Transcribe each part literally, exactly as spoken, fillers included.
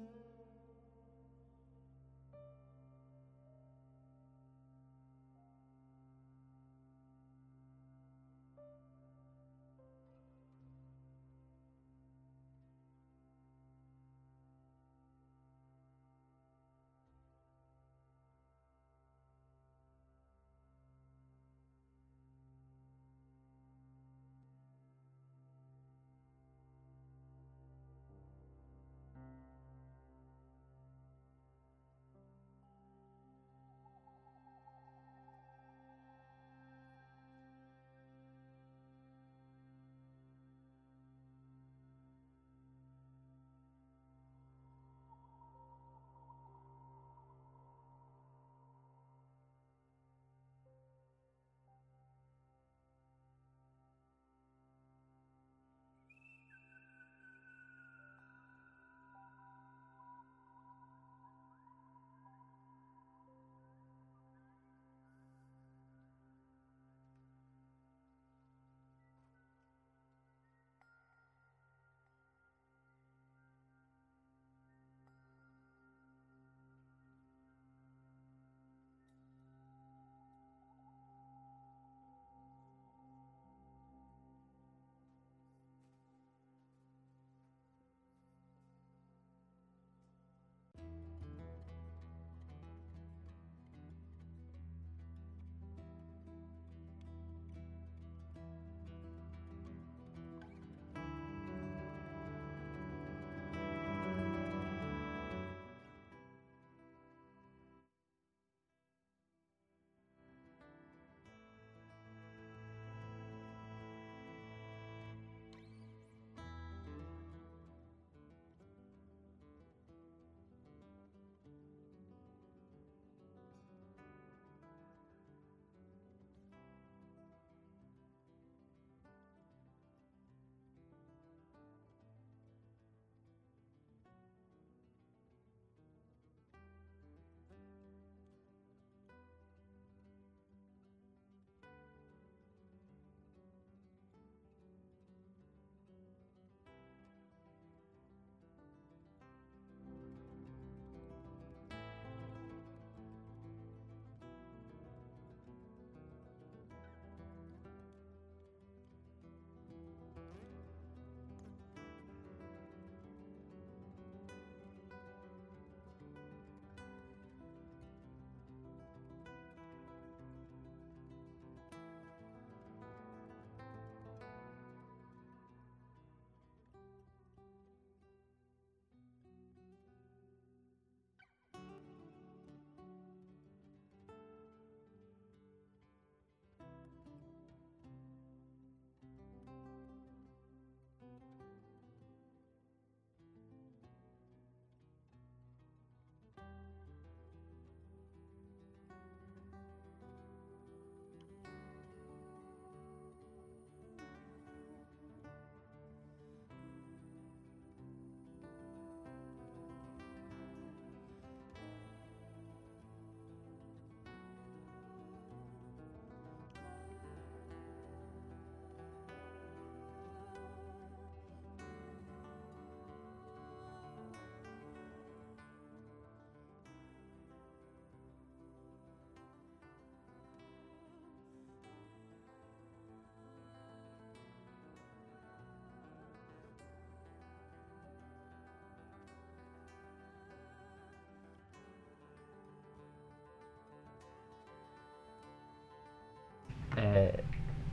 Eh...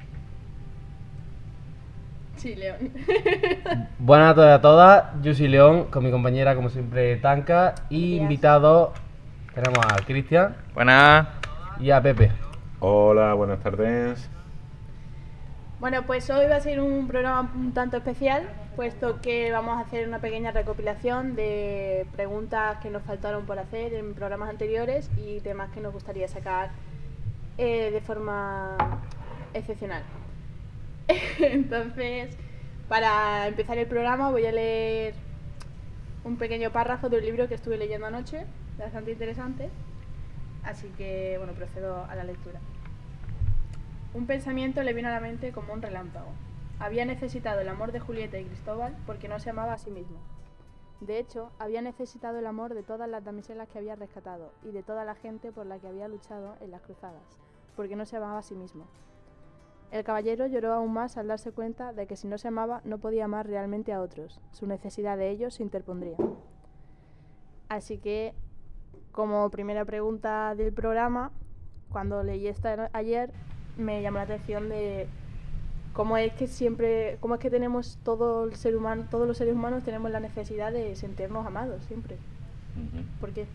Sí, León. Buenas a todas y a todas, yo soy León, con mi compañera como siempre Tanka, y invitados tenemos a Cristian. Buenas. Y a Pepe. Hola, buenas tardes. Bueno, pues hoy va a ser un programa un tanto especial, puesto que vamos a hacer una pequeña recopilación de preguntas que nos faltaron por hacer en programas anteriores y temas que nos gustaría sacar eh, de forma excepcional. Entonces, para empezar el programa voy a leer un pequeño párrafo del libro que estuve leyendo anoche, bastante interesante, así que bueno, procedo a la lectura. Un pensamiento le vino a la mente como un relámpago. Había necesitado el amor de Julieta y Cristóbal porque no se amaba a sí mismo. De hecho, había necesitado el amor de todas las damiselas que había rescatado y de toda la gente por la que había luchado en las cruzadas, porque no se amaba a sí mismo. El caballero lloró aún más al darse cuenta de que si no se amaba no podía amar realmente a otros, su necesidad de ellos se interpondría. Así que, como primera pregunta del programa, cuando leí esta ayer, me llamó la atención de cómo es que siempre, cómo es que tenemos todo el ser humano, todos los seres humanos tenemos la necesidad de sentirnos amados siempre. Ujú. ¿Por qué?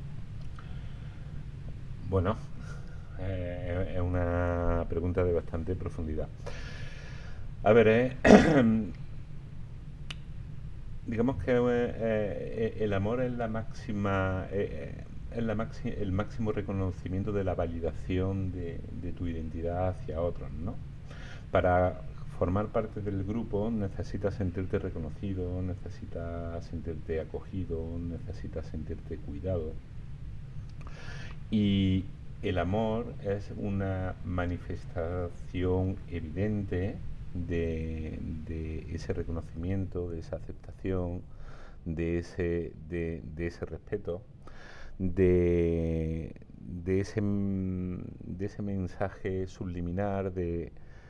Bueno, eh, es una pregunta de bastante profundidad. A ver, eh, digamos que eh, el amor es la máxima, eh, es la maxi- el máximo reconocimiento de la validación de, de tu identidad hacia otros, ¿no? Para formar parte del grupo necesitas sentirte reconocido, necesitas sentirte acogido, necesitas sentirte cuidado. Y el amor es una manifestación evidente de, de ese reconocimiento, de esa aceptación, de ese, de, de ese respeto, de, de, ese, de ese mensaje subliminar de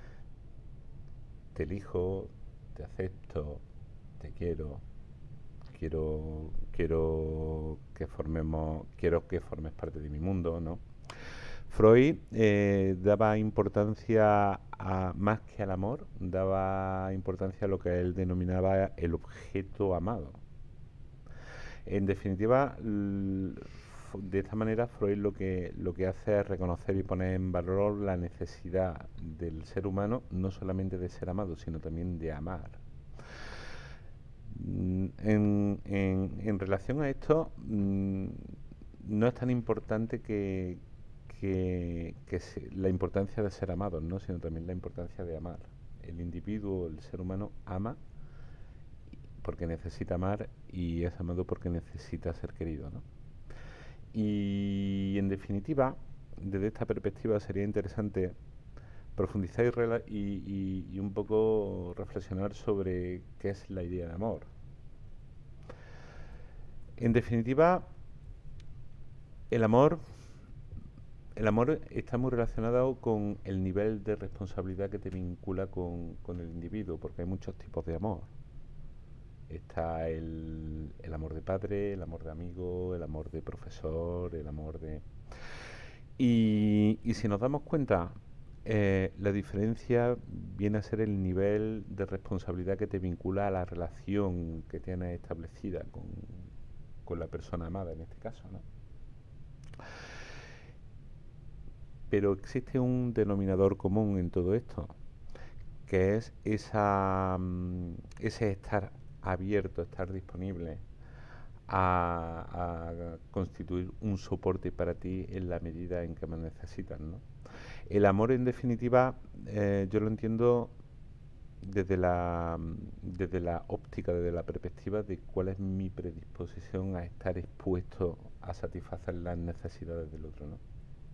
te elijo, te acepto, te quiero, quiero, quiero que formemos, quiero que formes parte de mi mundo, ¿no? Freud eh, daba importancia a, más que al amor, daba importancia a lo que él denominaba el objeto amado. En definitiva, l- f- de esta manera Freud lo que, lo que hace es reconocer y poner en valor la necesidad del ser humano, no solamente de ser amado, sino también de amar. Mm, En, en- en relación a esto, mm, no es tan importante que, que- que se- la importancia de ser amados, ¿no? Sino también la importancia de amar. El individuo, el ser humano, ama porque necesita amar y es amado porque necesita ser querido, ¿no? Y en definitiva, desde esta perspectiva sería interesante profundizar y, rela- y, y- y un poco reflexionar sobre qué es la idea de amor. En definitiva, el amor, el amor está muy relacionado con el nivel de responsabilidad que te vincula con, con el individuo, porque hay muchos tipos de amor. Está el, el amor de padre, el amor de amigo, el amor de profesor, el amor de... Y, y si nos damos cuenta, eh, la diferencia viene a ser el nivel de responsabilidad que te vincula a la relación que tienes establecida con, con la persona amada, en este caso, ¿no? Pero existe un denominador común en todo esto, que es esa, mm, ese estar abierto, estar disponible a, a constituir un soporte para ti en la medida en que me necesitas, ¿no? El amor, en definitiva, eh, yo lo entiendo desde la, desde la óptica, desde la perspectiva de cuál es mi predisposición a estar expuesto a satisfacer las necesidades del otro, ¿no?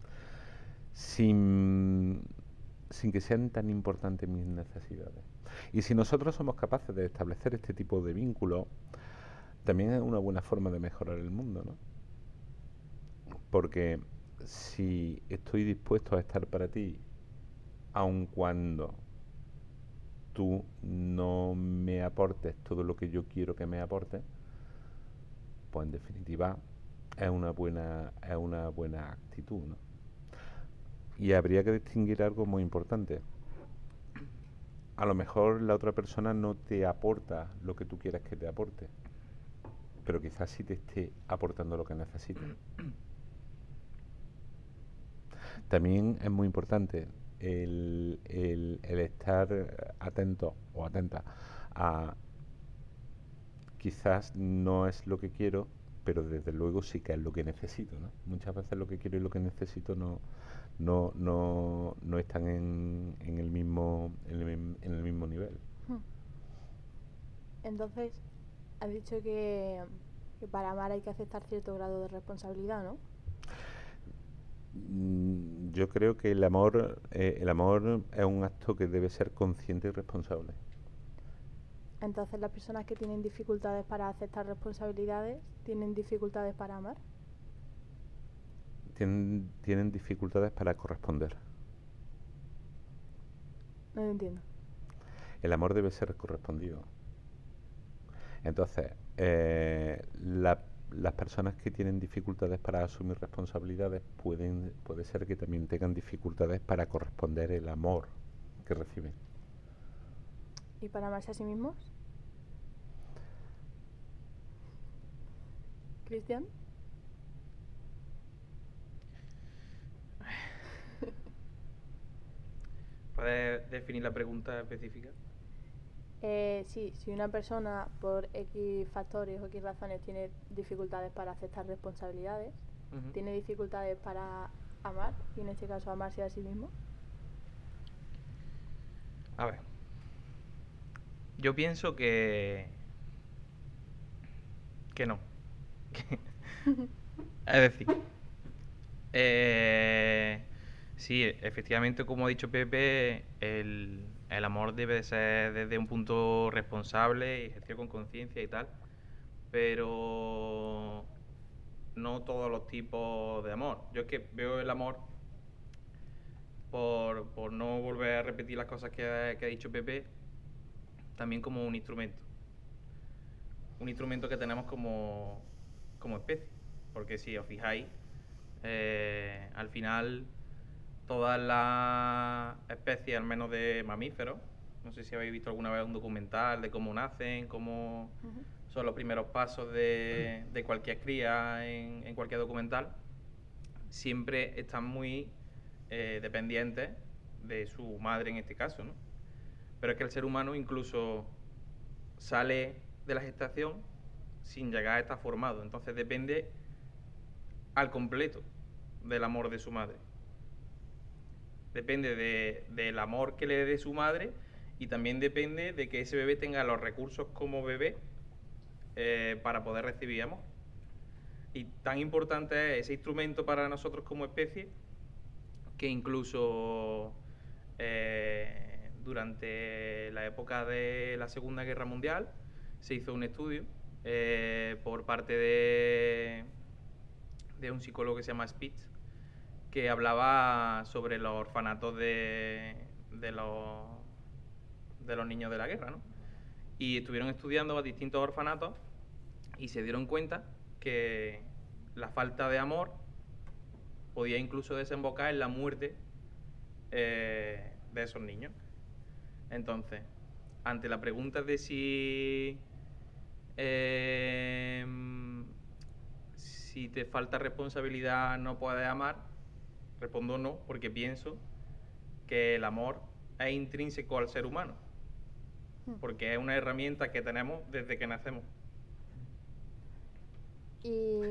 Sin, sin que sean tan importantes mis necesidades. Y si nosotros somos capaces de establecer este tipo de vínculos, también es una buena forma de mejorar el mundo, ¿no? Porque si estoy dispuesto a estar para ti, aun cuando tú no me aportes todo lo que yo quiero que me aportes, pues en definitiva es una buena, es una buena actitud, ¿no? Y habría que distinguir algo muy importante. A lo mejor la otra persona no te aporta lo que tú quieras que te aporte, pero quizás sí te esté aportando lo que necesitas. También es muy importante el, el- el estar atento o atenta a quizás no es lo que quiero, pero desde luego sí que es lo que necesito, ¿no? Muchas veces lo que quiero y lo que necesito no, no, no, no están en, en el mismo, en el, mim- en el mismo nivel. Entonces, has dicho que, que para amar hay que aceptar cierto grado de responsabilidad, ¿no? Mm, Yo creo que el amor, eh, el amor es un acto que debe ser consciente y responsable. Entonces, las personas que tienen dificultades para aceptar responsabilidades, ¿tienen dificultades para amar? Tienen, tienen dificultades para corresponder. No lo entiendo. El amor debe ser correspondido. Entonces, eh, la- las personas que tienen dificultades para asumir responsabilidades pueden, puede ser que también tengan dificultades para corresponder el amor que reciben. ¿Y para amarse a sí mismos? ¿Cristian? ¿Puedes definir la pregunta específica? Eh, sí, si una persona por X factores o X razones tiene dificultades para aceptar responsabilidades, Ujú. tiene dificultades para amar, y en este caso amarse a sí mismo. A ver. Yo pienso que. Que no. Es decir. eh, sí, efectivamente, como ha dicho Pepe, el, el amor debe de ser desde un punto responsable y ejercido con conciencia y tal. Pero. No todos los tipos de amor. Yo es que veo el amor. Por, por no volver a repetir las cosas que ha, que ha dicho Pepe, también como un instrumento. Un instrumento que tenemos como, como especie. Porque si os fijáis, eh, al final todas las especies, al menos de mamíferos, no sé si habéis visto alguna vez un documental de cómo nacen, cómo Ujú. son los primeros pasos de, de cualquier cría en, en cualquier documental, siempre están muy eh, dependientes de su madre en este caso, ¿no? Pero es que el ser humano incluso sale de la gestación sin llegar a estar formado, entonces depende al completo del amor de su madre. Depende de, del amor que le dé su madre y también depende de que ese bebé tenga los recursos como bebé eh, para poder recibir amor. Y tan importante es ese instrumento para nosotros como especie que incluso eh, durante la época de la Segunda Guerra Mundial se hizo un estudio eh, por parte de, de un psicólogo que se llama Spitz, que hablaba sobre los orfanatos de, de, los, de los niños de la guerra, ¿no? Y estuvieron estudiando a distintos orfanatos y se dieron cuenta que la falta de amor podía incluso desembocar en la muerte eh, de esos niños. Entonces, ante la pregunta de si eh, si te falta responsabilidad no puedes amar, respondo no, porque pienso que el amor es intrínseco al ser humano, porque es una herramienta que tenemos desde que nacemos. Y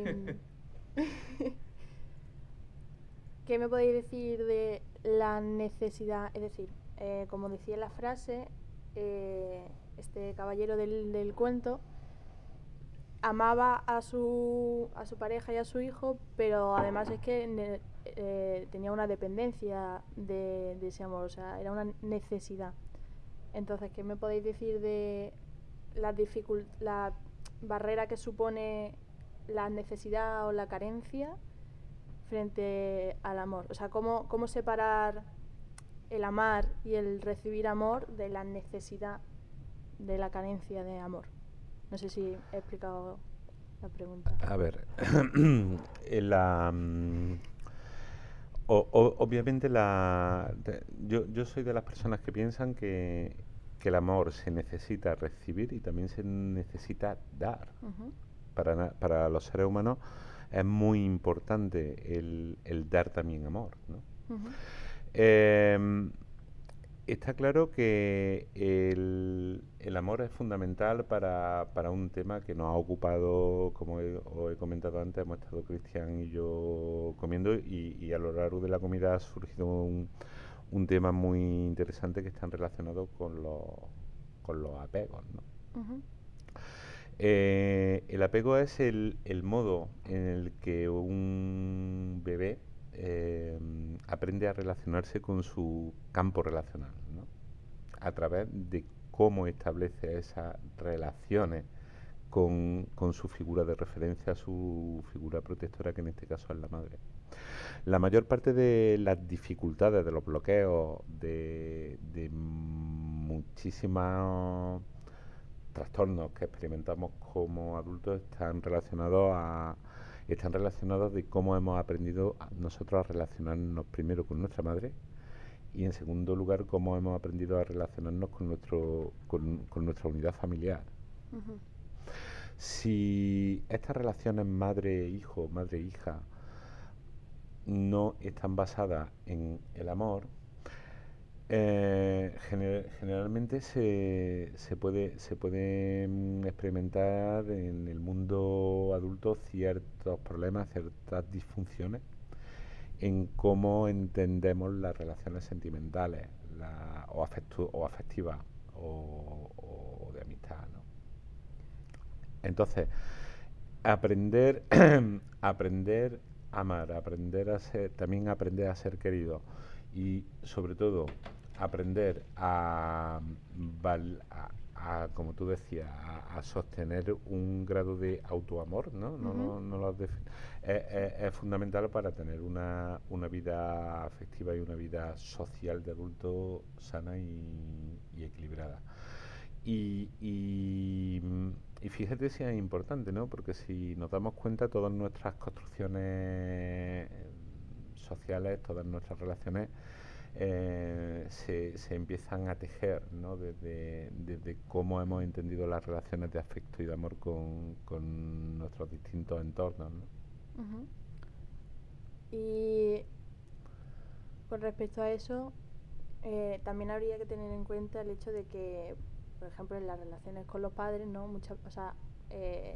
¿qué me podéis decir de la necesidad? Es decir, eh, como decía en la frase, eh, este caballero del, del cuento amaba a su, a su pareja y a su hijo, pero además es que ne- eh, tenía una dependencia de, de ese amor, o sea, era una necesidad. Entonces, ¿qué me podéis decir de la, dificult la barrera que supone la necesidad o la carencia frente al amor? O sea, ¿cómo, cómo separar el amar y el recibir amor de la necesidad de la carencia de amor? No sé si he explicado la pregunta. A ver, en la, mm, o- o- obviamente la, de- yo, yo soy de las personas que piensan que, que el amor se necesita recibir y también se necesita dar. Ujú. Para, na- para los seres humanos es muy importante el, el dar también amor, ¿no? Ujú. Em, Está claro que el, el amor es fundamental para, para un tema que nos ha ocupado, como he, os he comentado antes, hemos estado Cristian y yo comiendo y, y a lo largo de la comida ha surgido un, un tema muy interesante que están relacionados con los, con los apegos, ¿no? Ujú. Eh, el apego es el, el modo en el que un bebé eh, aprende a relacionarse con su campo relacional, ¿no? A través de cómo establece esas relaciones con, con su figura de referencia, su figura protectora, que en este caso es la madre. La mayor parte de las dificultades, de los bloqueos, de, de muchísimos trastornos que experimentamos como adultos están relacionados a están relacionados de cómo hemos aprendido a nosotros a relacionarnos primero con nuestra madre y en segundo lugar cómo hemos aprendido a relacionarnos con nuestro con, con nuestra unidad familiar. Ujú. Si estas relaciones madre-hijo, madre-hija no están basadas en el amor, eh, gener- generalmente se, se puede se puede mm, experimentar en el mundo adulto ciertos problemas, ciertas disfunciones en cómo entendemos las relaciones sentimentales la- o, afectu- o afectivas o, o de amistad, ¿no? Entonces, aprender, aprender a amar, aprender a ser, también aprender a ser querido y sobre todo aprender a, val- a- a, como tú decías, a, a sostener un grado de autoamor, ¿no? No, Ujú. no, no lo has defin- es, es- es fundamental para tener una, una vida afectiva y una vida social de adulto sana y, y equilibrada. Y, y, mm, y fíjate si es importante, ¿no? Porque si nos damos cuenta, todas nuestras construcciones eh, sociales, todas nuestras relaciones eh, se, se empiezan a tejer, ¿no? Desde, desde cómo hemos entendido las relaciones de afecto y de amor con, con nuestros distintos entornos, ¿no? Ujú. Y con respecto a eso, eh, también habría que tener en cuenta el hecho de que, por ejemplo, en las relaciones con los padres, ¿no? Muchas, o sea, eh,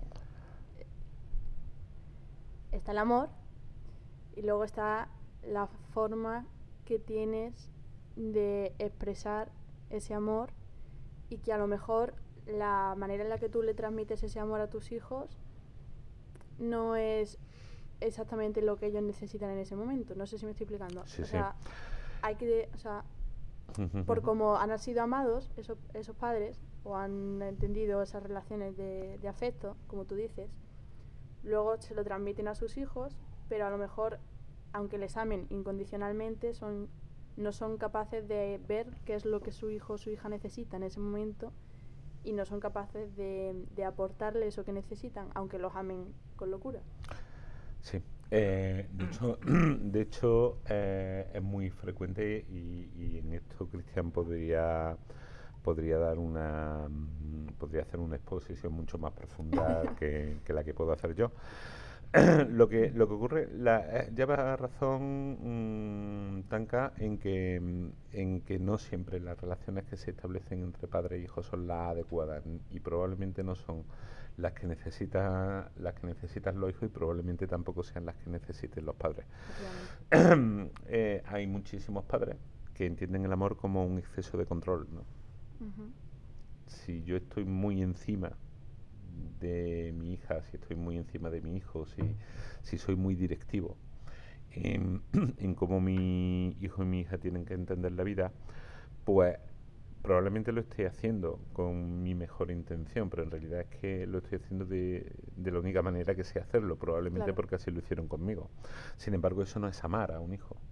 está el amor y luego está la forma que tienes de expresar ese amor y que a lo mejor la manera en la que tú le transmites ese amor a tus hijos no es exactamente lo que ellos necesitan en ese momento. No sé si me estoy explicando. Sí, o sí. sea, hay que, o sea, por cómo han sido amados esos, esos padres o han entendido esas relaciones de, de afecto, como tú dices, luego se lo transmiten a sus hijos, pero a lo mejor, aunque les amen incondicionalmente, son, no son capaces de ver qué es lo que su hijo o su hija necesita en ese momento y no son capaces de, de aportarle eso que necesitan, aunque los amen con locura. Sí, eh, de hecho, de hecho eh, es muy frecuente y, y en esto Cristian podría podría dar una mm, podría hacer una exposición mucho más profunda que, que la que puedo hacer yo. Lo que lo que ocurre, la, eh, lleva razón mm, Tanka en que mm, en que no siempre las relaciones que se establecen entre padre e hijo son las adecuadas y probablemente no son las que necesita las que necesitan los hijos y probablemente tampoco sean las que necesiten los padres. Efectivamente. Eh, hay muchísimos padres que entienden el amor como un exceso de control, ¿no? Ujú. Si yo estoy muy encima de mi hija, si estoy muy encima de mi hijo, si, si soy muy directivo en, en cómo mi hijo y mi hija tienen que entender la vida, pues probablemente lo esté haciendo con mi mejor intención, pero en realidad es que lo estoy haciendo de, de la única manera que sé hacerlo, probablemente Claro. porque así lo hicieron conmigo. Sin embargo, eso no es amar a un hijo.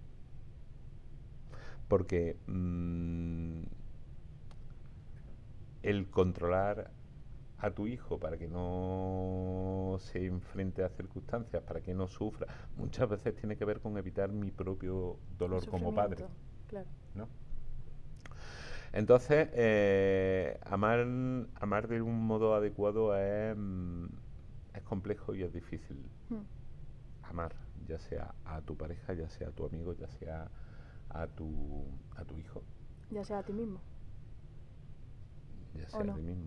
Porque mm, el controlar a tu hijo para que no se enfrente a circunstancias, para que no sufra, muchas veces tiene que ver con evitar mi propio dolor El como padre, sufrimiento, claro. ¿no? Entonces, eh, amar, amar de un modo adecuado es, mm, es complejo y es difícil. Mm. Amar, ya sea a tu pareja, ya sea a tu amigo, ya sea a tu, a tu hijo, Ya sea a ti mismo. ya ¿O sea no? a ti mismo.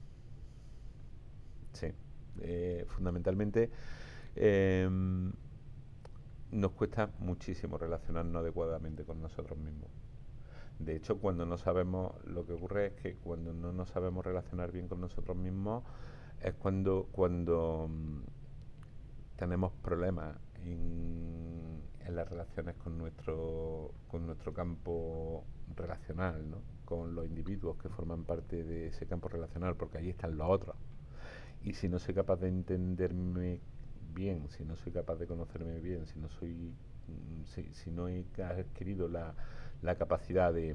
Sí, eh, fundamentalmente eh, nos cuesta muchísimo relacionarnos adecuadamente con nosotros mismos. De hecho, cuando no sabemos, lo que ocurre es que cuando no nos sabemos relacionar bien con nosotros mismos es cuando, cuando mm, tenemos problemas en, en en las relaciones con nuestro, con nuestro campo relacional, ¿no? Con los individuos que forman parte de ese campo relacional, porque ahí están los otros. Y si no soy capaz de entenderme bien, si no soy capaz de conocerme bien, si no soy, si, si no he adquirido la, la capacidad de,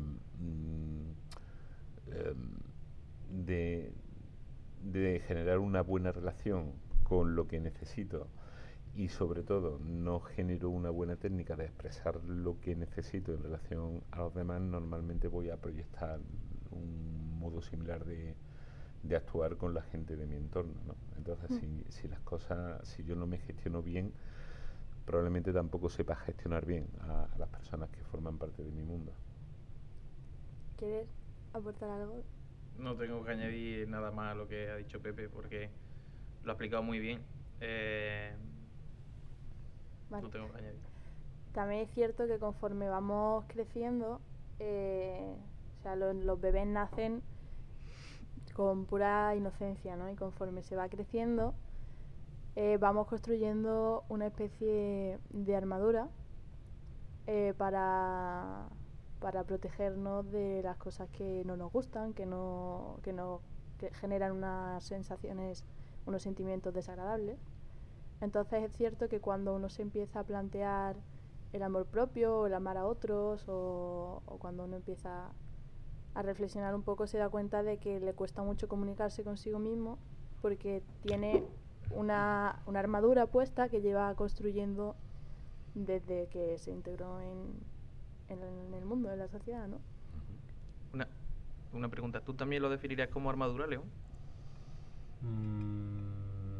de, de generar una buena relación con lo que necesito, y sobre todo no genero una buena técnica de expresar lo que necesito en relación a los demás, normalmente voy a proyectar un modo similar de, de actuar con la gente de mi entorno, ¿no? Entonces, mm. si, si las cosas, si yo no me gestiono bien, probablemente tampoco sepa gestionar bien a, a las personas que forman parte de mi mundo. ¿Quieres aportar algo? No tengo que añadir nada más a lo que ha dicho Pepe, porque lo ha explicado muy bien. Eh, Vale. No tengo que añadir. También es cierto que conforme vamos creciendo, eh, o sea, los, los bebés nacen con pura inocencia, ¿no? Y conforme se va creciendo, eh, vamos construyendo una especie de armadura eh, para, para protegernos de las cosas que no nos gustan, que no, que nos que generan unas sensaciones, unos sentimientos desagradables. Entonces es cierto que cuando uno se empieza a plantear el amor propio, o el amar a otros, o, o cuando uno empieza a reflexionar un poco, se da cuenta de que le cuesta mucho comunicarse consigo mismo, porque tiene una, una armadura puesta que lleva construyendo desde que se integró en, en, en el mundo, en la sociedad, ¿no? Una, una pregunta, ¿tú también lo definirías como armadura, León? Mm.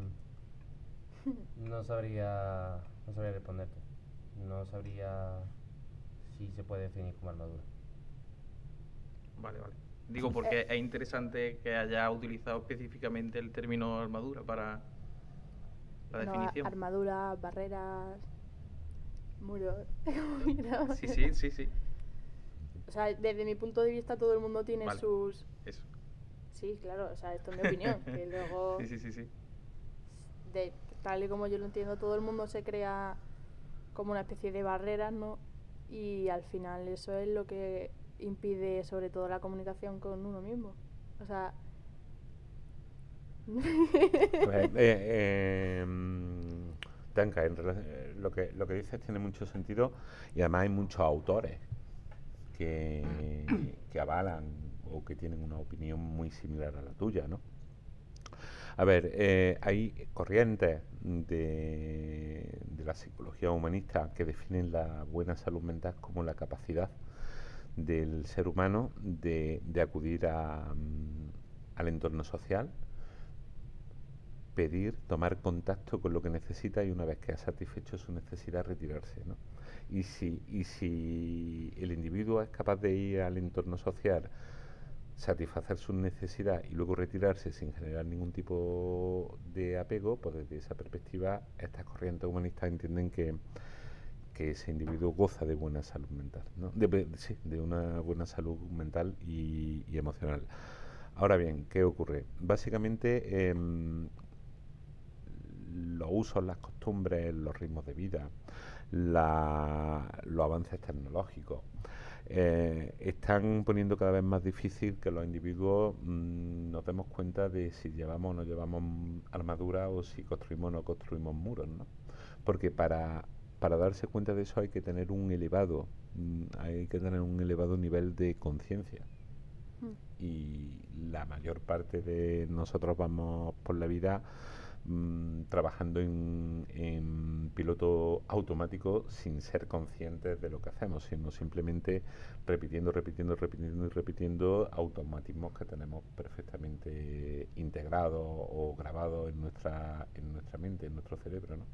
No sabría, no sabría responderte. No sabría si se puede definir como armadura. Vale, vale. Digo porque es interesante que haya utilizado específicamente el término armadura para la no, definición. Armadura, barreras, muros. Sí, sí, sí, sí. O sea, desde mi punto de vista todo el mundo tiene vale. sus... Eso. Sí, claro, o sea, esto es mi opinión. Que luego... Sí, sí, sí, sí. De, tal y como yo lo entiendo, todo el mundo se crea como una especie de barreras, ¿no? Y al final eso es lo que impide sobre todo la comunicación con uno mismo. O sea... Pues, eh, eh, Tanka, en lo que, lo que dices tiene mucho sentido, y además hay muchos autores que, que avalan o que tienen una opinión muy similar a la tuya, ¿no? A ver, eh, hay corrientes de, de la psicología humanista que definen la buena salud mental como la capacidad del ser humano de, de acudir a, um, al entorno social, pedir, tomar contacto con lo que necesita, y una vez que ha satisfecho su necesidad, retirarse, ¿no? Y si, y si el individuo es capaz de ir al entorno social, satisfacer sus necesidades y luego retirarse sin generar ningún tipo de apego, pues desde esa perspectiva estas corrientes humanistas entienden que, que ese individuo goza de buena salud mental, ¿no? De, de, sí, de una buena salud mental y, y emocional. Ahora bien, ¿qué ocurre? Básicamente eh, los usos, las costumbres, los ritmos de vida, la, los avances tecnológicos, Eh, están poniendo cada vez más difícil que los individuos mmm, nos demos cuenta de si llevamos o no llevamos armadura, o si construimos o no construimos muros, ¿no? Porque para, para darse cuenta de eso hay que tener un elevado mmm, hay que tener un elevado nivel de conciencia, mm. y la mayor parte de nosotros vamos por la vida mmm, trabajando en, en piloto automático sin ser conscientes de lo que hacemos, sino simplemente repitiendo, repitiendo, repitiendo y repitiendo automatismos que tenemos perfectamente integrados o grabados en nuestra, en nuestra mente, en nuestro cerebro, ¿no?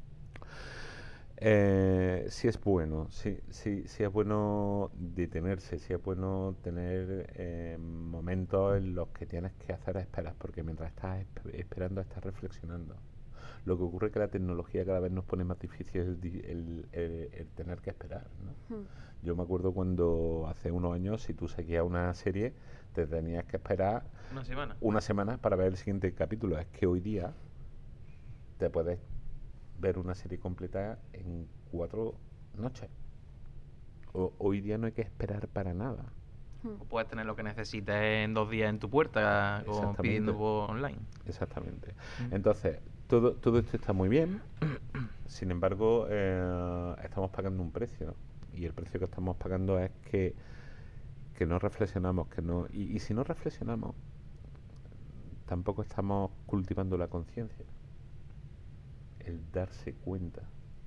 Eh, sí es bueno, sí, sí, sí es bueno detenerse, sí es bueno tener eh, momentos en los que tienes que hacer esperas, porque mientras estás esp- esperando estás reflexionando. Lo que ocurre es que la tecnología cada vez nos pone más difícil el, di- el, el- el tener que esperar, ¿no? Hmm. Yo me acuerdo cuando hace unos años, si tú seguías una serie, te tenías que esperar una semana, una semana para ver el siguiente capítulo. Es que hoy día te puedes ver una serie completa en cuatro noches. O, hoy día no hay que esperar para nada. O puedes tener lo que necesites en dos días en tu puerta o pidiendo por online. Exactamente. Entonces, todo, todo esto está muy bien. Sin embargo, eh, estamos pagando un precio. Y el precio que estamos pagando es que, que no reflexionamos. que no y, y si no reflexionamos, tampoco estamos cultivando la conciencia. El darse cuenta.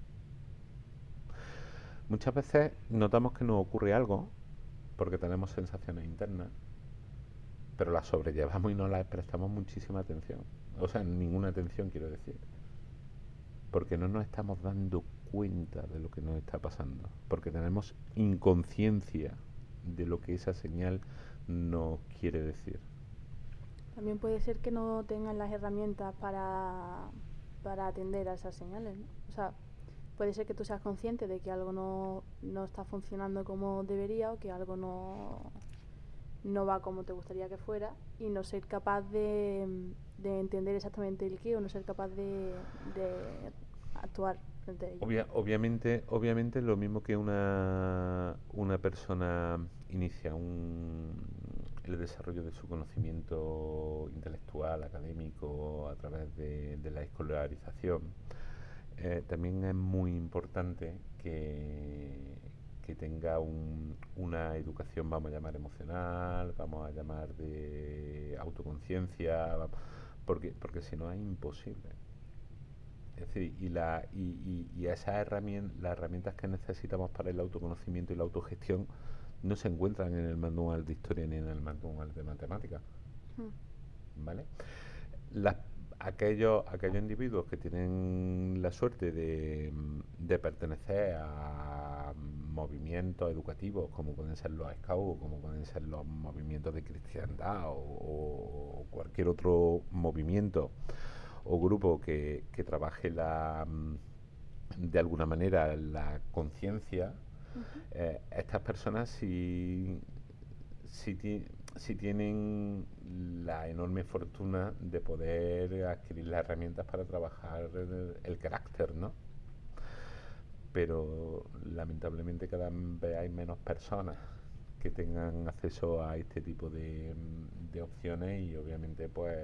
Muchas veces notamos que nos ocurre algo porque tenemos sensaciones internas, pero las sobrellevamos y no las prestamos muchísima atención. O sea, ninguna atención, quiero decir. Porque no nos estamos dando cuenta de lo que nos está pasando. Porque tenemos inconsciencia de lo que esa señal nos quiere decir. También puede ser que no tengan las herramientas para, para atender a esas señales, ¿no? O sea, puede ser que tú seas consciente de que algo no, no está funcionando como debería o que algo no, no va como te gustaría que fuera y no ser capaz de, de entender exactamente el qué o no ser capaz de, de actuar frente a ello. Obvia, obviamente, obviamente lo mismo que una, una persona inicia un, el desarrollo de su conocimiento intelectual, académico, a través de, de la escolarización. Eh, también es muy importante que, que tenga un, una educación, vamos a llamar emocional, vamos a llamar de autoconciencia, porque, porque si no es imposible. Es decir, y, la, y, y, y esas herramientas, las herramientas que necesitamos para el autoconocimiento y la autogestión no se encuentran en el manual de historia ni en el manual de matemáticas. Mm. ¿Vale? Las Aquellos, aquellos individuos que tienen la suerte de, de pertenecer a movimientos educativos como pueden ser los scouts, como pueden ser los movimientos de cristiandad o, o cualquier otro movimiento o grupo que, que trabaje la, de alguna manera la conciencia, uh-huh. eh, estas personas si, si tienen si tienen la enorme fortuna de poder adquirir las herramientas para trabajar el, el carácter, ¿no? Pero lamentablemente cada vez hay menos personas que tengan acceso a este tipo de, de opciones y obviamente pues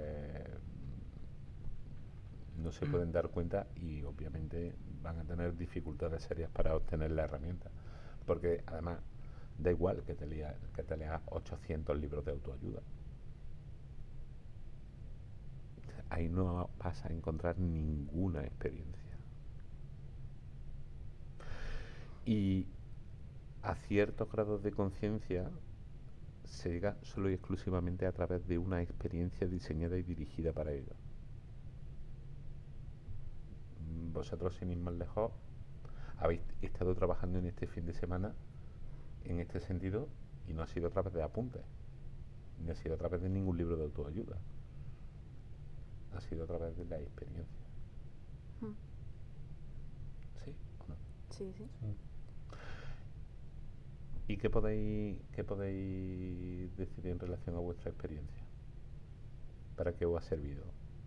no se pueden dar cuenta y obviamente van a tener dificultades serias para obtener la herramienta, porque además da igual que te leas que te leas ochocientos libros de autoayuda. Ahí no vas a encontrar ninguna experiencia. Y a ciertos grados de conciencia se llega solo y exclusivamente a través de una experiencia diseñada y dirigida para ello. Vosotros, sin ir más lejos, habéis estado trabajando en este fin de semana en este sentido y no ha sido a través de apuntes, ni ha sido a través de ningún libro de autoayuda, ha sido a través de la experiencia. Hmm. ¿Sí o no? Sí, sí. sí. ¿Y qué podéis, qué podéis decir en relación a vuestra experiencia? ¿Para qué os ha servido?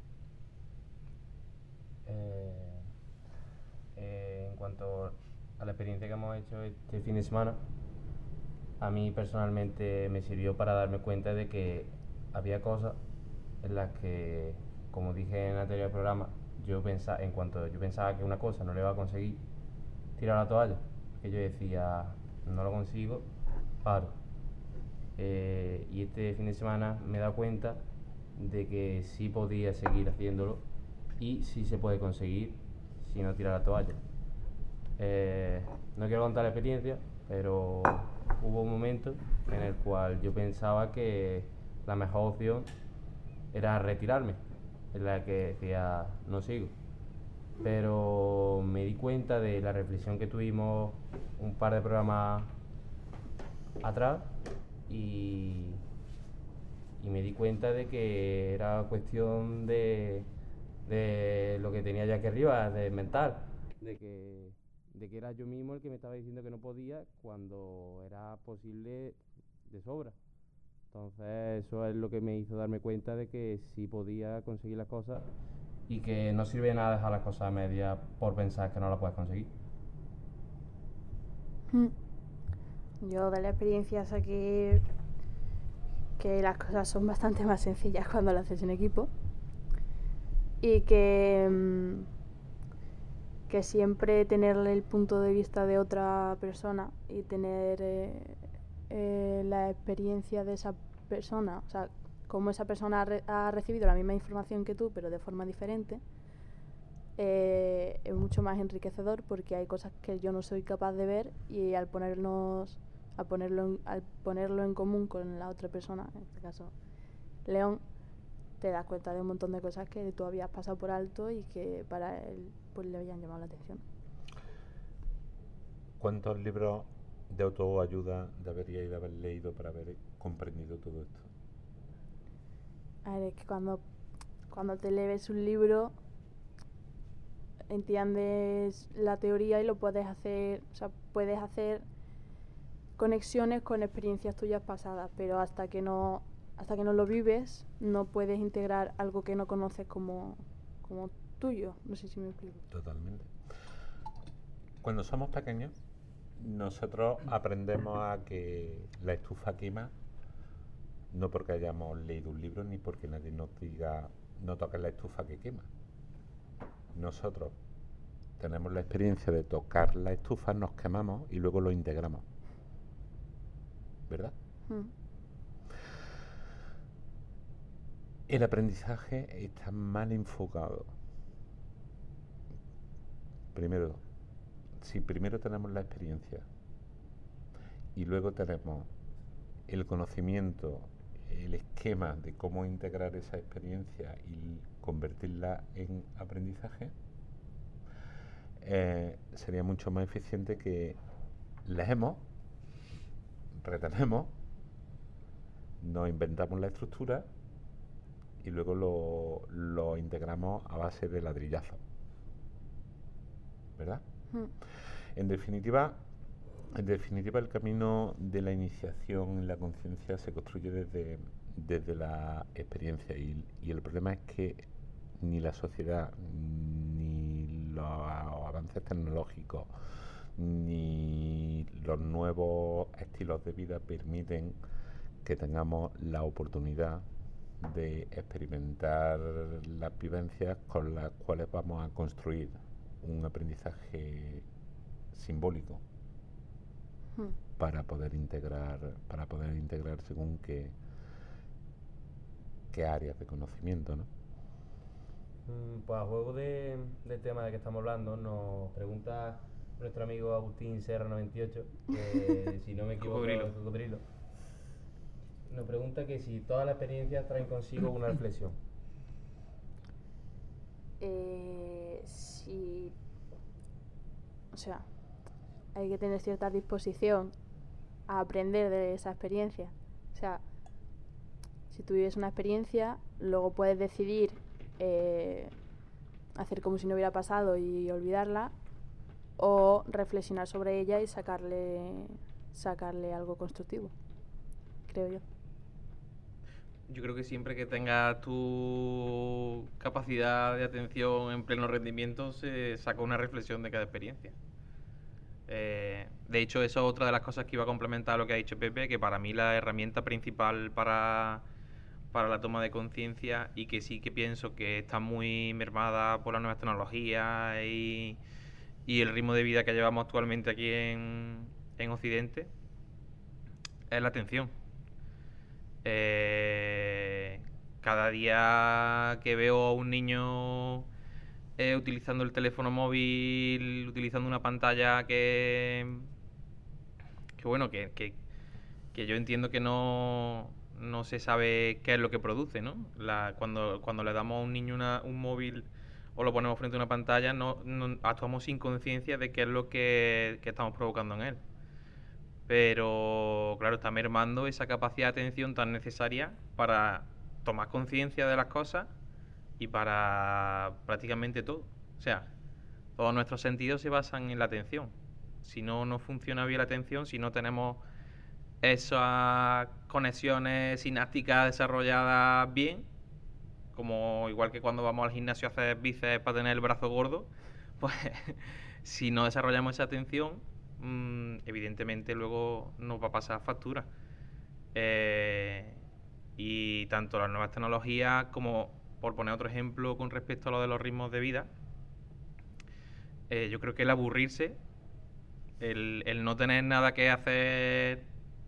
Eh, eh, en cuanto a la experiencia que hemos hecho este fin de semana, a mí personalmente me sirvió para darme cuenta de que había cosas en las que, como dije en el anterior programa, yo pensaba, en cuanto yo pensaba que una cosa no le iba a conseguir, tirar la toalla, que yo decía, no lo consigo, paro. Eh, y este fin de semana me he dado cuenta de que sí podía seguir haciéndolo y sí se puede conseguir si no tirar la toalla. Eh, no quiero contar la experiencia, pero hubo un momento en el cual yo pensaba que la mejor opción era retirarme, en la que decía no sigo, pero me di cuenta de la reflexión que tuvimos un par de programas atrás y, y me di cuenta de que era cuestión de, de lo que tenía ya aquí arriba, de mental, de que de que era yo mismo el que me estaba diciendo que no podía cuando era posible de sobra. Entonces eso es lo que me hizo darme cuenta de que sí podía conseguir las cosas y que no sirve de nada dejar las cosas a medias por pensar que no las puedes conseguir. Mm. Yo de la experiencia saqué que las cosas son bastante más sencillas cuando lo haces en equipo y que, mm, que siempre tener el punto de vista de otra persona y tener eh, eh, la experiencia de esa persona, o sea, cómo esa persona ha, re- ha recibido la misma información que tú pero de forma diferente, eh, es mucho más enriquecedor porque hay cosas que yo no soy capaz de ver y al ponernos al ponerlo en, al ponerlo en común con la otra persona, en este caso León, te das cuenta de un montón de cosas que tú habías pasado por alto y que para él pues le habían llamado la atención. ¿Cuántos libros de autoayuda deberíais de haber leído para haber comprendido todo esto? A ver, es que cuando, cuando te lees un libro entiendes la teoría y lo puedes hacer, o sea, puedes hacer conexiones con experiencias tuyas pasadas, pero hasta que no hasta que no lo vives no puedes integrar algo que no conoces como, como tuyo. No sé si me explico. Totalmente. Cuando somos pequeños, nosotros aprendemos a que la estufa quema, no porque hayamos leído un libro ni porque nadie nos diga no toques la estufa que quema. Nosotros tenemos la experiencia de tocar la estufa, nos quemamos y luego lo integramos. ¿Verdad? Mm. El aprendizaje está mal enfocado. Primero, si primero tenemos la experiencia y luego tenemos el conocimiento, el esquema de cómo integrar esa experiencia y convertirla en aprendizaje, eh, sería mucho más eficiente que leemos, retenemos, nos inventamos la estructura y luego lo, lo integramos a base de ladrillazo. ¿Verdad? Mm. En definitiva, en definitiva, el camino de la iniciación en la conciencia se construye desde, desde la experiencia y, y el problema es que ni la sociedad, ni los avances tecnológicos, ni los nuevos estilos de vida permiten que tengamos la oportunidad de experimentar las vivencias con las cuales vamos a construir un aprendizaje simbólico Mm. para poder integrar para poder integrar según qué qué áreas de conocimiento, ¿no? Mm, Pues a juego de, del tema de que estamos hablando, nos pregunta nuestro amigo Agustín Serra noventa y ocho, que si no me equivoco, Cocodrilo. es Cocodrilo. Nos pregunta que si todas las experiencias traen consigo una reflexión. Eh, sí, o sea, hay que tener cierta disposición a aprender de esa experiencia. O sea, si tú vives una experiencia, luego puedes decidir eh, hacer como si no hubiera pasado y olvidarla, o reflexionar sobre ella y sacarle, sacarle algo constructivo, creo yo. Yo creo que siempre que tengas tu capacidad de atención en pleno rendimiento, se saca una reflexión de cada experiencia. Eh, de hecho, eso es otra de las cosas que iba a complementar lo que ha dicho Pepe, que para mí la herramienta principal para, para la toma de conciencia, y que sí que pienso que está muy mermada por las nuevas tecnologías y, y el ritmo de vida que llevamos actualmente aquí en, en Occidente, es la atención. Eh, cada día que veo a un niño eh, utilizando el teléfono móvil, utilizando una pantalla que, que bueno, que, que, que yo entiendo que no, no se sabe qué es lo que produce, ¿no? La, cuando, cuando le damos a un niño una, un móvil o lo ponemos frente a una pantalla, no, no actuamos sin conciencia de qué es lo que, que estamos provocando en él. Pero claro, está mermando esa capacidad de atención tan necesaria para tomar conciencia de las cosas y para prácticamente todo. O sea, todos nuestros sentidos se basan en la atención. Si no, no funciona bien la atención, si no tenemos esas conexiones sinápticas desarrolladas bien, como igual que cuando vamos al gimnasio a hacer bíceps para tener el brazo gordo, pues si no desarrollamos esa atención, mmm, evidentemente luego nos va a pasar factura. Eh, y tanto las nuevas tecnologías como, por poner otro ejemplo con respecto a lo de los ritmos de vida, eh, yo creo que el aburrirse, el, el no tener nada que hacer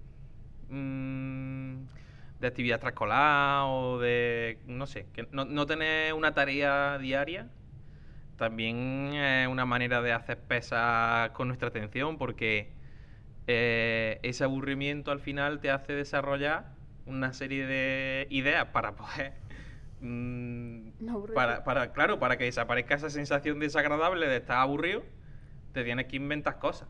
mmm, de actividad extraescolar o de, no sé, que no, no tener una tarea diaria, también es una manera de hacer pesas con nuestra atención, porque eh, ese aburrimiento al final te hace desarrollar una serie de ideas para poder mmm, No aburrirte. para, para, claro, para que desaparezca esa sensación desagradable de estar aburrido, te tienes que inventar cosas.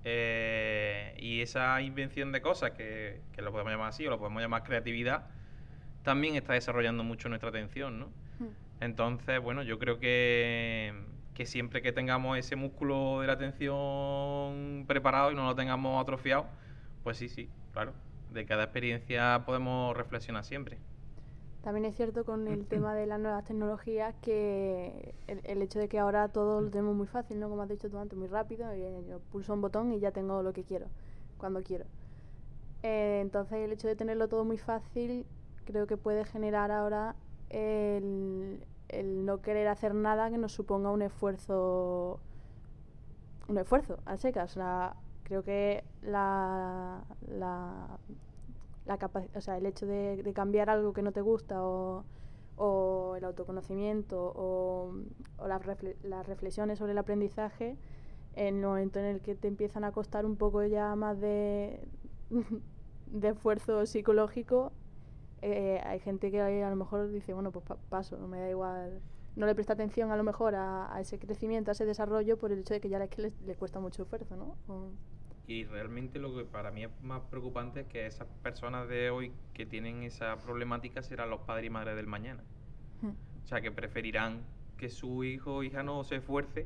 Eh, y esa invención de cosas, que, que lo podemos llamar así o lo podemos llamar creatividad, también está desarrollando mucho nuestra atención, ¿no? Hmm. Entonces, bueno, yo creo que, que siempre que tengamos ese músculo de la atención preparado y no lo tengamos atrofiado, pues sí, sí, claro, de cada experiencia podemos reflexionar siempre. También es cierto con el tema de las nuevas tecnologías que el, el hecho de que ahora todo lo tenemos muy fácil, ¿no? Como has dicho tú antes, muy rápido, y yo pulso un botón y ya tengo lo que quiero, cuando quiero. Eh, entonces el hecho de tenerlo todo muy fácil creo que puede generar ahora el, el no querer hacer nada que nos suponga un esfuerzo, un esfuerzo a secas. O sea, creo que la, la La capac- o sea, el hecho de, de cambiar algo que no te gusta o, o el autoconocimiento o, o las, refle- las reflexiones sobre el aprendizaje, en el momento en el que te empiezan a costar un poco ya más de, de esfuerzo psicológico, eh, hay gente que a lo mejor dice, bueno, pues pa- paso, no me da igual, no le presta atención a lo mejor a, a ese crecimiento, a ese desarrollo, por el hecho de que ya es que le, le cuesta mucho esfuerzo, ¿no? O, Y realmente lo que para mí es más preocupante es que esas personas de hoy que tienen esa problemática serán los padres y madres del mañana. hmm. O sea, que preferirán que su hijo o hija no se esfuerce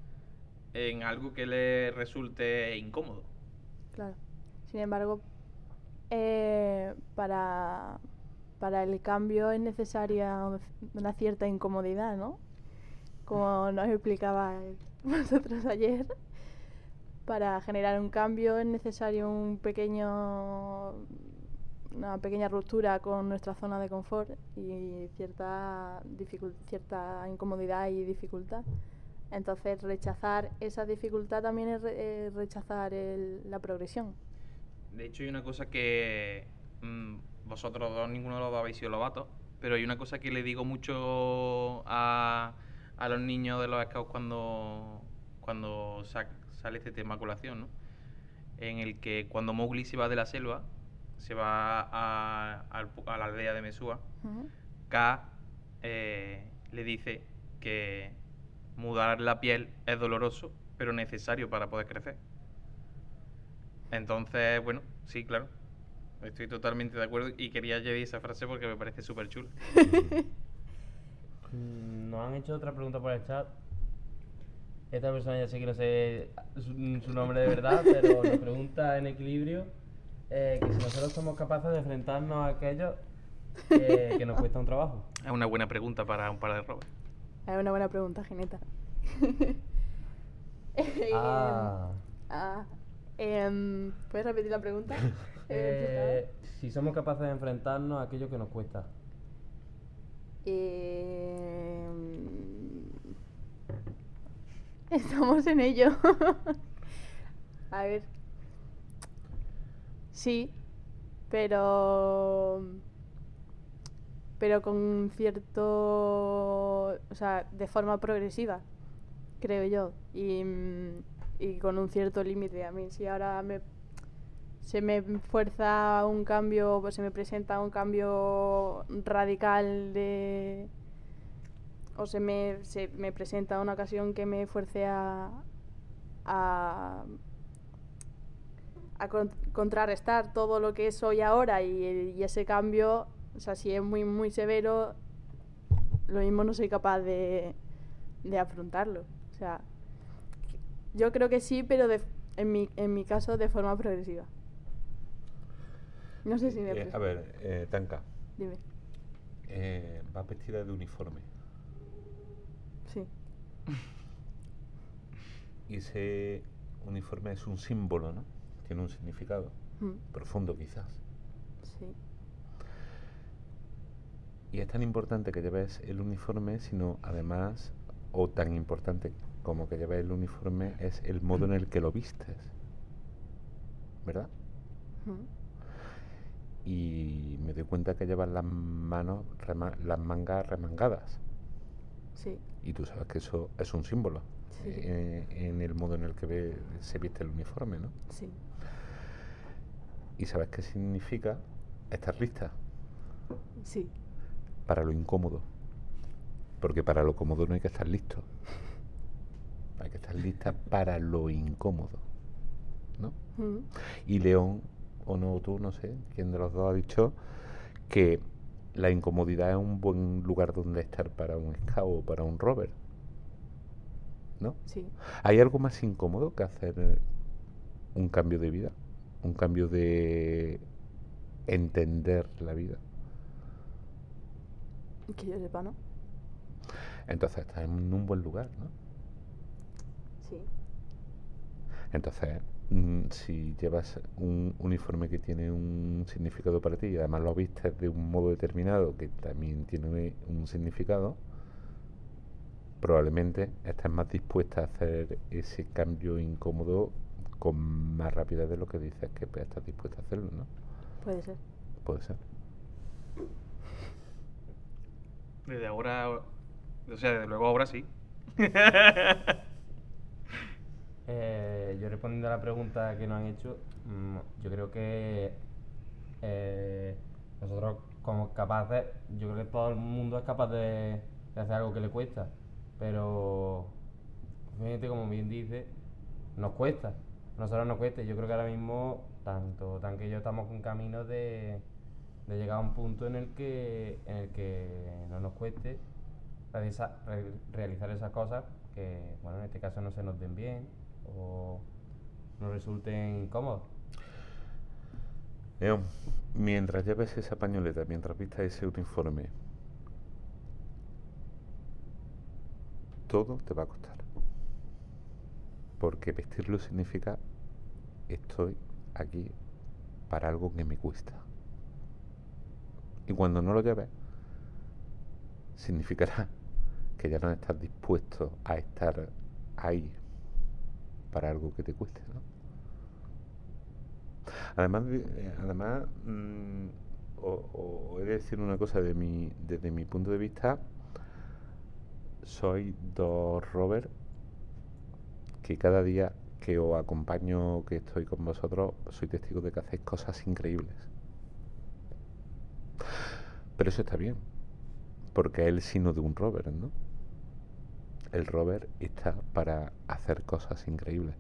en algo que le resulte incómodo. Claro. Sin embargo, eh, para, para el cambio es necesaria una cierta incomodidad, ¿no? Como nos explicaba vosotros ayer, para generar un cambio es necesario un pequeño, una pequeña ruptura con nuestra zona de confort y cierta, dificul- cierta incomodidad y dificultad. Entonces, rechazar esa dificultad también es re- eh, rechazar el- la progresión. De hecho, hay una cosa que mmm, vosotros dos, ninguno de los dos habéis sido lobatos, pero hay una cosa que le digo mucho a, a los niños de los scouts cuando, cuando sa- sale este tema a colación, ¿no? En el que cuando Mowgli se va de la selva, se va a, al pu- a la aldea de Mesúa, Ujú. K eh, le dice que mudar la piel es doloroso, pero necesario para poder crecer. Entonces, bueno, sí, claro. Estoy totalmente de acuerdo y quería añadir esa frase porque me parece súper chula. Mm, Nos han hecho otra pregunta por el chat. Esta persona ya sé que no sé su, su nombre de verdad, pero nos pregunta en equilibrio eh, que si nosotros somos capaces de enfrentarnos a aquello que, que nos cuesta un trabajo. Es una buena pregunta para un par de robes. Es una buena pregunta, Geneta. Ah. Ah, em, ¿puedes repetir la pregunta? Eh, si somos capaces de enfrentarnos a aquello que nos cuesta. Em, Estamos en ello. A ver. Sí, pero pero con cierto, o sea, de forma progresiva, creo yo, y, mm, y con un cierto límite. A mí si ahora me se me fuerza un cambio, pues se me presenta un cambio radical de o se me, se me presenta una ocasión que me fuerce a a, a con- contrarrestar todo lo que soy ahora y, y ese cambio, o sea, si es muy muy severo, lo mismo no soy capaz de, de afrontarlo. O sea, yo creo que sí, pero de, en, mi, en mi caso de forma progresiva. No sé si me Eh, explico. a ver, eh, Tanka, Dime. eh, vas vestida de uniforme Sí. y ese uniforme es un símbolo, ¿no? Tiene un significado Mm. profundo quizás. Sí. Y es tan importante que lleves el uniforme, sino además, o tan importante como que lleves el uniforme, es el modo en el que lo vistes. ¿Verdad? Mm. Y me doy cuenta que llevas las manos, rema- las mangas remangadas. Sí. Y tú sabes que eso es un símbolo Sí. eh, en el modo en el que ve- se viste el uniforme, ¿no? Sí. Y sabes qué significa estar lista Sí. para lo incómodo. Porque para lo cómodo no hay que estar listo. Hay que estar lista para lo incómodo, ¿no? Mm. Y León, o no, tú, no sé, quién de los dos ha dicho que la incomodidad es un buen lugar donde estar para un scout o para un rover, ¿no? Sí. ¿Hay algo más incómodo que hacer eh, un cambio de vida? Un cambio de entender la vida. Que yo sepa, ¿no? Entonces estás en un buen lugar, ¿no? Sí. Entonces, mm, si llevas un uniforme que tiene un significado para ti y además lo vistes de un modo determinado que también tiene un significado, probablemente estés más dispuesta a hacer ese cambio incómodo con más rapidez de lo que dices que estás dispuesta a hacerlo, ¿no? Puede ser. Puede ser. Desde ahora, o sea, desde luego ahora sí. Eh, yo respondiendo a la pregunta que nos han hecho, mm, yo creo que eh, nosotros como capaces, yo creo que todo el mundo es capaz de, de hacer algo que le cuesta, pero fíjate, como bien dice, nos cuesta, a nosotros nos cuesta. Yo creo que ahora mismo tanto Tan que yo estamos con camino de, de llegar a un punto en el que en el que no nos cueste realizar, re- realizar esas cosas que, bueno, en este caso no se nos den bien o nos resulten incómodos. León, mientras lleves esa pañoleta, mientras vistas ese uniforme, todo te va a costar. Porque vestirlo significa estoy aquí para algo que me cuesta. Y cuando no lo lleves, significará que ya no estás dispuesto a estar ahí para algo que te cueste, ¿no? Además, de- eh, además mm, o, o- o he de decir una cosa de mi, desde mi punto de vista, soy dos Robert que cada día que os acompaño, que estoy con vosotros, soy testigo de que hacéis cosas increíbles. Pero eso está bien, porque es el signo de un rover, ¿no? El rover está para hacer cosas increíbles.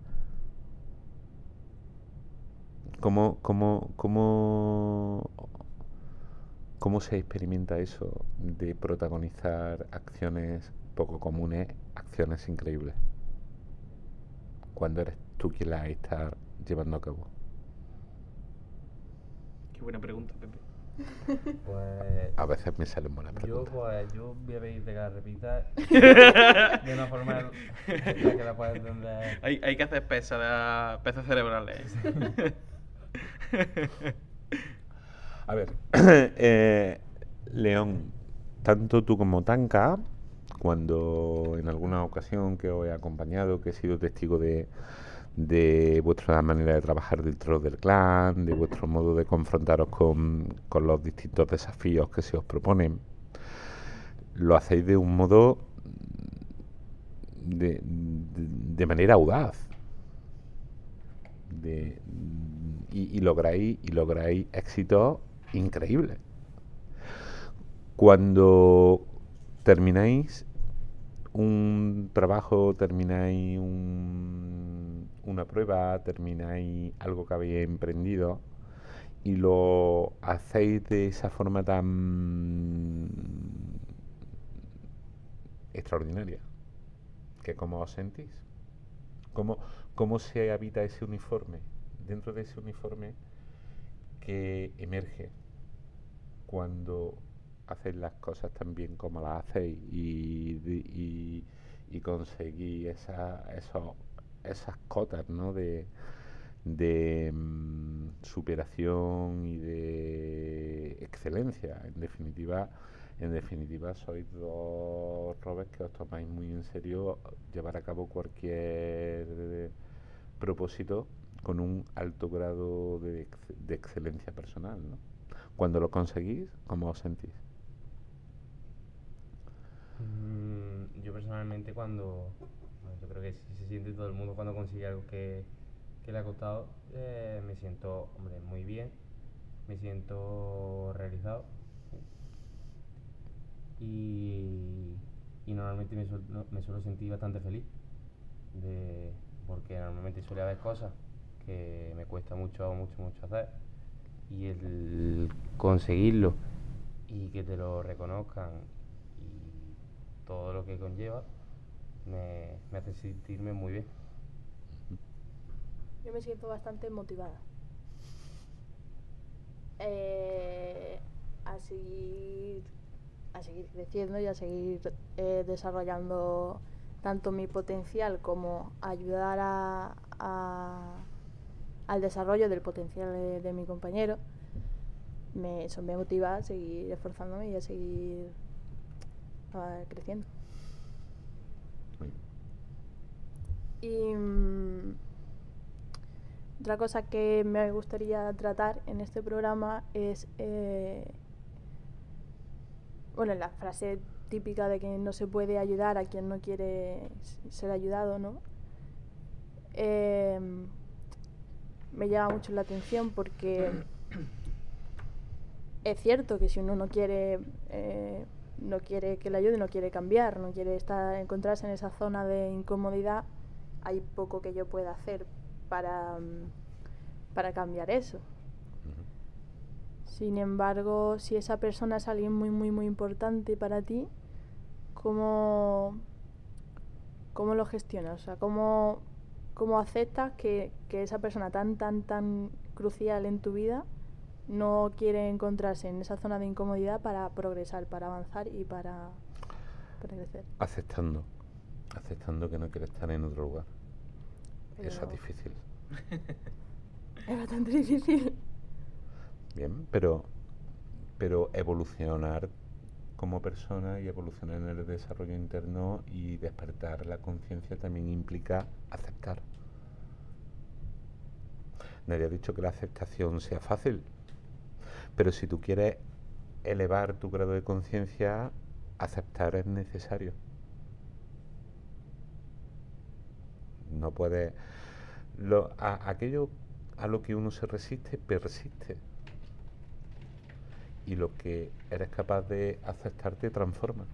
¿Cómo, cómo, cómo, cómo se experimenta eso de protagonizar acciones poco comunes, acciones increíbles? Cuando eres tú quien las está llevando a cabo. Qué buena pregunta, Pepe. Pues A veces me salen buenas yo, preguntas. pues, yo voy a pedirte que la repitas de una forma en la que la puedas entender. Hay, hay que hacer pesas de pesas cerebrales. A ver, eh, León, tanto tú como Tanka, cuando en alguna ocasión que os he acompañado, que he sido testigo de, de vuestra manera de trabajar dentro del clan, de vuestro modo de confrontaros con, con los distintos desafíos que se os proponen, lo hacéis de un modo de, de, de manera audaz. De, y, y lográis y lográis éxitos increíbles. Cuando termináis un trabajo, termináis un- una prueba, termináis algo que habéis emprendido y lo hacéis de esa forma tan extraordinaria, que ¿cómo os sentís? ¿Cómo, cómo se habita ese uniforme? Dentro de ese uniforme que emerge cuando hacéis las cosas tan bien como las hacéis y, y, y conseguís esa, esos esas cotas, ¿no? de, de mm, superación y de excelencia. En definitiva, en definitiva sois dos Robert que os tomáis muy en serio llevar a cabo cualquier propósito con un alto grado de, ex- de excelencia personal, ¿no? Cuando lo conseguís, ¿cómo os sentís? Mm, yo personalmente cuando, bueno, yo creo que sí se siente todo el mundo cuando consigue algo que, que le ha costado, eh, me siento, hombre, muy bien, me siento realizado, ¿sí? y, y normalmente me, suel- no- me suelo sentir bastante feliz, de, porque normalmente suele haber cosas que me cuesta mucho, mucho, mucho hacer, y el conseguirlo y que te lo reconozcan y todo lo que conlleva me, me hace sentirme muy bien. Yo me siento bastante motivada. Eh, a seguir a seguir creciendo y a seguir eh, desarrollando tanto mi potencial como ayudar a, a- al desarrollo del potencial de, de mi compañero. Me, eso me motiva a seguir esforzándome y a seguir ah, creciendo. Muy bien. Y mm, otra cosa que me gustaría tratar en este programa es, eh, bueno, la frase típica de que no se puede ayudar a quien no quiere s- ser ayudado, ¿no? Eh, me llama mucho la atención porque es cierto que si uno no quiere, eh, no quiere que le ayude, no quiere cambiar, no quiere estar, encontrarse en esa zona de incomodidad, hay poco que yo pueda hacer para, mm, para cambiar eso. Ujú. Sin embargo, si esa persona es alguien muy, muy, muy importante para ti, ¿cómo, cómo lo gestionas? O sea, ¿cómo, cómo aceptas que, que esa persona tan, tan, tan crucial en tu vida no quiere encontrarse en esa zona de incomodidad para progresar, para avanzar y para, para crecer? Aceptando, aceptando que no quiere estar en otro lugar. Pero Eso es difícil. es bastante difícil. Bien, pero, pero evolucionar como persona y evolucionar en el desarrollo interno y despertar la conciencia también implica aceptar. Nadie ha dicho que la aceptación sea fácil, pero si tú quieres elevar tu grado de conciencia, aceptar es necesario. No puedes... Lo, a, aquello a lo que uno se resiste, persiste. Y lo que eres capaz de aceptar te transforma.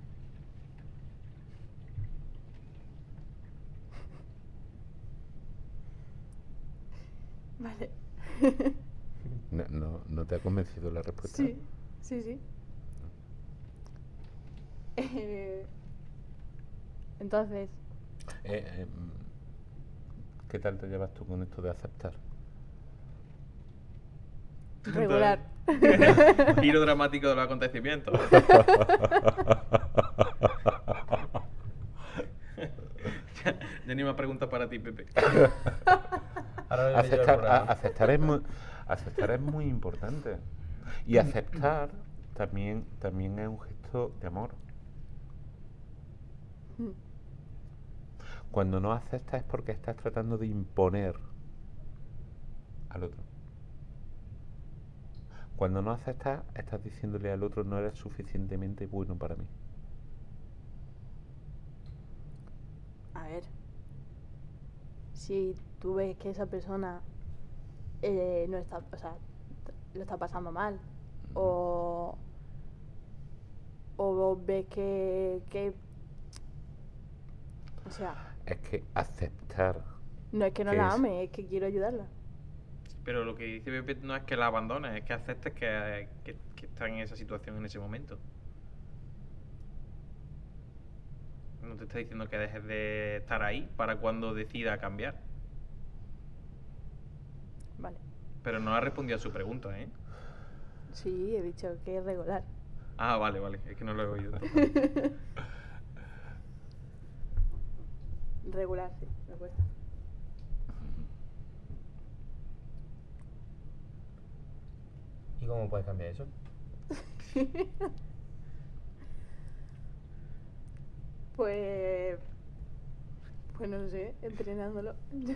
Vale. No, no, ¿no te ha convencido la respuesta? Sí, sí, sí. Eh, entonces, Eh, eh, ¿Qué tal te llevas tú con esto de aceptar? regular. Giro dramático de los acontecimientos. ya, ya ni más preguntas para ti, Pepe. Ahora me llevo el Aceptar, programa. a- aceptar, es muy, aceptar es muy importante. Y aceptar también, también es un gesto de amor. Mm. Cuando no aceptas es porque estás tratando de imponer al otro. Cuando no aceptas, estás diciéndole al otro no eres suficientemente bueno para mí. A ver, si tú ves que esa persona eh, no está, o sea, t- lo está pasando mal, Ujú. o, o ves que, que, o sea, Es que aceptar no es que no que la es- ame, es que quiero ayudarla. Pero lo que dice Pepe no es que la abandones, es que aceptes que, que, que está en esa situación en ese momento. No te está diciendo que dejes de estar ahí para cuando decida cambiar. Vale. Pero no ha respondido a su pregunta, ¿eh? Sí, he dicho que es regular. Ah, vale, vale. Es que no lo he oído. entonces. Regular, sí, respuesta. ¿Y cómo puedes cambiar eso? Pues... Pues no sé, entrenándolo.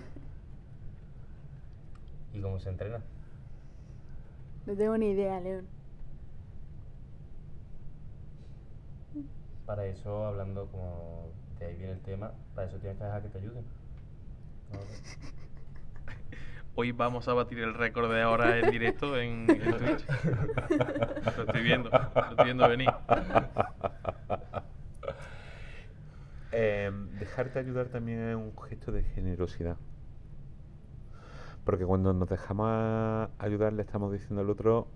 ¿Y cómo se entrena? No tengo ni idea, León. Para eso, hablando como de ahí viene el tema, para eso tienes que dejar que te ayuden. No lo sé. Hoy vamos a batir el récord de horas en directo en, en Twitch. Lo estoy viendo, lo estoy viendo venir. Eh, dejarte ayudar también es un gesto de generosidad. Porque cuando nos dejamos a- ayudar le estamos diciendo al otro,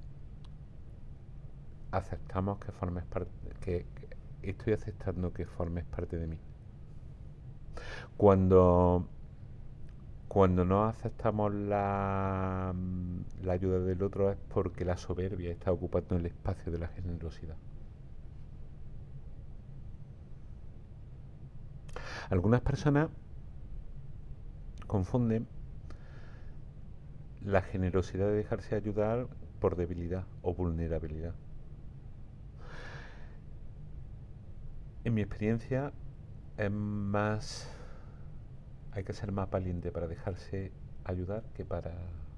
aceptamos que formes parte, que, que estoy aceptando que formes parte de mí. Cuando, cuando no aceptamos la, mm, la ayuda del otro es porque la soberbia está ocupando el espacio de la generosidad. Algunas personas confunden la generosidad de dejarse ayudar por debilidad o vulnerabilidad. En mi experiencia es más, hay que ser más valiente para dejarse ayudar que para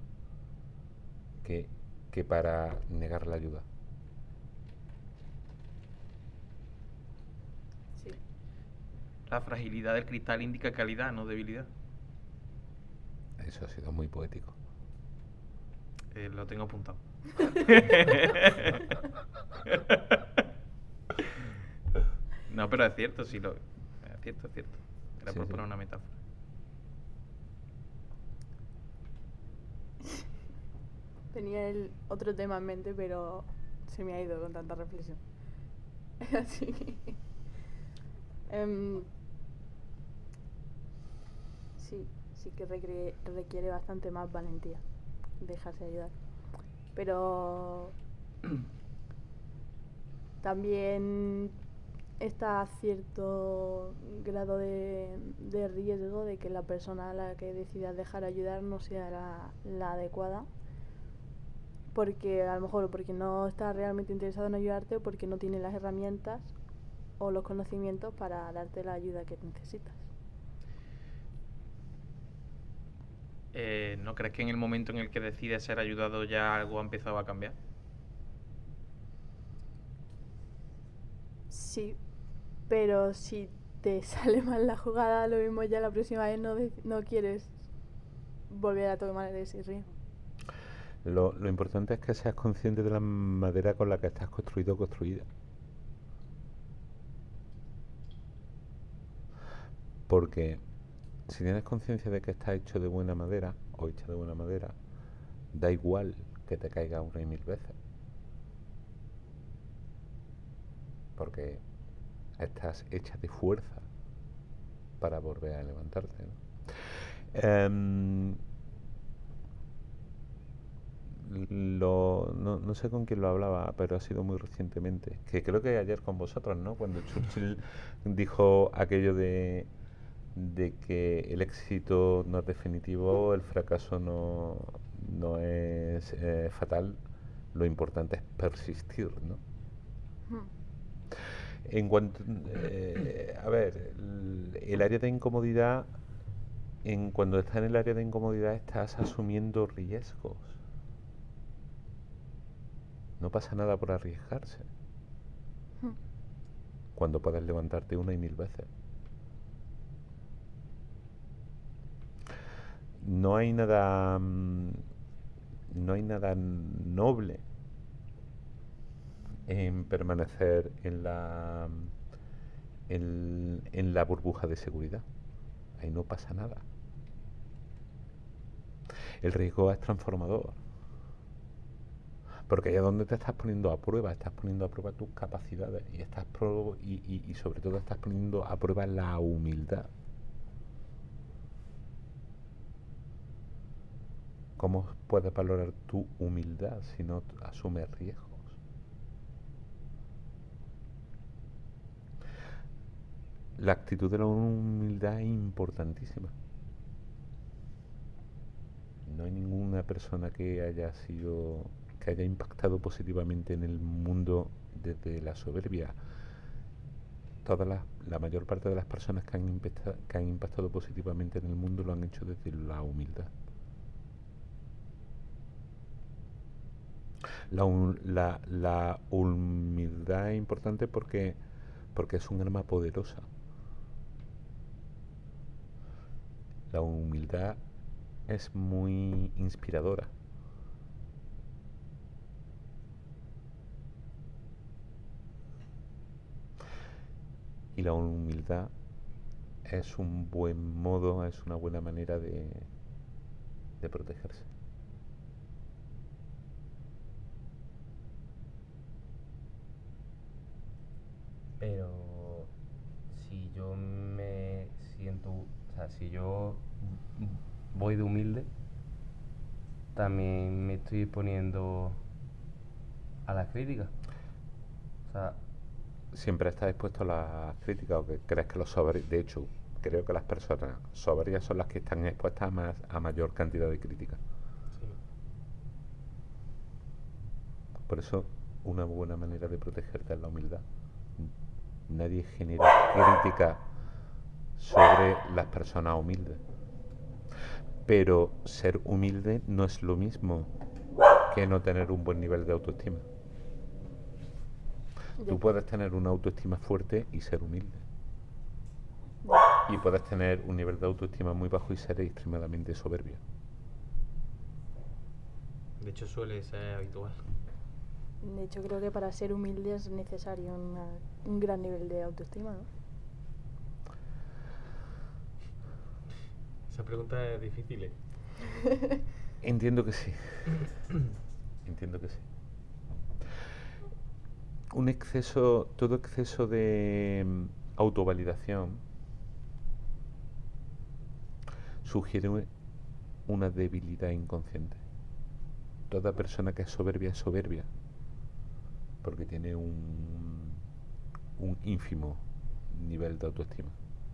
que, que para negar la ayuda. Sí. La fragilidad del cristal indica calidad, no debilidad. Eso ha sido muy poético. Eh, lo tengo apuntado. No, pero es cierto, sí lo. Es cierto, es cierto. Era Sí, por sí. poner una metáfora. Tenía el otro tema en mente, pero se me ha ido con tanta reflexión. Así que... em, sí, sí que requiere, requiere bastante más valentía dejarse ayudar. Pero también está cierto grado de, de riesgo de que la persona a la que decidas dejar ayudar no sea la, la adecuada, porque a lo mejor porque no está realmente interesado en ayudarte o porque no tiene las herramientas o los conocimientos para darte la ayuda que necesitas. Eh, ¿No crees que en el momento en el que decides ser ayudado ya algo ha empezado a cambiar? Sí, pero si te sale mal la jugada, lo mismo ya la próxima vez no, de- no quieres volver a tomar ese riesgo. Lo, lo importante es que seas consciente de la madera con la que estás construido o construida. Porque si tienes conciencia de que está hecho de buena madera o hecha de buena madera, da igual que te caiga una y mil veces. Porque estás hecha de fuerza para volver a levantarte, ¿no? Em, lo, no, no sé con quién lo hablaba, pero ha sido muy recientemente, que creo que ayer con vosotros, ¿no? Cuando Churchill dijo aquello de, de que el éxito no es definitivo, el fracaso no, no es eh, fatal, lo importante es persistir, ¿no? Hmm. En cuanto, eh, a ver, el, el área de incomodidad, en cuando estás en el área de incomodidad estás asumiendo riesgos. No pasa nada por arriesgarse. Hmm. Cuando puedes levantarte una y mil veces. No hay nada, mm, no hay nada noble en permanecer en la, en, en la burbuja de seguridad. Ahí no pasa nada. El riesgo es transformador. Porque ahí es donde te estás poniendo a prueba, estás poniendo a prueba tus capacidades y, estás pro- y, y, y sobre todo estás poniendo a prueba la humildad. ¿Cómo puedes valorar tu humildad si no t- asumes riesgos? La actitud de la humildad es importantísima. No hay ninguna persona que haya sido que haya impactado positivamente en el mundo desde la soberbia. Todas las, la mayor parte de las personas que han, impacta, que han impactado positivamente en el mundo lo han hecho desde la humildad. La, la, la humildad es importante porque, porque es un arma poderosa. La humildad es muy inspiradora. Y la humildad es un buen modo, es una buena manera de, de protegerse. Pero si yo me siento, o sea, si yo voy de humilde, también me estoy exponiendo a las críticas. O sea, siempre estás expuesto a las críticas o que crees que los soberbios, de hecho, creo que las personas soberbias son las que están expuestas a, más, a mayor cantidad de críticas. Sí. Por eso, una buena manera de protegerte es la humildad. Nadie genera crítica sobre las personas humildes. Pero ser humilde no es lo mismo que no tener un buen nivel de autoestima. Tú puedes tener una autoestima fuerte y ser humilde. Y puedes tener un nivel de autoestima muy bajo y ser extremadamente soberbio. De hecho, suele ser habitual. De hecho, creo que para ser humilde es necesario una, un gran nivel de autoestima, ¿no? Esa pregunta es difícil, ¿eh? Entiendo que sí. Entiendo que sí. Un exceso, todo exceso de mm, autovalidación sugiere u- una debilidad inconsciente. Toda persona que es soberbia es soberbia porque tiene un, un ínfimo nivel de autoestima.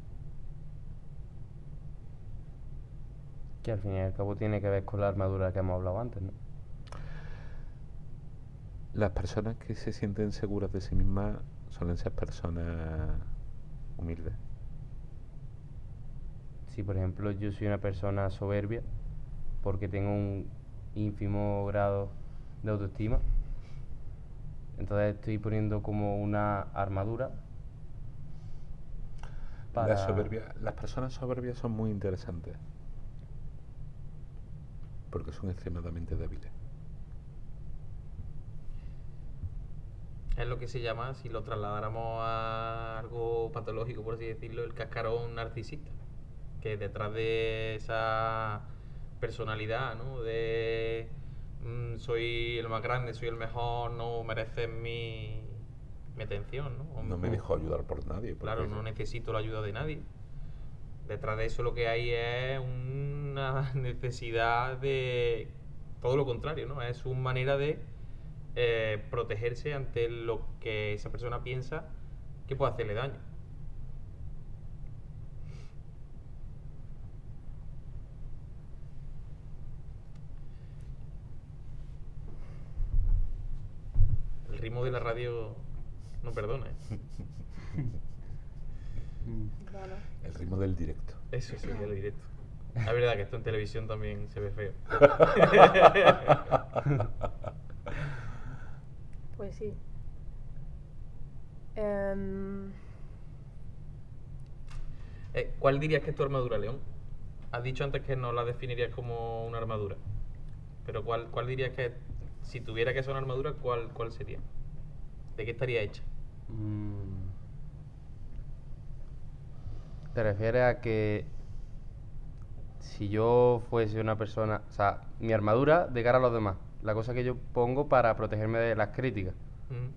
que al fin y al cabo tiene que ver con la armadura que hemos hablado antes, ¿no? Las personas que se sienten seguras de sí mismas suelen ser personas humildes. Si por ejemplo yo soy una persona soberbia porque tengo un ínfimo grado de autoestima, entonces estoy poniendo como una armadura para... La soberbia, las personas soberbias son muy interesantes porque son extremadamente débiles. Es lo que se llama, si lo trasladáramos a algo patológico, por así decirlo, el cascarón narcisista. Que detrás de esa personalidad, ¿no? De mm, soy el más grande, soy el mejor, no mereces mi, mi atención, ¿no? O- No me o- dejo ayudar por nadie. porque Claro, no necesito la ayuda de nadie. Detrás de eso lo que hay es una necesidad de todo lo contrario, ¿no? Es una manera de eh, protegerse ante lo que esa persona piensa que puede hacerle daño. El ritmo de la radio no perdona, ¿eh? Claro. El ritmo del directo. Eso sería el directo. Es verdad que esto en televisión también se ve feo. Pues sí. Em, Eh, ¿Cuál dirías que es tu armadura, León? Has dicho antes que no la definirías como una armadura. Pero ¿cuál, cuál dirías que, si tuviera que ser una armadura, cuál, cuál sería? ¿De qué estaría hecha? Mm. ¿Te refieres a que si yo fuese una persona, o sea, mi armadura de cara a los demás, la cosa que yo pongo para protegerme de las críticas? Mm.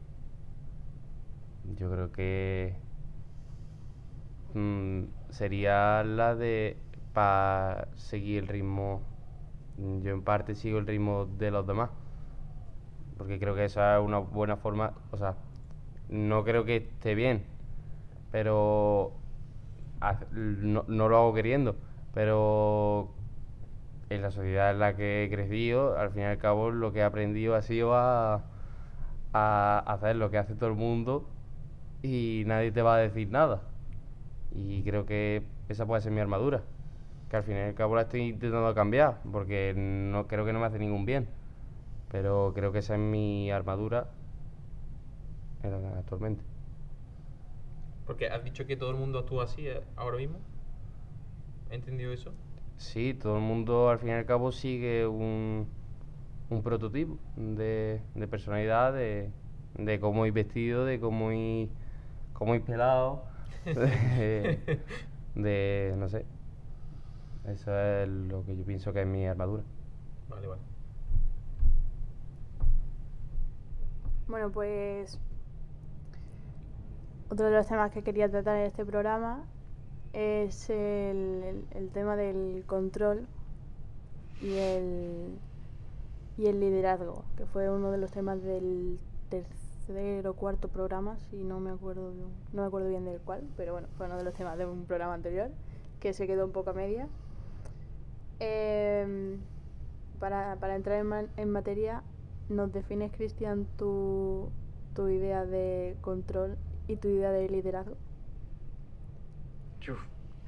Yo creo que mm, sería la de para seguir el ritmo. mm, Yo en parte sigo el ritmo de los demás, porque creo que esa es una buena forma, o sea, no creo que esté bien, pero haz- no, no lo hago queriendo, pero en la sociedad en la que he crecido, al fin y al cabo lo que he aprendido ha sido a, a hacer lo que hace todo el mundo y nadie te va a decir nada. Y creo que esa puede ser mi armadura, que al fin y al cabo la estoy intentando cambiar, porque no creo que no me hace ningún bien. Pero creo que esa es mi armadura en- actualmente. Porque has dicho que todo el mundo actúa así eh, ahora mismo. ¿He entendido eso? Sí, todo el mundo al fin y al cabo sigue un, un prototipo de, de personalidad, de, de cómo ir vestido, de cómo ir, cómo ir pelado, de, de, no sé. Eso es lo que yo pienso que es mi armadura. Vale, vale. Bueno, pues otro de los temas que quería tratar en este programa es el, el- el tema del control y el, y el liderazgo, que fue uno de los temas del tercer o cuarto programa, si no me acuerdo, no me acuerdo bien del cuál, pero bueno, fue uno de los temas de un programa anterior, que se quedó un poco a media. Em, para, para entrar en, ma- en materia, ¿nos defines, Cristian, tu, tu idea de control y tu idea de liderazgo? Chuf.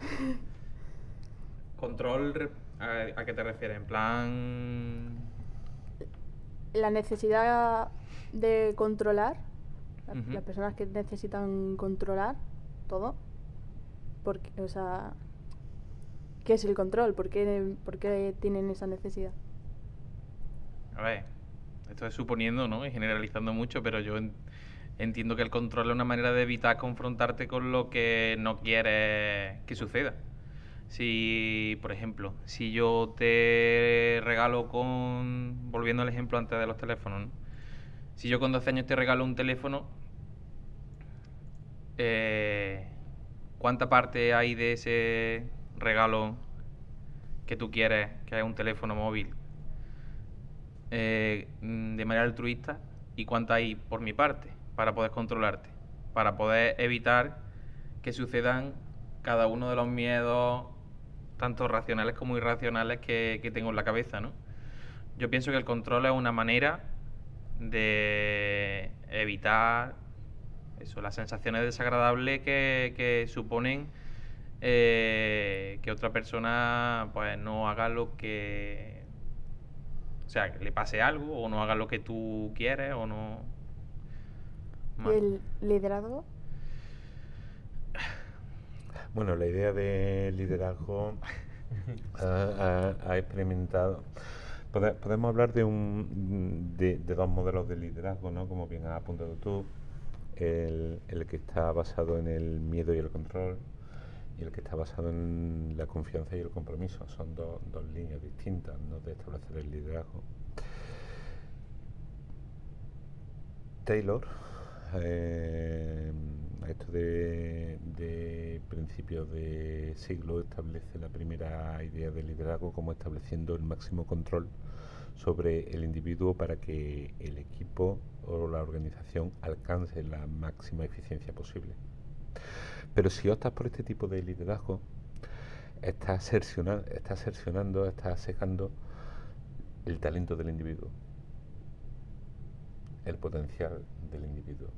Control, re- ¿a, a qué te refieres? En plan... La necesidad de controlar, la- Ujú. las personas que necesitan controlar todo, porque, o sea, ¿qué es el control? ¿Por qué, por qué tienen esa necesidad? A ver, esto es suponiendo, ¿no? Y generalizando mucho, pero yo en- entiendo que el control es una manera de evitar confrontarte con lo que no quieres que suceda. Si, por ejemplo, si yo te regalo con... Volviendo al ejemplo antes de los teléfonos, ¿no? Si yo con doce años te regalo un teléfono, eh, ¿cuánta parte hay de ese regalo que tú quieres, que es un teléfono móvil, eh, mm, de manera altruista, y cuánta hay por mi parte para poder controlarte, para poder evitar que sucedan cada uno de los miedos, tanto racionales como irracionales, que, que tengo en la cabeza, ¿no? Yo pienso que el control es una manera de evitar eso, las sensaciones desagradables que, que suponen eh, que otra persona pues no haga lo que, o sea, que le pase algo, o no haga lo que tú quieres, o no... ¿Y Mal. el liderazgo? Bueno, la idea de liderazgo ha, ha- ha experimentado. Pode- podemos hablar de un de, de dos modelos de liderazgo, ¿no? Como bien has apuntado tú, el, el que está basado en el miedo y el control, y el que está basado en la confianza y el compromiso. Son dos, dos líneas distintas, ¿no?, de establecer el liderazgo. Taylor, eh, a esto de, de principios de siglo, establece la primera idea de liderazgo como estableciendo el máximo control sobre el individuo para que el equipo o la organización alcance la máxima eficiencia posible. Pero si optas por este tipo de liderazgo, estás cerciona- estás cercionando, estás secando el talento del individuo, el potencial del individuo.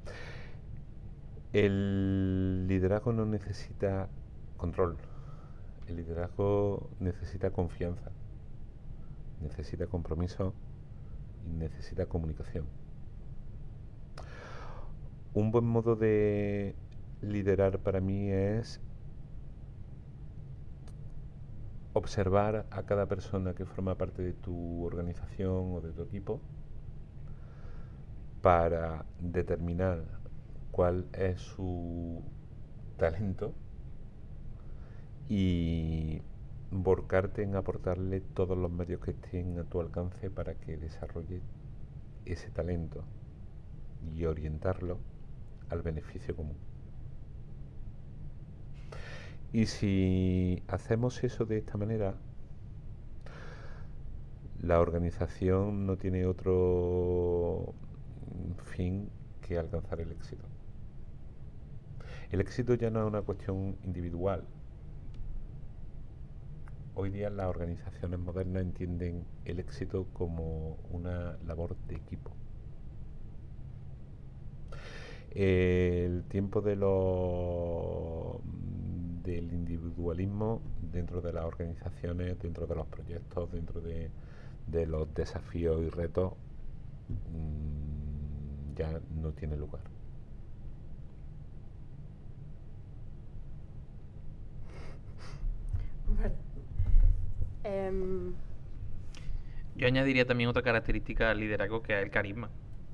El liderazgo no necesita control, el liderazgo necesita confianza, necesita compromiso y necesita comunicación. Un buen modo de liderar para mí es observar a cada persona que forma parte de tu organización o de tu equipo para determinar cuál es su talento y volcarte en aportarle todos los medios que estén a tu alcance para que desarrolle ese talento y orientarlo al beneficio común. Y si hacemos eso de esta manera, la organización no tiene otro fin que alcanzar el éxito. El éxito ya no es una cuestión individual, hoy día las organizaciones modernas entienden el éxito como una labor de equipo. El tiempo de lo, del individualismo dentro de las organizaciones, dentro de los proyectos, dentro de, de los desafíos y retos, mmm, ya no tiene lugar. Vale. Um... Yo añadiría también otra característica del liderazgo, que es el carisma.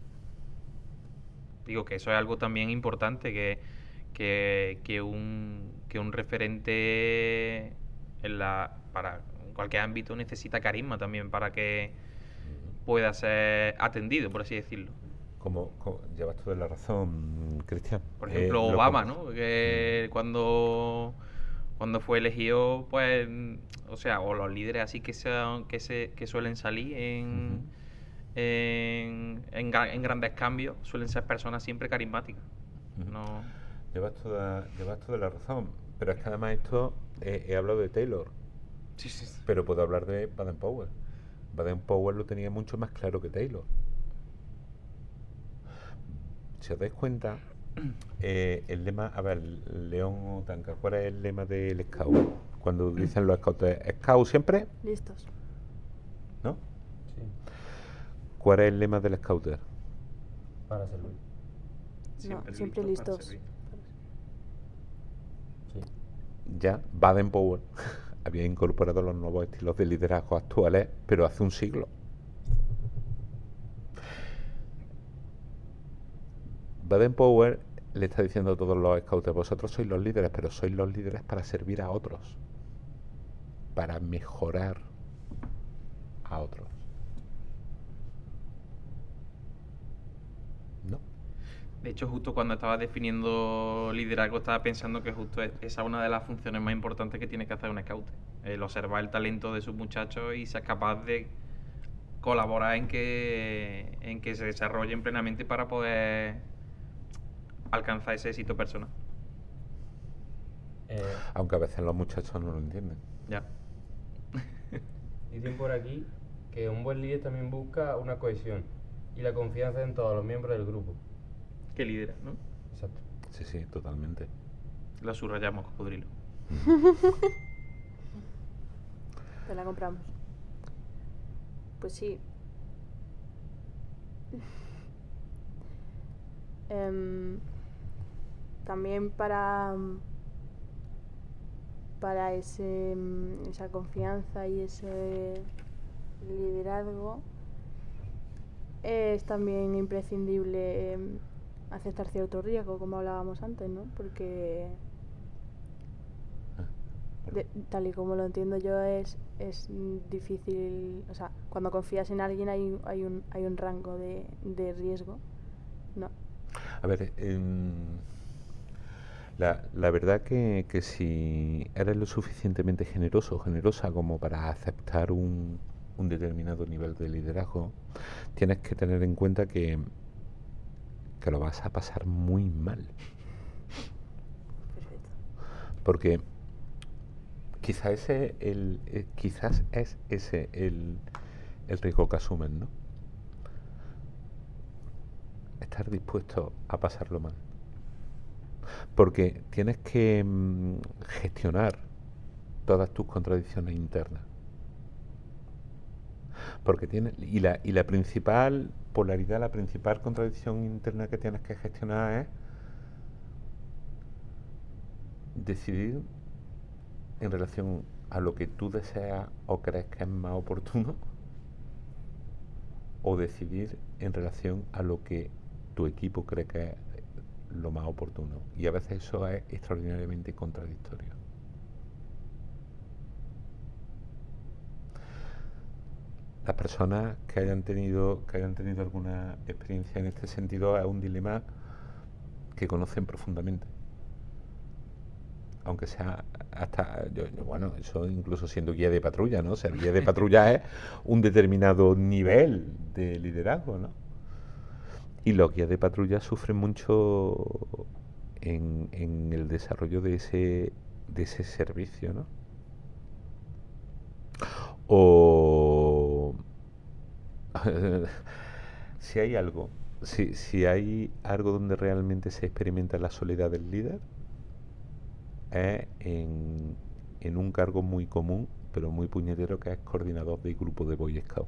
Digo que eso es algo también importante, que, que, que, un, que un referente en la, para cualquier ámbito necesita carisma también para que pueda ser atendido, por así decirlo. Como, como llevas toda la razón, Cristian. Por ejemplo, eh, Obama, como... ¿no? Que cuando, cuando fue elegido, pues, o sea, o los líderes así que, sean, que, se, que suelen salir en... Uh-huh. En, en, en grandes cambios suelen ser personas siempre carismáticas. Uh-huh. No... Llevas toda, llevas toda la razón, pero es que además esto eh, he hablado de Taylor, sí, sí, sí. Pero puedo hablar de Baden-Powell. Baden-Powell lo tenía mucho más claro que Taylor. Si os dais cuenta, eh, el lema, a ver, León o Tanca, ¿cuál es el lema del Scout? Cuando dicen los Scouts, ¿Scout siempre? Listos. ¿No? ¿Cuál es el lema del Scouter? Para servir. Siempre, no, siempre listos. listos. Sí. Ya Baden-Powell había incorporado los nuevos estilos de liderazgo actuales, pero hace un siglo. Baden-Powell le está diciendo a todos los Scouts, vosotros sois los líderes, pero sois los líderes para servir a otros, para mejorar a otros. ¿No? De hecho, justo cuando estaba definiendo liderazgo, estaba pensando que justo esa es una de las funciones más importantes que tiene que hacer un scout. El observar el talento de sus muchachos y ser capaz de colaborar en que, en que se desarrollen plenamente para poder alcanzar ese éxito personal. Eh, Aunque a veces los muchachos no lo entienden. Ya. Dicen por aquí que un buen líder también busca una cohesión y la confianza en todos los miembros del grupo. Que lidera, ¿no? Exacto. Sí, sí, totalmente. La subrayamos, cocodrilo. Te la compramos. Pues sí. um, también para para ese esa confianza y ese liderazgo es también imprescindible eh, aceptar cierto riesgo, como hablábamos antes, ¿no? Porque de, tal y como lo entiendo yo es es difícil, o sea, cuando confías en alguien hay hay un hay un rango de, de riesgo, ¿no? A ver, eh, la, la verdad que, que si eres lo suficientemente generoso o generosa como para aceptar un, un determinado nivel de liderazgo, tienes que tener en cuenta que, que lo vas a pasar muy mal. Perfecto. Porque quizás ese el, eh, quizás es ese el, el riesgo que asumen, ¿no? Estar dispuesto a pasarlo mal. Porque tienes que mmm, gestionar todas tus contradicciones internas. Porque tienes y la y la principal polaridad, la principal contradicción interna que tienes que gestionar es decidir en relación a lo que tú deseas o crees que es más oportuno, o decidir en relación a lo que tu equipo cree que es lo más oportuno. Y a veces eso es extraordinariamente contradictorio. Las personas que hayan tenido que hayan tenido alguna experiencia en este sentido es un dilema que conocen profundamente. Aunque sea hasta, yo, yo, bueno, eso incluso siendo guía de patrulla, ¿no? Ser guía de patrulla es un determinado nivel de liderazgo, ¿no? Y los guías de patrulla sufren mucho en, en el desarrollo de ese, de ese servicio, ¿no? O si hay algo, si, si hay algo donde realmente se experimenta la soledad del líder, es en, en un cargo muy común, pero muy puñetero, que es coordinador de grupo de Boy Scout.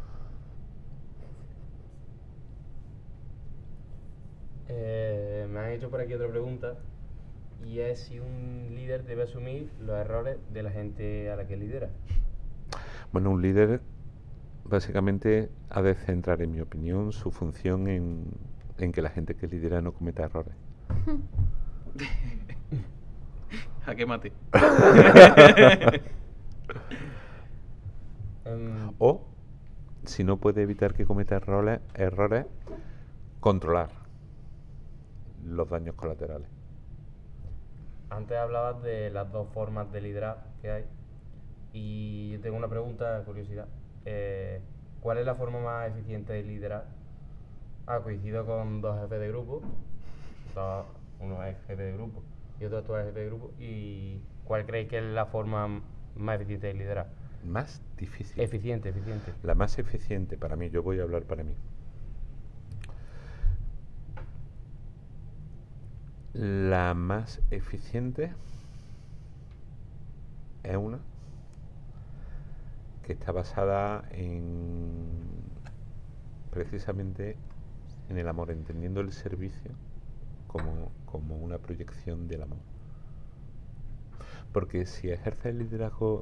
Eh, me han hecho por aquí otra pregunta, y es si un líder debe asumir los errores de la gente a la que lidera. Bueno, un líder básicamente ha de centrar, en mi opinión, su función en, en que la gente que lidera no cometa errores. ¿A qué mate? Em, O, si no puede evitar que cometa errores, errores, controlar los daños colaterales. Antes hablabas de las dos formas de liderar que hay, y yo tengo una pregunta, curiosidad. Eh, ¿Cuál es la forma más eficiente de liderar? Ah, coincido con dos jefes de grupo, dos, uno es jefe de grupo y otro actual jefe de grupo. ¿Y cuál creéis que es la forma más eficiente de liderar? Más difícil. Eficiente, eficiente. La más eficiente para mí, yo voy a hablar para mí. La más eficiente es una que está basada en precisamente en el amor, entendiendo el servicio como, como una proyección del amor. Porque si ejerce el liderazgo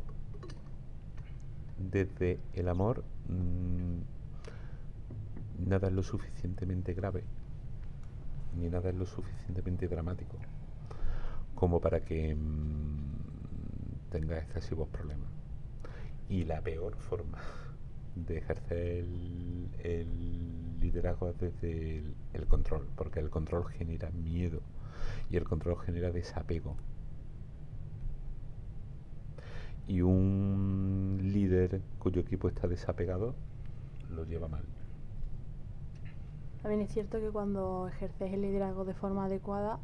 desde el amor, mmm, nada es lo suficientemente grave, ni nada es lo suficientemente dramático como para que mmm, tenga excesivos problemas. Y la peor forma de ejercer el, el liderazgo es desde el, el control, porque el control genera miedo y el control genera desapego. Y un líder cuyo equipo está desapegado lo lleva mal. También es cierto que cuando ejerces el liderazgo de forma adecuada,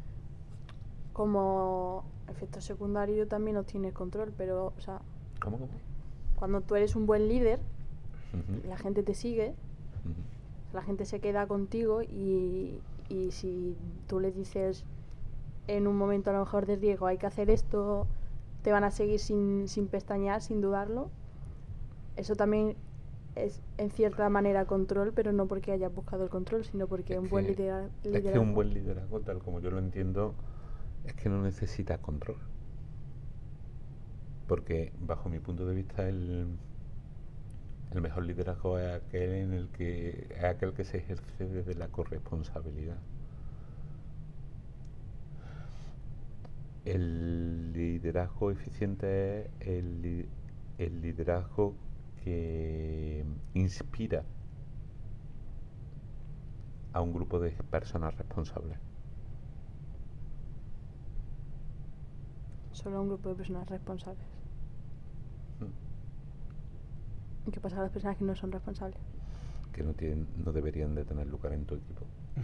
como efecto secundario también obtienes control, pero, o sea, ¿Cómo? ¿Cómo? cuando tú eres un buen líder, Uh-huh. la gente te sigue, Uh-huh. la gente se queda contigo y, y si tú le dices en un momento a lo mejor de riesgo hay que hacer esto, te van a seguir sin, sin pestañear, sin dudarlo. Eso también es en cierta manera control, pero no porque hayas buscado el control, sino porque Es un buen que- lidera- Es liderazgo... que un buen liderazgo, tal como yo lo entiendo, es que no necesita control. Porque bajo mi punto de vista el, el mejor liderazgo es aquel en el que es aquel que se ejerce desde la corresponsabilidad. El liderazgo eficiente es el, li- el liderazgo que inspira a un grupo de personas responsables. Solo un grupo de personas responsables. Mm. ¿Y qué pasa a las personas que no son responsables? Que no tienen, no deberían de tener lugar en tu equipo.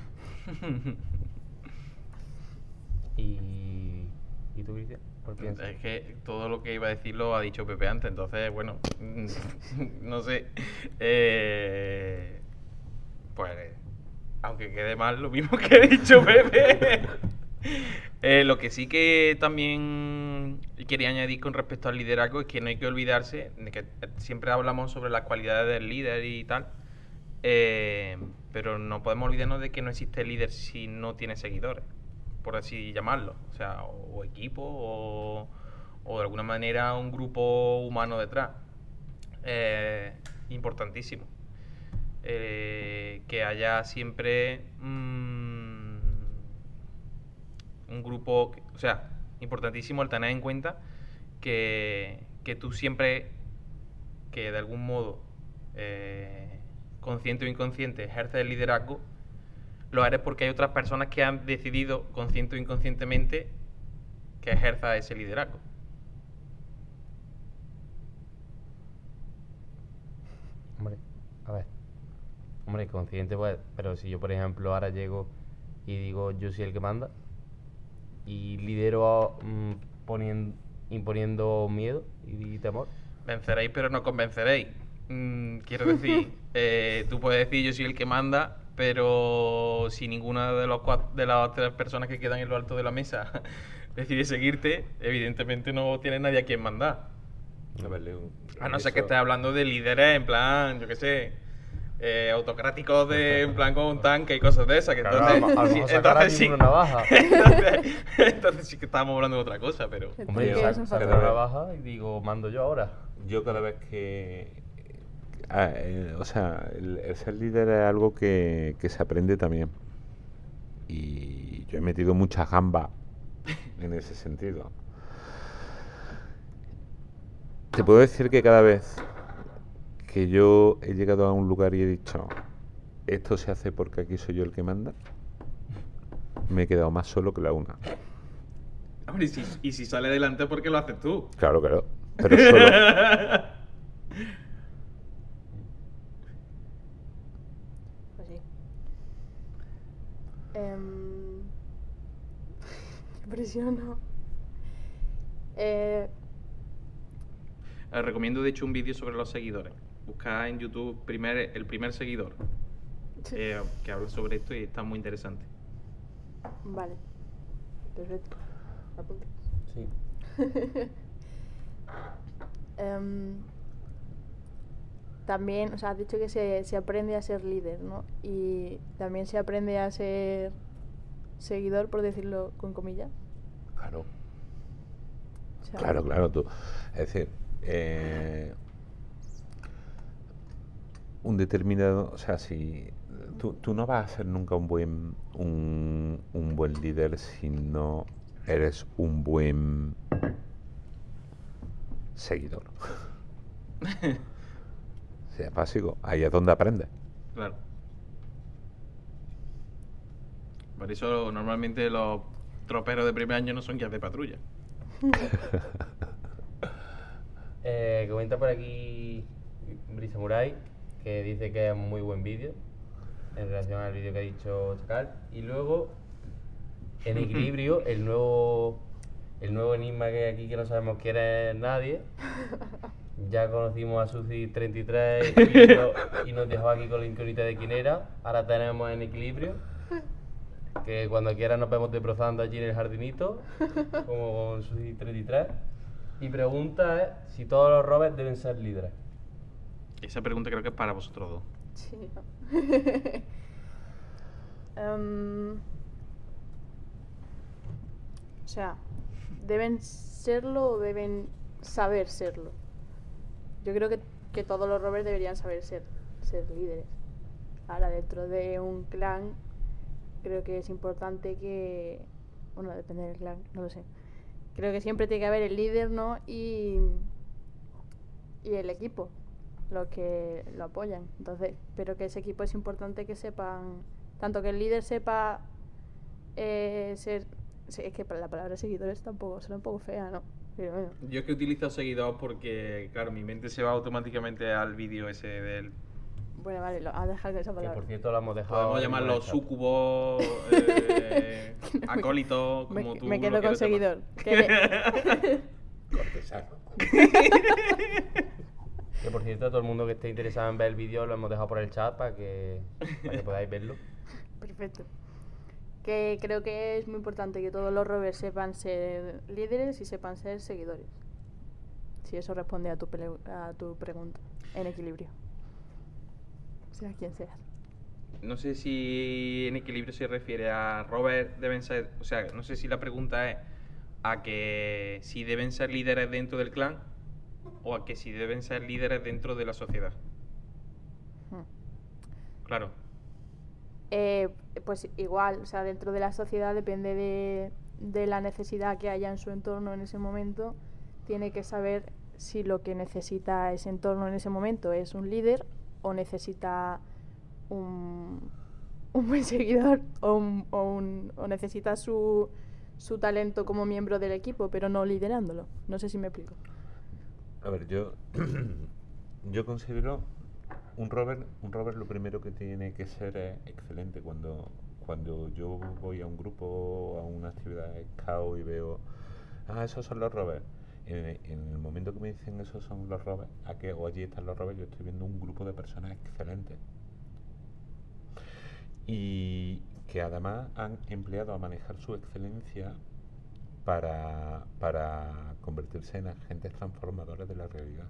¿Y, ¿y tú, Cristian? ¿Por qué piensas? Es que todo lo que iba a decir lo ha dicho Pepe antes, entonces, bueno, no sé. Eh, pues, aunque quede mal, lo mismo que ha dicho Pepe. Eh, lo que sí que también quería añadir con respecto al liderazgo es que no hay que olvidarse de que siempre hablamos sobre las cualidades del líder y tal, eh, pero no podemos olvidarnos de que no existe líder si no tiene seguidores, por así llamarlo, o sea, o, o equipo o, o de alguna manera un grupo humano detrás. Eh, importantísimo. Eh, que haya siempre mmm, un grupo, o sea, importantísimo el tener en cuenta que, que tú siempre, que de algún modo, eh, consciente o inconsciente, ejerces el liderazgo, lo eres porque hay otras personas que han decidido, consciente o inconscientemente, que ejerza ese liderazgo. Hombre, a ver. Hombre, consciente, pues, pero si yo, por ejemplo, ahora llego y digo yo soy el que manda y lidero mmm, poniendo, imponiendo miedo y temor, venceréis pero no convenceréis. Mm, quiero decir, eh, tú puedes decir yo soy el que manda, pero si ninguna de, los cuatro, de las tres personas que quedan en lo alto de la mesa decide seguirte, evidentemente no tienes nadie a quien mandar. A ver, Leo, A no ser eso- que estés hablando de líderes en plan, yo qué sé, eh, autocráticos de en plan con un tanque y cosas de esas. Que Claro, entonces, a lo- a lo sí, mejor sacar a entonces, sí, ti una navaja. entonces, entonces sí que estábamos hablando de otra cosa, pero... Hombre, ¿Qué yo es saco, un saco factor? una navaja y digo, mando yo ahora. Yo cada vez que... ah, eh, o sea, el, el ser líder es algo que, que se aprende también. Y yo he metido muchas gambas en ese sentido. Te puedo decir que cada vez que yo he llegado a un lugar y he dicho, esto se hace porque aquí soy yo el que manda, me he quedado más solo que la una. Hombre, y si, y si sale adelante, ¿por qué lo haces tú? Claro, claro. Pero solo. Pues sí. Em, Qué presión, ¿no? Eh, Eh, recomiendo de hecho un vídeo sobre los seguidores. Busca en YouTube primer, el primer seguidor, eh, que habla sobre esto y está muy interesante. vale. Perfecto. Apunta. Sí. Em, también, o sea, has dicho que se, se aprende a ser líder, ¿no? Y también se aprende a ser seguidor, por decirlo con comillas. Claro. O sea, Claro, claro, tú. Es decir, eh, un determinado, o sea, si tú, tú no vas a ser nunca un buen un, un buen líder si no eres un buen seguidor. O sea, es básico. Ahí es donde aprendes. Claro. Por eso normalmente los troperos de primer año no son guías de patrulla. Eh, comenta por aquí Brisa Murai, que dice que es un muy buen vídeo en relación al vídeo que ha dicho Chacal. Y luego, en equilibrio, el nuevo el nuevo enigma que hay aquí, que no sabemos quién es nadie. Ya conocimos a Susi treinta y tres y, no- y nos dejó aquí con la incógnita de quién era. Ahora tenemos en equilibrio, que cuando quiera nos vemos desbrozando allí en el jardinito, como con Susi treinta y tres. Y pregunta es si todos los Roberts deben ser líderes. Esa pregunta creo que es para vosotros dos. Sí, ¿no? Em, o sea, ¿deben serlo o deben saber serlo? Yo creo que, que todos los rovers deberían saber ser, ser líderes. Ahora, dentro de un clan, creo que es importante que... Bueno, depende del clan, no lo sé. Creo que siempre tiene que haber el líder, ¿no? Y, y el equipo, los que lo apoyan. Entonces, pero que ese equipo es importante que sepan, tanto que el líder sepa eh, ser... sí, es que la palabra seguidores tampoco suena un poco fea, ¿no? Pero bueno. Yo es que utilizo seguidor porque, claro, mi mente se va automáticamente al vídeo ese del... Bueno, vale, lo, a dejar esa Que palabra. por cierto lo hemos dejado. Podemos en llamarlo el chat. sucubos, eh, Me- acólitos, me, como tú me lo quedo con quieras llamar. seguidor. Que- Cortesano. Que por cierto, todo el mundo que esté interesado en ver el vídeo lo hemos dejado por el chat para que, para que podáis verlo. Perfecto. Que creo que es muy importante que todos los rovers sepan ser líderes y sepan ser seguidores. Si eso responde a tu, pele- a tu pregunta. En equilibrio. Sea quien seas. No sé si en equilibrio se refiere a Robert deben ser, o sea, no sé si la pregunta es a que si deben ser líderes dentro del clan o a que si deben ser líderes dentro de la sociedad. Hmm. Claro. Eh, pues igual, o sea, dentro de la sociedad depende de, de la necesidad que haya en su entorno en ese momento. Tiene que saber si lo que necesita ese entorno en ese momento es un líder o necesita un, un buen seguidor o, un- o, un- o necesita su, su talento como miembro del equipo, pero no liderándolo. No sé si me explico. A ver, yo, yo considero un rover, un rover lo primero que tiene que ser es excelente. Cuando, cuando yo voy a un grupo, a una actividad de scout y veo, ah, esos son los rovers, En, en el momento que me dicen esos son los Robert, a que, o allí están los Robert, yo estoy viendo un grupo de personas excelentes. Y que además han empleado a manejar su excelencia para, para convertirse en agentes transformadores de la realidad.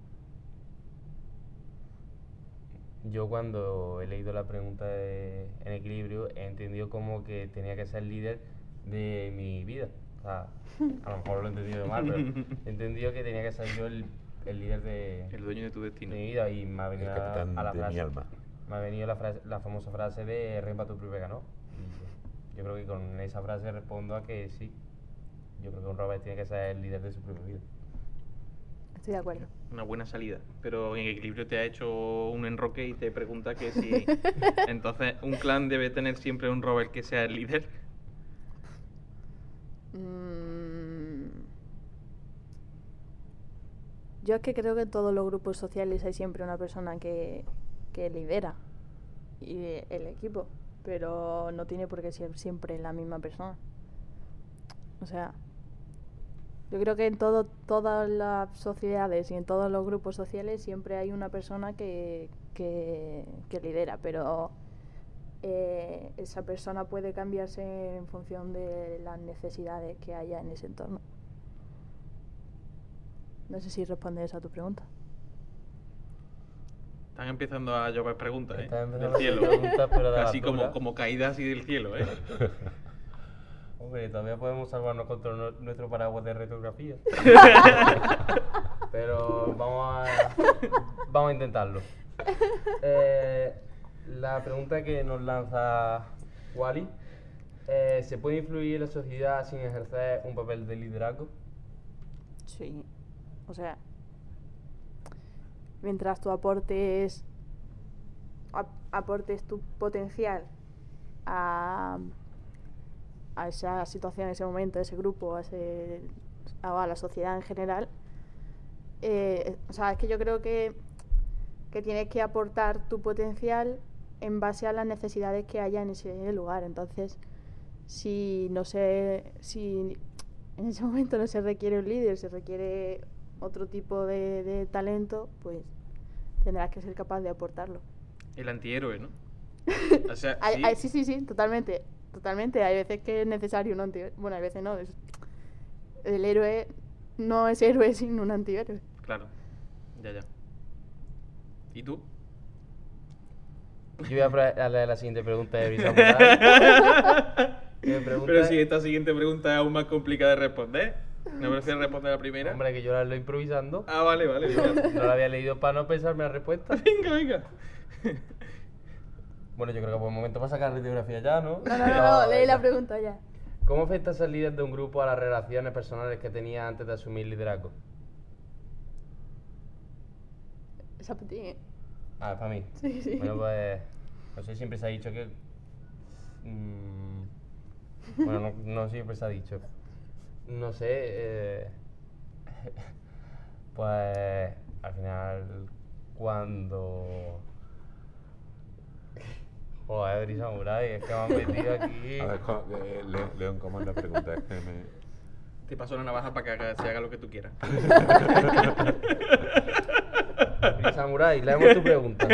Yo cuando he leído la pregunta de, en equilibrio he entendido como que tenía que ser líder de mi vida. O sea, a lo mejor lo he entendido mal, pero he entendido que tenía que ser yo el, el líder de, El dueño de tu de destino. mi vida y me ha venido El capitán a, a la de frase, mi alma. me ha venido la, frase, la famosa frase de rempa tu propia ¿no? Y yo creo que con esa frase respondo a que sí. Yo creo que un Robert tiene que ser el líder de su propia vida. Estoy de acuerdo. Una buena salida. Pero en equilibrio te ha hecho un enroque y te pregunta que si... Entonces, ¿un clan debe tener siempre un Robert que sea el líder? Mm. Yo es que creo que en todos los grupos sociales hay siempre una persona que, que lidera y el equipo, pero no tiene por qué ser siempre la misma persona. O sea, yo creo que en todo, todas las sociedades y en todos los grupos sociales siempre hay una persona que, que, que lidera, pero eh, esa persona puede cambiarse en función de las necesidades que haya en ese entorno. No sé si respondes a tu pregunta. Están empezando a llover preguntas, ¿eh? Están empezando Del a cielo. llover preguntas, pero de Casi la como, altura. como caídas así del cielo, ¿eh? Hombre, todavía podemos salvarnos contra no- nuestro paraguas de retrografía. Pero vamos a, vamos a intentarlo. Eh, la pregunta que nos lanza Wally, eh, ¿se puede influir en la sociedad sin ejercer un papel de liderazgo? Sí. O sea, mientras tú aportes ap- aportes tu potencial a, a esa situación, a ese momento, a ese grupo, a, ese, a la sociedad en general, eh, o sea, es que yo creo que, que tienes que aportar tu potencial en base a las necesidades que haya en ese lugar. Entonces, si no se, si en ese momento no se requiere un líder, se requiere otro tipo de, de talento, pues tendrás que ser capaz de aportarlo. El antihéroe, ¿no? O sea, Hay- sí, hay- sí, sí, sí, totalmente, totalmente. Hay veces que es necesario un antihéroe. Bueno, hay veces no. es- el héroe no es héroe sin un antihéroe. claro. Ya, ya. ¿Y tú? Yo voy a, pre- a leer la siguiente pregunta de Brisa Mural. Que me pregunta- Pero si esta siguiente pregunta es aún más complicada de responder. ¿No prefieres responder la primera? Hombre, que yo la estoy improvisando. Ah, vale, vale. venga. No la había leído para no pensarme la respuesta. venga, venga. Bueno, yo creo que fue el momento para sacar radiografía ya, ¿no? No, no, no, no, leí la venga. pregunta ya. ¿Cómo afecta ser líder de un grupo a las relaciones personales que tenía antes de asumir liderazgo? Esa para ti, ¿eh? Ah, es para mí. Sí, sí. Bueno, pues. No sé, siempre se ha dicho que. mm, bueno, no, no siempre se ha dicho. No sé. Eh, pues. Al final. Cuando. Joder, Brisa Murai, es que me han metido aquí. A ver, co- eh, Le- León, ¿cómo es la pregunta? Es que me... Te paso la navaja para que haga- se haga lo que tú quieras. Brisa Murai, leemos tu pregunta.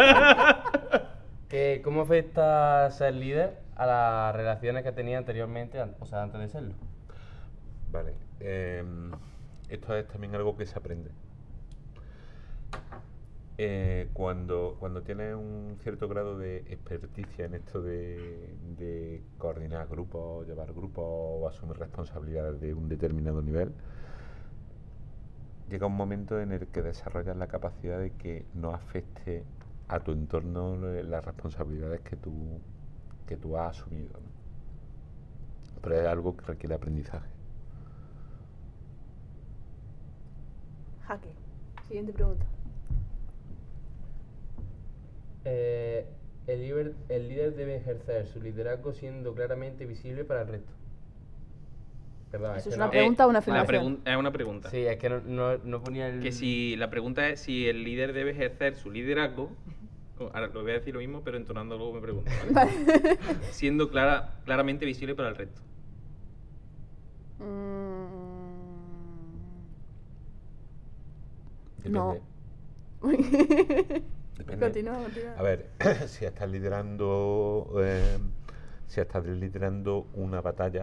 Que, ¿cómo afecta ser líder a las relaciones que tenía anteriormente, an- o sea, antes de serlo? Vale. em, esto es también algo que se aprende. Eh, cuando, cuando tienes un cierto grado de experticia en esto de, de coordinar grupos, llevar grupos o asumir responsabilidades de un determinado nivel, llega un momento en el que desarrollas la capacidad de que no afecte a tu entorno eh, las responsabilidades que tú, que tú has asumido, ¿no? Pero es algo que requiere aprendizaje. Jaque. Siguiente pregunta. Eh, el, líder, el líder debe ejercer su liderazgo siendo claramente visible para el resto. Perdón, ¿Eso que es una no- pregunta o una la afirmación? pregun- es una pregunta. Sí, es que no, no, no ponía el... Que si la pregunta es si el líder debe ejercer su liderazgo, ahora lo voy a decir lo mismo, pero entonando luego me pregunto, ¿vale? Vale. Siendo clara, claramente visible para el resto. Mm, No. Depende. Depende. Continúa, continúa. A ver, si estás liderando, eh, si estás liderando una batalla,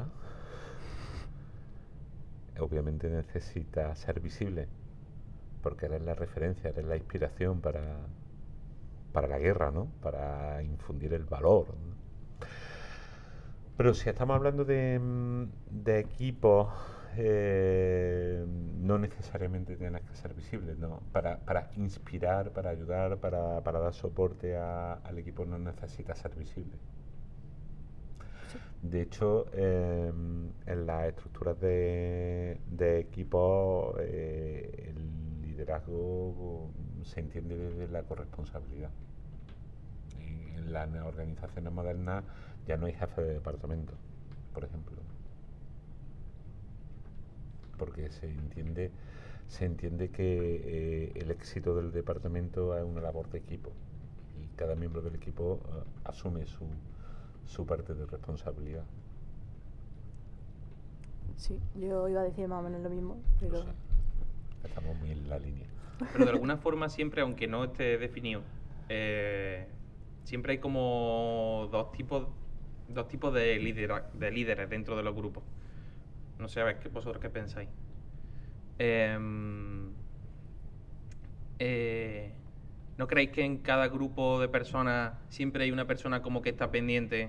obviamente necesitas ser visible, porque eres la referencia, eres la inspiración para, para la guerra, ¿no? Para infundir el valor, ¿no? Pero si estamos hablando de, de equipos, eh, no necesariamente tienes que ser visible, ¿no? Para, para inspirar, para ayudar, para, para dar soporte a, al equipo no necesitas ser visible. Sí. De hecho, eh, en las estructuras de, de equipos, eh, el liderazgo se entiende desde la corresponsabilidad. En las organizaciones modernas ya no hay jefe de departamento, por ejemplo, porque se entiende se entiende que eh, el éxito del departamento es una labor de equipo y cada miembro del equipo uh, asume su, su parte de responsabilidad. Sí, yo iba a decir más o menos lo mismo, pero... Sí, estamos muy en la línea. Pero de alguna forma siempre, aunque no esté definido, eh, siempre hay como dos tipos dos tipos de, lidera, de líderes dentro de los grupos. No sé, a ver, ¿qué, vosotros qué pensáis? Eh, eh, ¿No creéis que en cada grupo de personas siempre hay una persona como que está pendiente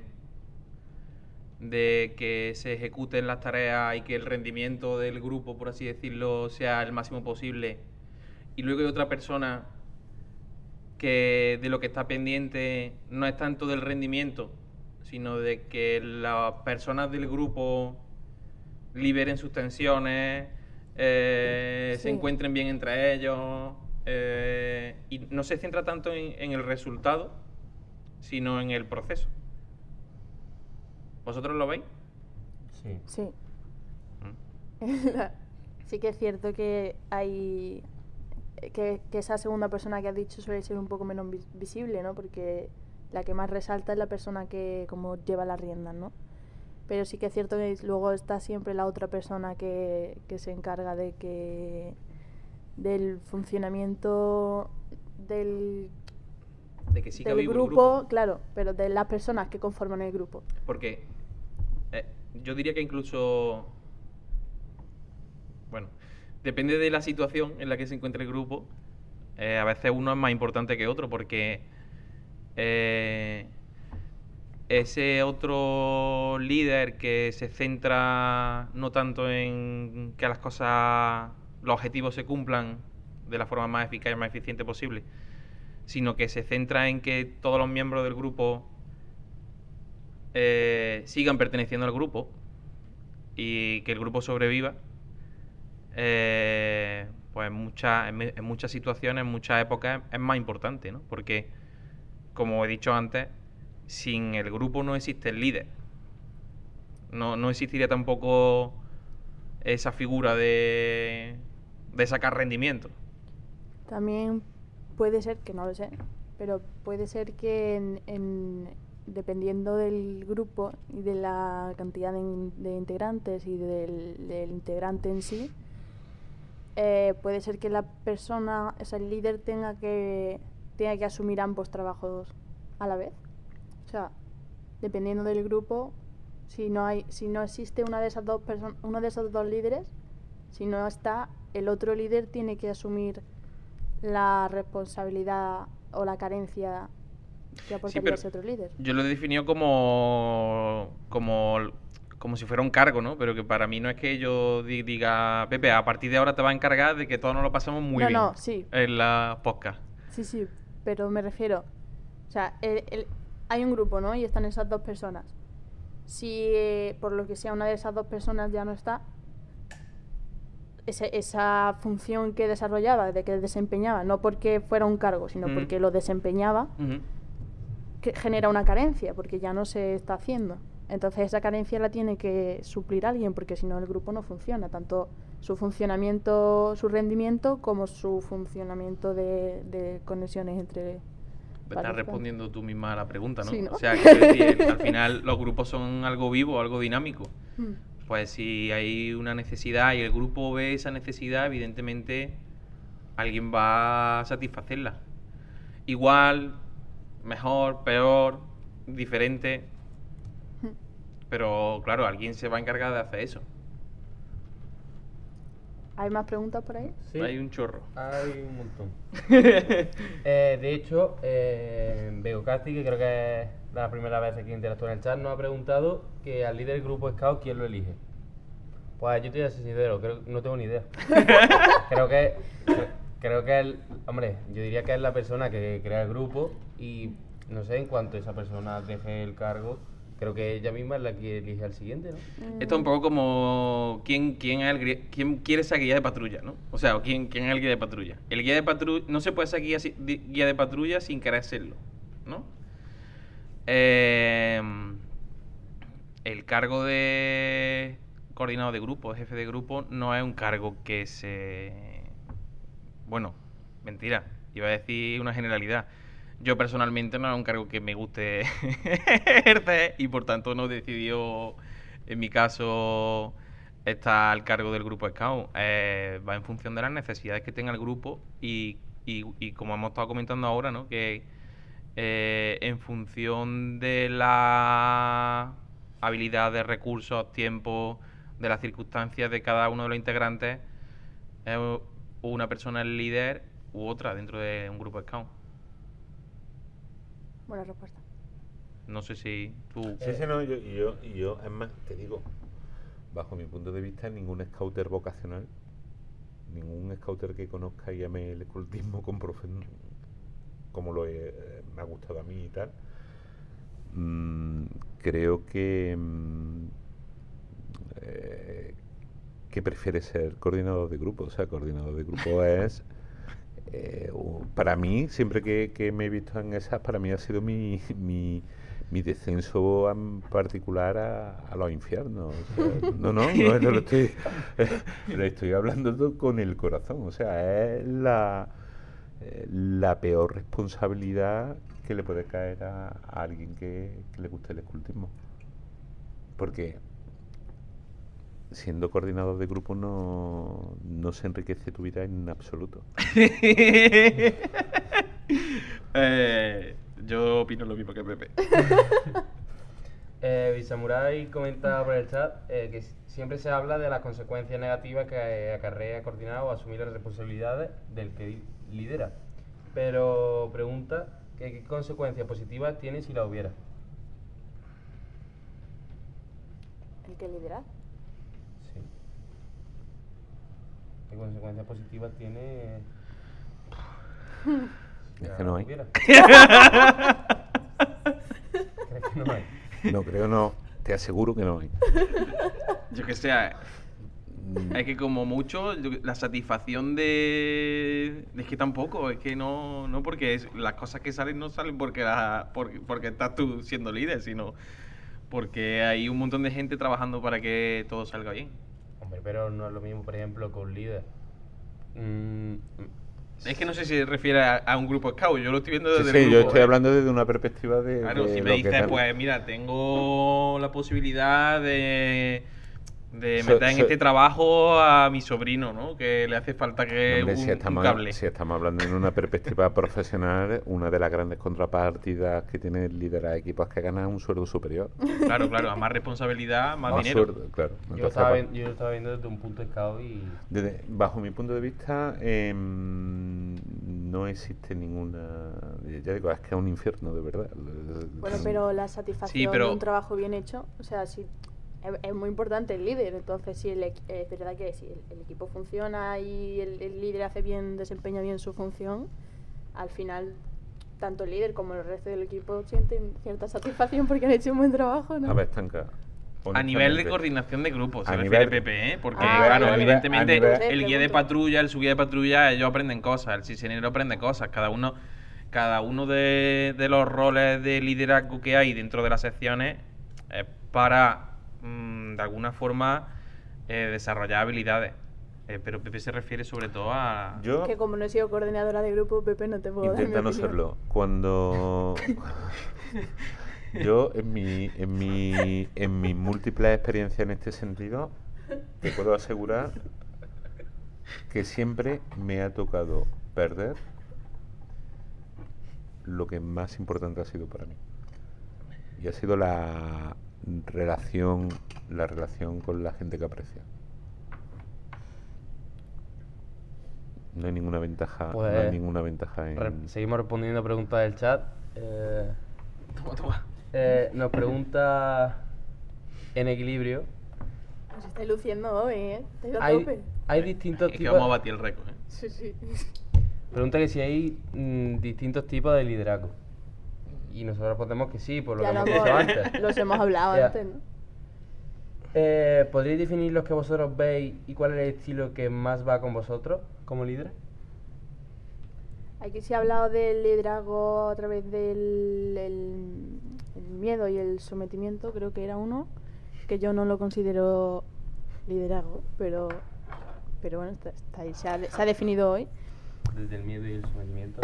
de que se ejecuten las tareas y que el rendimiento del grupo, por así decirlo, sea el máximo posible? Y luego hay otra persona que de lo que está pendiente no es tanto del rendimiento, sino de que las personas del grupo liberen sus tensiones, eh, Sí. se encuentren bien entre ellos, eh, y no se centra tanto en, en el resultado, sino en el proceso. ¿Vosotros lo veis? Sí. Sí. Mm. Sí que es cierto que hay... Que, que esa segunda persona que has dicho suele ser un poco menos vis- visible, ¿no? Porque la que más resalta es la persona que como lleva las riendas, ¿no? Pero sí que es cierto que luego está siempre la otra persona que, que se encarga de que del funcionamiento del, De que siga del vivo el grupo, grupo. claro, pero de las personas que conforman el grupo. Porque eh, yo diría que incluso, bueno, depende de la situación en la que se encuentre el grupo, eh, a veces uno es más importante que otro, porque eh, ese otro líder que se centra no tanto en que las cosas, los objetivos se cumplan de la forma más eficaz y más eficiente posible, sino que se centra en que todos los miembros del grupo eh, sigan perteneciendo al grupo y que el grupo sobreviva, eh, pues en, muchas, en, en muchas situaciones, en muchas épocas es más importante, ¿no? Porque, como he dicho antes, sin el grupo no existe el líder. No, no existiría tampoco esa figura de, de sacar rendimiento. También puede ser, que no lo sé, pero puede ser que en, en, dependiendo del grupo y de la cantidad de, in- de integrantes y del, del integrante en sí, eh, puede ser que la persona, o sea, el líder tenga que, tenga que asumir ambos trabajos a la vez. O sea, dependiendo del grupo, si no hay, si no existe una de esas dos personas, uno de esos dos líderes, si no está, el otro líder tiene que asumir la responsabilidad o la carencia que aportaría pero ese otro líder. Yo lo he definido como, como, como si fuera un cargo, ¿no? Pero que para mí no es que yo di- diga, Pepe, a partir de ahora te vas a encargar de que todos nos lo pasemos muy No, bien no, sí. en la podcast. Sí, sí, pero me refiero, o sea, el- el- hay un grupo, ¿no? Y están esas dos personas. Si eh, por lo que sea una de esas dos personas ya no está, ese- esa función que desarrollaba, de que desempeñaba, no porque fuera un cargo, sino Ujú. porque lo desempeñaba, Ujú. que genera una carencia, porque ya no se está haciendo. Entonces esa carencia la tiene que suplir alguien, porque si no el grupo no funciona, tanto su funcionamiento, su rendimiento, como su funcionamiento de, de conexiones entre... Me estás participantes. respondiendo tú misma a la pregunta, ¿no? Sí, ¿no? O sea, quiero decir, al final los grupos son algo vivo, algo dinámico. Mm. Pues si hay una necesidad y el grupo ve esa necesidad, evidentemente alguien va a satisfacerla. Igual, mejor, peor, diferente. Pero claro, alguien se va a encargar de hacer eso. ¿Hay más preguntas por ahí? Sí, Hay un chorro. hay un montón. Eh, de hecho, eh, Bego Casti, que creo que es la primera vez que interactúa en el chat, nos ha preguntado que al líder del grupo Scout, ¿quién lo elige? Pues yo te voy a ser sincero, creo, no tengo ni idea. creo que cre- creo que el, hombre, yo diría que es la persona que crea el grupo y no sé, en cuanto esa persona deje el cargo, creo que ella misma es la que elige al siguiente, ¿no? Esto es un poco como quién, quién, es el gri- quién quiere ser guía de patrulla, ¿no? O sea, quién, quién es el guía de patrulla. El guía de patrulla no se puede ser guía, si- di- guía de patrulla sin querer serlo, ¿no? Eh, el cargo de coordinador de grupo, jefe de grupo, no es un cargo que se... Bueno, mentira, iba a decir una generalidad. Yo personalmente no es un cargo que me guste ejercer y por tanto no he decidido, en mi caso, estar al cargo del grupo Scout. Eh, va en función de las necesidades que tenga el grupo y, y, y como hemos estado comentando ahora, ¿no? Que eh, en función de la habilidad de recursos, tiempo, de las circunstancias de cada uno de los integrantes, eh, una persona es líder u otra dentro de un grupo Scout. Buena respuesta. No sé si tú... Sí, sí, no, yo, y yo, y yo, es más, te digo, bajo mi punto de vista, ningún scouter vocacional, ningún scouter que conozca y ame el escultismo con profe- como lo he- me ha gustado a mí y tal, mm, creo que mm, eh, que prefiere ser coordinador de grupo. O sea, coordinador de grupo es... Eh, u- para mí, siempre que, que me he visto en esas, para mí ha sido mi, mi, mi descenso en particular a, a los infiernos. O sea, no, no, no, no lo estoy, lo estoy hablando con el corazón. O sea, es la, eh, la peor responsabilidad que le puede caer a, a alguien que, que le guste el escultismo. Porque siendo coordinador de grupo no, no se enriquece tu vida en absoluto. eh, yo opino lo mismo que Pepe. Eh, Bisamurai comenta por el chat eh, que s- siempre se habla de las consecuencias negativas que eh, acarrea coordinar o asumir las responsabilidades del que di- lidera. Pero pregunta que qué consecuencias positivas tiene si la hubiera. ¿El que lidera? Sí. ¿Qué consecuencias positivas tiene? si Es la que no hay. hubiera? ¿Crees que no hay? No creo, no. Te aseguro que no hay. Yo que sé, es que como mucho yo- la satisfacción de... Es que tampoco, es que no, no porque es- las cosas que salen no salen porque, la, porque, porque estás tú siendo líder, sino porque hay un montón de gente trabajando para que todo salga bien. Hombre, pero no es lo mismo, por ejemplo, con líder. Mm, Es que no sé si se refiere a, a un grupo scout, yo lo estoy viendo Sí, desde sí, el yo grupo, estoy ¿eh? hablando desde una perspectiva de. Claro, de si lo me que dices, tal- pues mira, tengo la posibilidad de, de So- meter en so- este trabajo a mi sobrino, ¿no? Que le hace falta que Hombre, un, si, un estamos, cable. si estamos hablando en una perspectiva profesional, una de las grandes contrapartidas que tiene el liderar equipos es que ganas un sueldo superior. Claro, claro, a más responsabilidad, más Más dinero. sueldo, claro. yo, Entonces, estaba, pues, vi- yo lo estaba viendo desde un punto de scout y... desde- bajo mi punto de vista, em, no existe ninguna. Ya digo, es que es un infierno, de verdad. Bueno, pero la satisfacción pero- de un trabajo bien hecho, o sea, si es, es muy importante el líder, entonces si el, equ- es verdad que si el, el equipo funciona y el, el líder hace bien, desempeña bien su función, al final tanto el líder como el resto del equipo sienten cierta satisfacción porque han hecho un buen trabajo, ¿no? A ver, estanca. A nivel de honestamente. coordinación de grupos, se A refiere nivel- Pepe, ¿eh? Porque, Ah, claro, vale, vale. evidentemente, A nivel- el guía de Pregunto. patrulla, el subguía de patrulla, ellos aprenden cosas, el sisenero aprende cosas, cada uno cada uno de, de los roles de liderazgo que hay dentro de las secciones es para, mm, de alguna forma, eh, desarrollar habilidades. Eh, pero Pepe se refiere sobre todo a... Yo, Que como no he sido coordinadora de grupo, Pepe, no te puedo dar mi intenta no opinión. serlo. Cuando. Yo, en mi, en mi, en mis múltiples experiencias en este sentido, te puedo asegurar que siempre me ha tocado perder lo que más importante ha sido para mí. Y ha sido la relación, la relación con la gente que aprecia. No hay ninguna ventaja, Pues, no hay ninguna ventaja en... Re- seguimos respondiendo preguntas del chat. Eh, Toma, toma. eh, nos pregunta en equilibrio. Os estáis luciendo hoy, ¿eh? Estáis a Hay, tope. hay distintos Es que tipos. vamos a batir el récord, ¿eh? Sí, sí. Pregunta que si hay mm, distintos tipos de liderazgo. Y nosotros respondemos que sí, por lo Ya que lo hemos hemos, dicho antes. los hemos hablado Ya. antes, ¿no? Eh, ¿Podríais definir los que vosotros veis y cuál es el estilo que más va con vosotros como líderes? Aquí se ha hablado del liderazgo a través del el, el miedo y el sometimiento, creo que era uno, que yo no lo considero liderazgo, pero, pero bueno, está, está ahí, se, ha, se ha definido hoy. Desde el miedo y el sometimiento.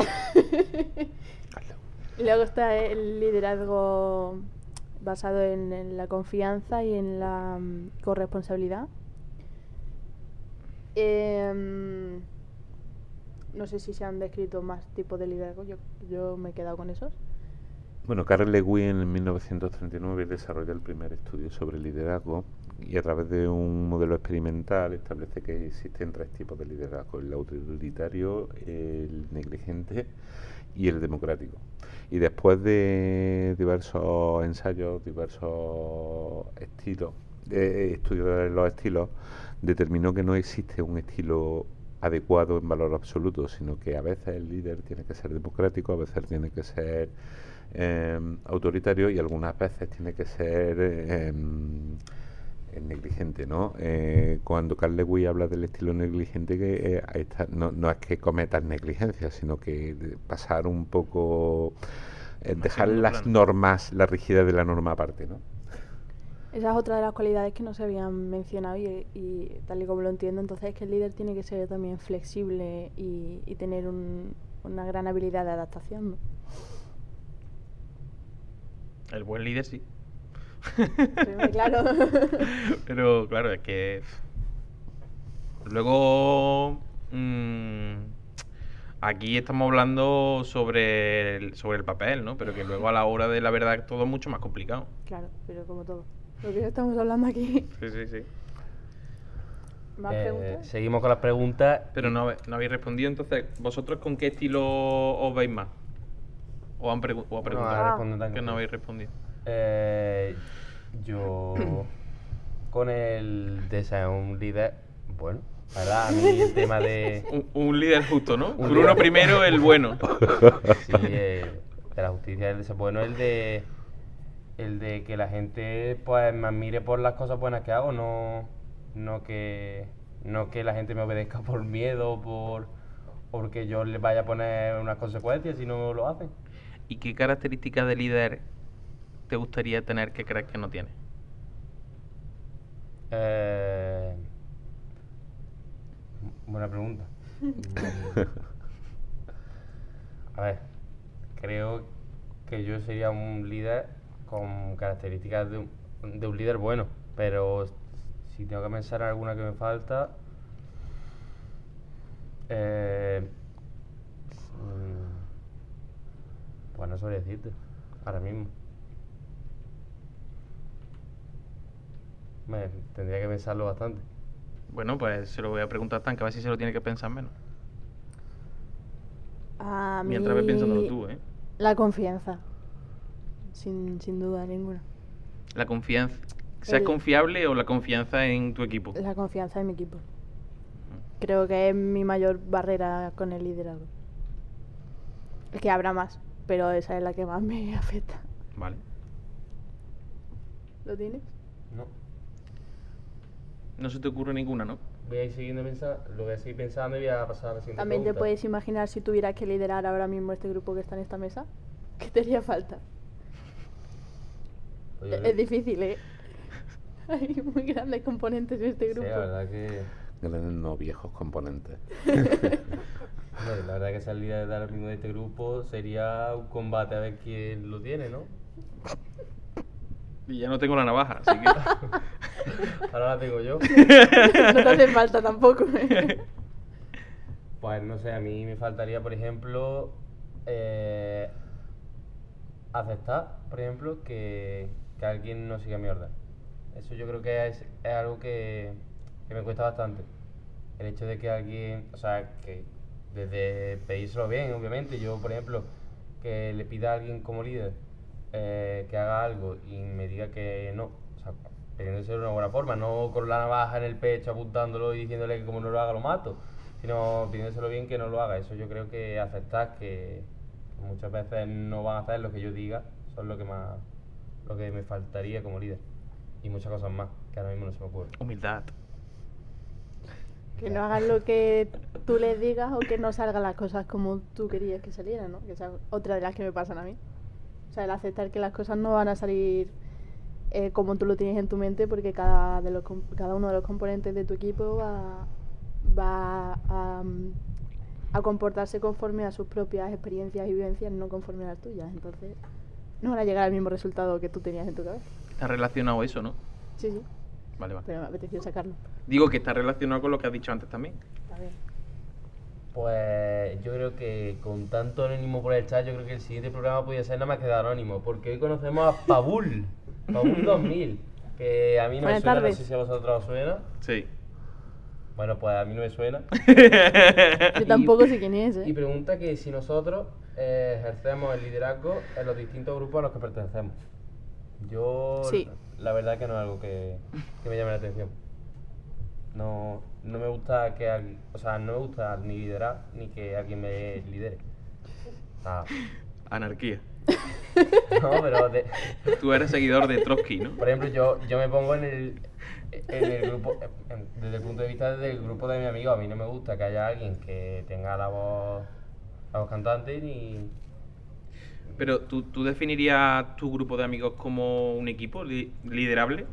Y luego está el liderazgo basado en, en la confianza y en la mm, corresponsabilidad. Em, no sé si se han descrito más tipos de liderazgo, yo, yo me he quedado con esos. Bueno, Carl Lewin en mil novecientos treinta y nueve desarrolla el primer estudio sobre liderazgo y a través de un modelo experimental establece que existen tres tipos de liderazgo: el autoritario, el negligente y el democrático. Y después de diversos ensayos, diversos estilos, eh, estudios de los estilos, determinó que no existe un estilo adecuado en valor absoluto, sino que a veces el líder tiene que ser democrático, a veces tiene que ser eh, autoritario y algunas veces tiene que ser eh, negligente, ¿no? Eh, cuando Carl Lewis habla del estilo negligente, que eh, está, no, no es que cometas negligencia, sino que de pasar un poco, eh, dejar segundo las plano. normas, la rigidez de la norma aparte, ¿no? Esa es otra de las cualidades que no se habían mencionado y, y tal y como lo entiendo, entonces es que el líder tiene que ser también flexible y, y tener un- una gran habilidad de adaptación, ¿no? El buen líder sí. Sí, hombre, claro. Pero claro, es que luego mm, aquí estamos hablando sobre el, sobre el papel, ¿no? Pero que luego a la hora de la verdad todo es mucho más complicado. Claro, pero como todo. Lo que estamos hablando aquí. Sí, sí, sí. ¿Más Eh, preguntas? seguimos con las preguntas. Pero no, habe- no habéis respondido, entonces, ¿vosotros con qué estilo os veis más? ¿O han pregu- o ha No, preguntado? ahora respondo tan que no que- habéis respondido. Eh, yo con el de ser un líder, bueno, la verdad, a mí el tema de, Un, un líder justo, ¿no? Un Bruno líder. primero, el bueno. sí, eh, de la justicia, el de ser bueno, el de el de que la gente pues me admire por las cosas buenas que hago, no, no que no que la gente me obedezca por miedo, por porque yo les vaya a poner unas consecuencias si no lo hacen. ¿Y qué características de líder te gustaría tener que crees que no tiene? Eh, buena pregunta. A ver, creo que yo sería un líder con características de un, de un líder bueno, pero si tengo que pensar en alguna que me falta, eh, mm, pues no sabría decirte, ahora mismo. Me, tendría que pensarlo bastante. Bueno, pues se lo voy a preguntar a Tan, que a ver si se lo tiene que pensar menos. A Mientras ve mí, pensándolo tú, ¿eh? La confianza. Sin, sin duda ninguna. La confianza. ¿Seas El- confiable o la confianza en tu equipo? La confianza en mi equipo. Creo que es mi mayor barrera con el liderazgo. Es que habrá más, pero esa es la que más me afecta. Vale. ¿Lo tienes? No. No se te ocurre ninguna, ¿no? Voy a ir siguiendo pensando, lo voy a seguir pensando y voy a pasar a la siguiente También te pregunta. puedes imaginar si tuvieras que liderar ahora mismo este grupo que está en esta mesa. ¿Qué te haría falta? Pues yo Es, creo- es difícil, ¿eh? Hay muy grandes componentes en este Sí, grupo. la verdad que... Grandes no viejos componentes. Hombre, la verdad que ser líder de ahora mismo de este grupo sería un combate a ver quién lo tiene, ¿no? Y ya no tengo la navaja, así que... Ahora la tengo yo. No te hace falta tampoco. ¿eh? Pues no sé, a mí me faltaría, por ejemplo, eh, aceptar, por ejemplo, que, que alguien no siga mi orden. Eso yo creo que es, es algo que, que me cuesta bastante. El hecho de que alguien, o sea, que desde pedírselo bien, obviamente, yo, por ejemplo, que le pida a alguien como líder eh, que haga algo y me diga que no, o sea, pidiéndoselo de una buena forma, no con la navaja en el pecho apuntándolo y diciéndole que como no lo haga lo mato, sino pidiéndoselo bien que no lo haga. Eso yo creo que aceptar que, que muchas veces no van a hacer lo que yo diga, son lo que más, lo que me faltaría como líder. Y muchas cosas más, que ahora mismo no se me ocurre. Humildad. Que no hagan lo que tú les digas o que no salgan las cosas como tú querías que salieran, ¿no? Que esa es otra de las que me pasan a mí. O sea, el aceptar que las cosas no van a salir eh, como tú lo tienes en tu mente, porque cada, de los, cada uno de los componentes de tu equipo va, va a, a comportarse conforme a sus propias experiencias y vivencias, no conforme a las tuyas. Entonces, no van a llegar al mismo resultado que tú tenías en tu cabeza. Está relacionado eso, ¿no? Sí, sí. Vale, vale. Pero me apeteció sacarlo. Digo que está relacionado con lo que has dicho antes también. Está bien. Pues yo creo que con tanto anónimo por el chat, yo creo que el siguiente programa podría ser nada más que de anónimo, porque hoy conocemos a Pabul, Pabul dos mil, que a mí no Buenas me suena, tardes. no sé si a vosotros os suena. Sí. Bueno, pues a mí no me suena. Yo tampoco sé quién es, ¿eh? Y pregunta que si nosotros eh, ejercemos el liderazgo en los distintos grupos a los que pertenecemos. Yo, Sí. la verdad que no es algo que, que me llame la atención. No, no me gusta que alguien, o sea, no me gusta ni liderar ni que alguien me lidere. Ah, Anarquía. no, pero de- Tú eres seguidor de Trotsky, ¿no? por ejemplo, yo, yo me pongo en el, en el grupo, en- desde el punto de vista del grupo de mi amigo. A mí no me gusta que haya alguien que tenga la voz, la voz cantante ni... Pero ¿tú, tú definirías tu grupo de amigos como un equipo li- liderable?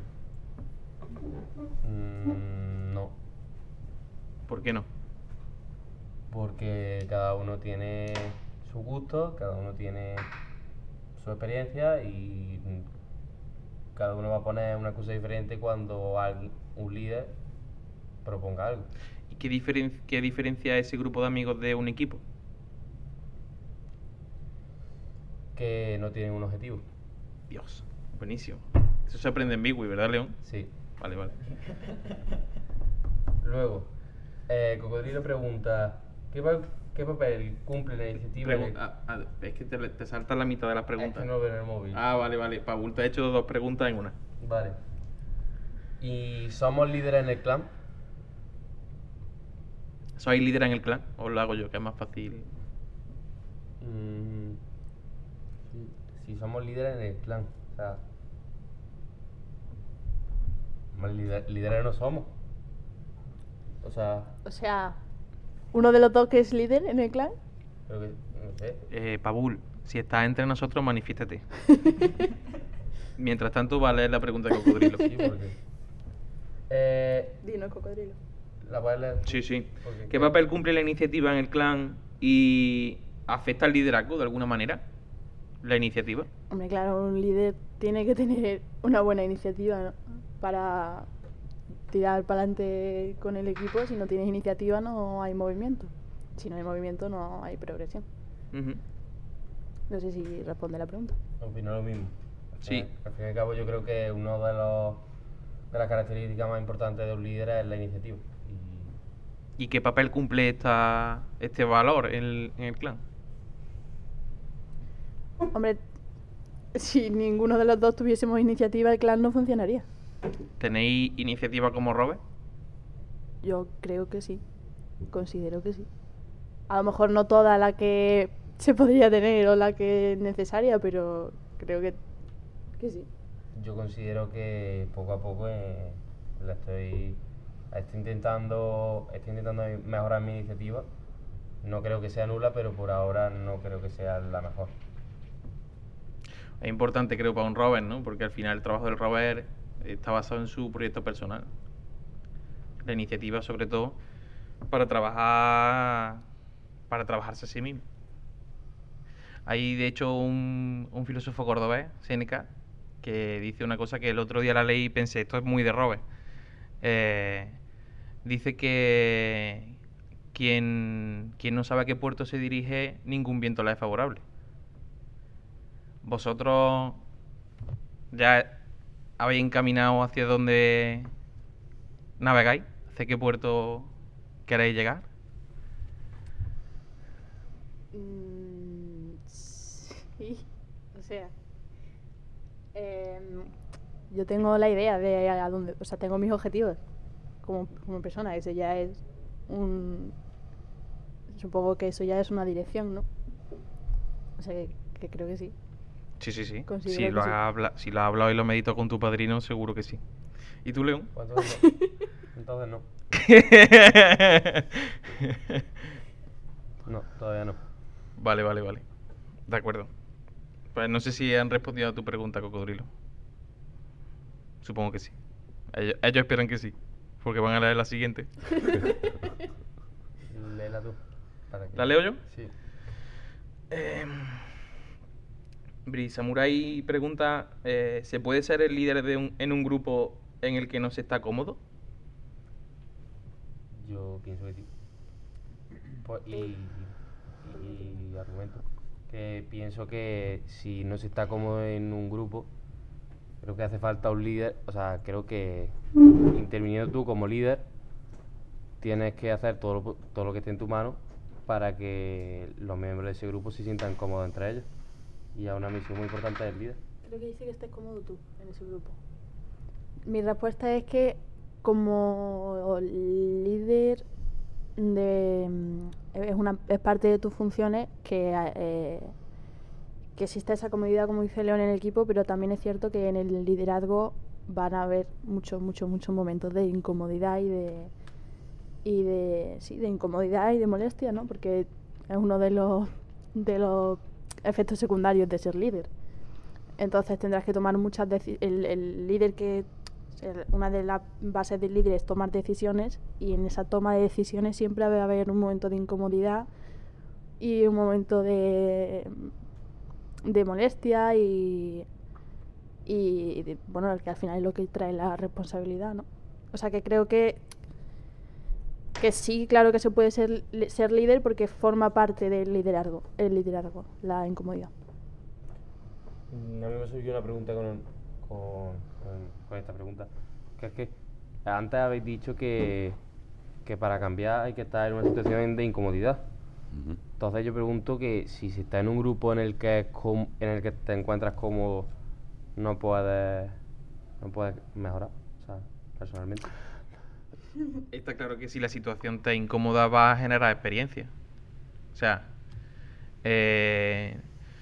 Mm, no, ¿Por qué no? porque cada uno tiene sus gustos, cada uno tiene su experiencia y mm, cada uno va a poner una cosa diferente cuando alguien, un líder proponga algo. ¿Y qué, diferen- qué diferencia ese grupo de amigos de un equipo? Que no tienen un objetivo. Dios, buenísimo. Eso se aprende en Bigui, ¿verdad, León? Sí. Vale, vale. Luego, eh, Cocodrilo pregunta, ¿qué, pa- qué papel cumple la iniciativa? en Pregu- el- ah, ah, es que te, te saltas la mitad de las Es preguntas. que no lo veo en el móvil. Ah, vale, vale. Paul te ha hecho dos preguntas en una. Vale. ¿Y somos líderes en el clan? ¿Sois líder en el clan? ¿O lo hago yo, que es más fácil? Mm, sí, si somos líderes en el clan, o sea, más líder- líderes no somos. O sea, O sea, uno de los dos que es líder en el clan. creo que, no sé. Eh, Pabul, si estás entre nosotros, manifiéstate. Mientras tanto, va a leer la pregunta de Cocodrilo. Sí, porque. Eh, Dino, Cocodrilo. ¿La puedes leer? Sí, sí. Porque ¿Qué creo- papel cumple la iniciativa en el clan y afecta al liderazgo de alguna manera? La iniciativa. Hombre, claro, un líder tiene que tener una buena iniciativa, ¿no? Para tirar para adelante con el equipo. Si no tienes iniciativa no hay movimiento. Si no hay movimiento no hay progresión. Ujú. No sé si responde la pregunta. Opino lo mismo. O sea, Sí. Al fin y al cabo, yo creo que uno de los de las características más importantes de un líder es la iniciativa. Y ¿Y qué papel cumple esta, este valor en, en el clan? Hombre, si ninguno de los dos tuviésemos iniciativa, el clan no funcionaría. ¿Tenéis iniciativa como Robert? Yo creo que sí. Considero que sí. A lo mejor no toda la que se podría tener o la que es necesaria, pero creo que, que sí. yo considero que poco a poco eh, la estoy, estoy intentando estoy intentando mejorar mi iniciativa. No creo que sea nula, pero por ahora no creo que sea la mejor. Es importante, creo, para un Robert, ¿no? Porque al final el trabajo del Robert está basado en su proyecto personal. La iniciativa, sobre todo, para trabajar, para trabajarse a sí mismo. Hay, de hecho, un, un filósofo cordobés, Séneca, que dice una cosa que el otro día la leí y pensé, esto es muy de Robert. Eh, dice que, quien, quien no sabe a qué puerto se dirige, ningún viento le es favorable. Vosotros ya habéis encaminado hacia dónde navegáis, hacia qué puerto queréis llegar. Mm, sí, o sea, em, yo tengo la idea de a dónde, o sea, tengo mis objetivos como, como persona, ese ya es un, supongo que eso ya es una dirección, ¿no? O sea, que, que creo que sí. Sí, sí, sí. Considero Si que lo, sí. has habla- si lo has hablado y lo medito con tu padrino, seguro que sí. ¿Y tú, León? Pues entonces no. Entonces no. No, todavía no. Vale, vale, vale. De acuerdo. Pues no sé si han respondido a tu pregunta, Cocodrilo. Supongo que sí. Ellos, ellos esperan que sí, porque van a leer la siguiente. Léela tú. para que- ¿La leo yo? Sí. Eh, Bri Samurai pregunta, eh, ¿se puede ser el líder de un, en un grupo en el que no se está cómodo? Yo pienso que sí. Pues, y, y, y argumento. Que pienso que si no se está cómodo en un grupo, creo que hace falta un líder. O sea, creo que interviniendo tú como líder, tienes que hacer todo lo, todo lo que esté en tu mano para que los miembros de ese grupo se sientan cómodos entre ellos. Y a una misión muy importante del líder. Creo que dice que estés cómodo tú en ese grupo. Mi respuesta es que como líder de, es, una, es parte de tus funciones que, eh, que existe esa comodidad, como dice León, en el equipo, pero también es cierto que en el liderazgo van a haber muchos, muchos, muchos momentos de incomodidad y de y de sí, de incomodidad y de molestia, ¿no? Porque es uno de los de los efectos secundarios de ser líder. Entonces tendrás que tomar muchas decisiones. El, el líder que el, una de las bases del líder es tomar decisiones, y en esa toma de decisiones siempre va a haber un momento de incomodidad y un momento de de molestia y y de, bueno, que al final es lo que trae la responsabilidad, ¿no? O sea, que creo que que sí, claro que se puede ser ser líder porque forma parte del liderazgo, el liderazgo, la incomodidad. Mm, A mí me surgió una pregunta con, con, con- con esta pregunta. Que es que antes habéis dicho que, que para cambiar hay que estar en una situación de incomodidad. Ujú. Entonces yo pregunto que si se está en un grupo en el que es com- en el que te encuentras cómodo, no puedes, no puedes mejorar, o sea, personalmente. Está claro que si la situación te incómoda va a generar experiencia. O sea, eh,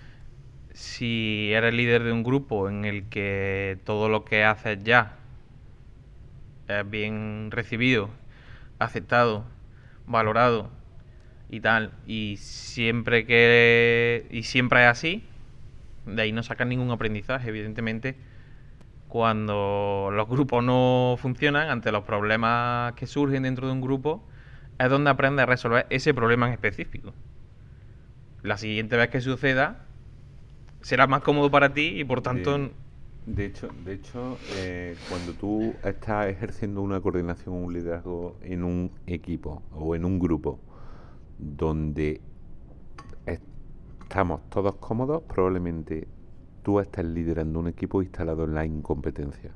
si eres líder de un grupo en el que todo lo que haces ya es bien recibido, aceptado, valorado y tal, y siempre que y siempre es así, de ahí no sacas ningún aprendizaje, evidentemente. Cuando los grupos no funcionan, ante los problemas que surgen dentro de un grupo, es donde aprendes a resolver ese problema en específico. La siguiente vez que suceda, será más cómodo para ti y por tanto... De, de hecho, de hecho eh, cuando tú estás ejerciendo una coordinación o un liderazgo en un equipo o en un grupo donde estamos todos cómodos, probablemente tú estás liderando un equipo instalado en la incompetencia.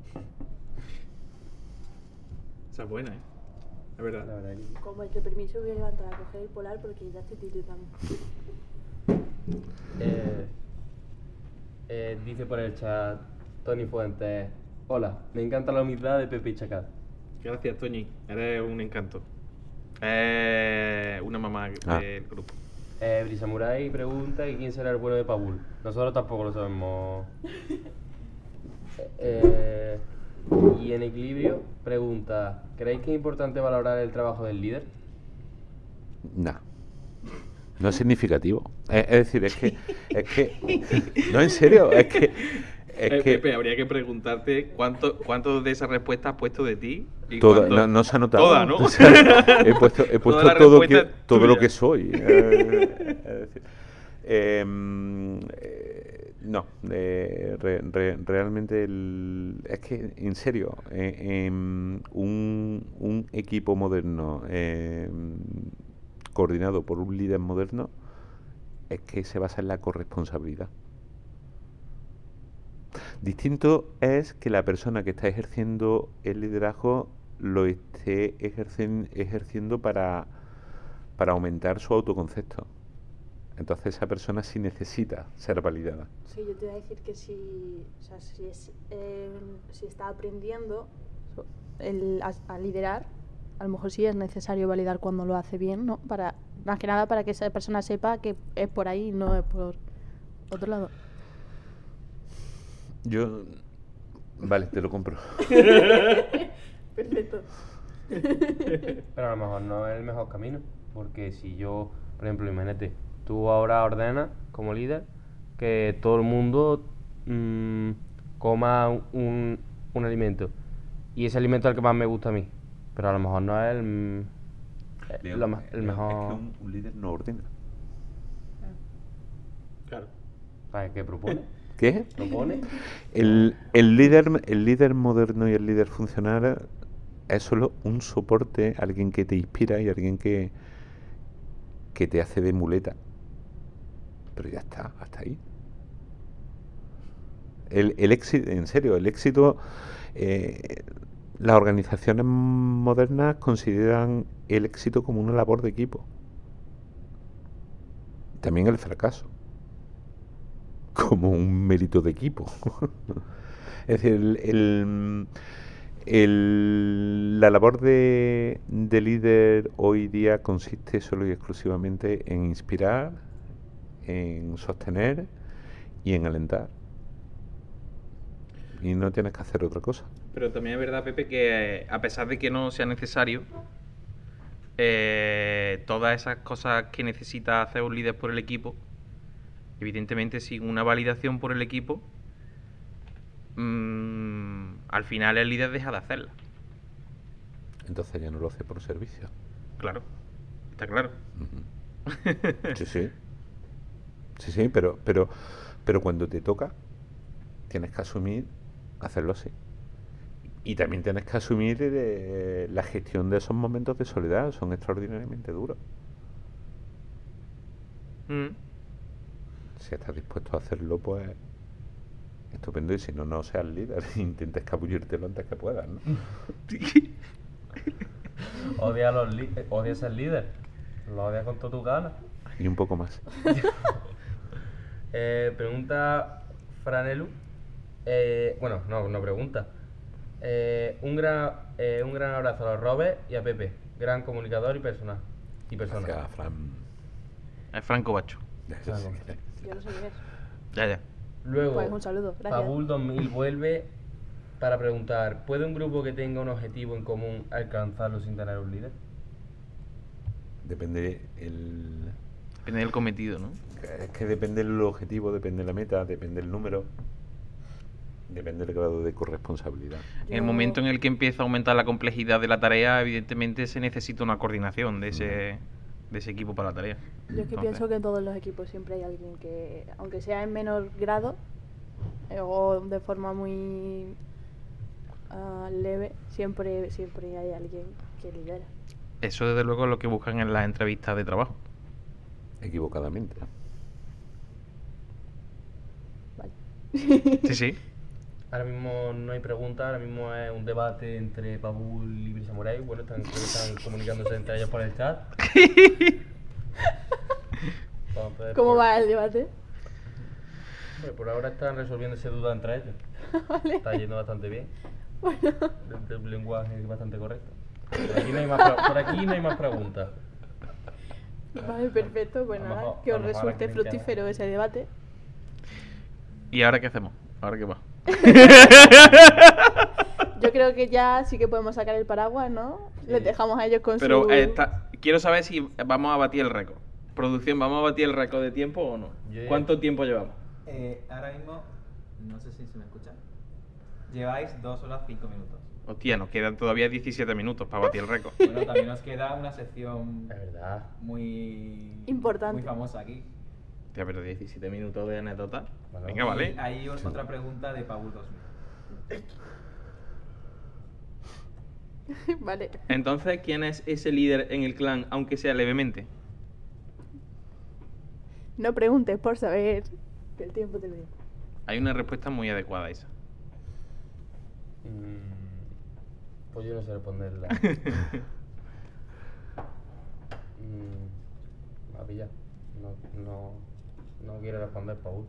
Esa es buena, ¿eh? Es verdad. La verdad que- Con vuestro permiso voy a levantar a coger el polar porque ya estoy tiritando. Eh, eh, dice por el chat Tony Fuentes: hola, me encanta la humildad de Pepe y Chacal. Gracias, Toñi. Eres un encanto. Eh, una mamá Ah. del grupo. Eh, Brisamurai pregunta que quién será el bueno de Pabul. Nosotros tampoco lo sabemos. Eh, y en equilibrio pregunta: ¿creéis que es importante valorar el trabajo del líder? No. No es significativo. Es, es decir, es que, es que. No, en serio, es que. Es Eh, que Pepe, habría que preguntarte cuánto, cuánto de esa respuesta has puesto de ti. Y toda- cuánto- no, no se ha notado. Toda, ¿no? O sea, he puesto, he Toda puesto la todo, respuesta que- todo lo tuya. que soy. Eh, es decir, em, eh, No, eh, re- re- realmente el- es que, en serio, eh, em, un, un equipo moderno eh, coordinado por un líder moderno es que se basa en la corresponsabilidad. Distinto es que la persona que está ejerciendo el liderazgo lo esté ejercen- ejerciendo para, para aumentar su autoconcepto. Entonces esa persona sí necesita ser validada. Sí, yo te iba a decir que si, o sea, si, es, eh, si está aprendiendo so- el- a, a liderar, a lo mejor sí es necesario validar cuando lo hace bien, ¿no? Para, más que nada para que esa persona sepa que es por ahí y no es por otro lado. Yo... Vale, te lo compro. Perfecto. Pero a lo mejor no es el mejor camino, porque si yo, por ejemplo, imagínate, tú ahora ordenas como líder que todo el mundo mm, coma un, un alimento, y ese alimento es el que más me gusta a mí, pero a lo mejor no es el, mm, eh, lo ma- el mejor. Es que un, un líder no ordena. Claro. ¿Sabes qué propone? ¿Qué? ¿Propone? El, el líder, el líder moderno y el líder funcional es solo un soporte, alguien que te inspira y alguien que, que te hace de muleta. Pero ya está, hasta ahí. El, el éxito, en serio, el éxito, eh, las organizaciones modernas consideran el éxito como una labor de equipo. También el fracaso como un mérito de equipo. Es decir, el, el- el- la labor de, de líder hoy día consiste solo y exclusivamente en inspirar, en sostener y en alentar. Y no tienes que hacer otra cosa. Pero también es verdad, Pepe, que eh, a pesar de que no sea necesario, eh, todas esas cosas que necesita hacer un líder por el equipo, evidentemente sin una validación por el equipo, mmm, al final el líder deja de hacerla. Entonces ya no lo hace por servicio. Claro, está claro. Ujú. Sí, sí. Sí, sí, pero, pero, pero cuando te toca, tienes que asumir hacerlo así. Y también tienes que asumir eh, la gestión de esos momentos de soledad, son extraordinariamente duros. Mm. Si estás dispuesto a hacerlo, pues estupendo. Y si no, no seas líder. Intenta escabullirte lo antes que puedas, ¿no? Odia a los li- odia ser líder. Lo odias con todas tus ganas. Y un poco más. Eh, pregunta Franelu. Eh, bueno, no, no pregunta. Eh, un, gran, eh, un gran abrazo a los Robert y a Pepe. Gran comunicador y persona. Y persona. Gracias, Fran. Es Franco Bacho. Gracias. Franco. Yo no sé quién es. Ya, ya. Luego, Pues un saludo, gracias. Pabul dos mil vuelve para preguntar: ¿puede un grupo que tenga un objetivo en común alcanzarlo sin tener un líder? Depende el... Depende del cometido, ¿no? Es que depende el objetivo, depende la meta, depende el número, depende del grado de corresponsabilidad. En el Yo- momento en el que empieza a aumentar la complejidad de la tarea, evidentemente se necesita una coordinación de ese, de ese equipo para la tarea. Yo es que Entonces, pienso que en todos los equipos siempre hay alguien que, aunque sea en menor grado eh, o de forma muy ah, leve, siempre, siempre hay alguien que lidera. Eso desde luego es lo que buscan en las entrevistas de trabajo. Equivocadamente. Vale. Sí, sí. Ahora mismo no hay preguntas, ahora mismo es un debate entre Pabul y Brisa Moray. Bueno, están, creo que están comunicándose entre ellos por el chat. Vamos a ver ¿Cómo por- va el debate? Hombre, por ahora están resolviéndose dudas entre ellos. Vale. Está yendo bastante bien. Bueno, De, de un lenguaje bastante correcto. Por aquí no hay más, pre- por aquí no hay más preguntas. vale, perfecto. Pues A lo nada, mejor- que a os lo mejor ahora resulte quieren que fructífero haga- ese debate. ¿Y ahora qué hacemos? ¿Ahora qué va? Yo creo que ya sí que podemos sacar el paraguas, ¿no? Les dejamos a ellos con Pero su... eh, está- quiero saber si vamos a batir el récord. Producción, ¿vamos a batir el récord de tiempo o no? Yo ya- ¿Cuánto tiempo llevamos? Eh, ahora mismo, no sé si se me escucha. Lleváis dos horas cinco minutos. Hostia, nos quedan todavía diecisiete minutos para batir el récord. Bueno, también nos queda una sección Es verdad. muy Importante. muy famosa aquí. Ya, pero diecisiete minutos de anécdota. Bueno. Venga, vale. Y hay otra pregunta de Paul dos mil. Vale. Entonces, ¿quién es ese líder en el clan, aunque sea levemente? No preguntes por saber que el tiempo te lo digo. Hay una respuesta muy adecuada a esa. Mm, pues yo no sé responderla. Mm, me ha pillado. No, no, no quiero responder, Paul.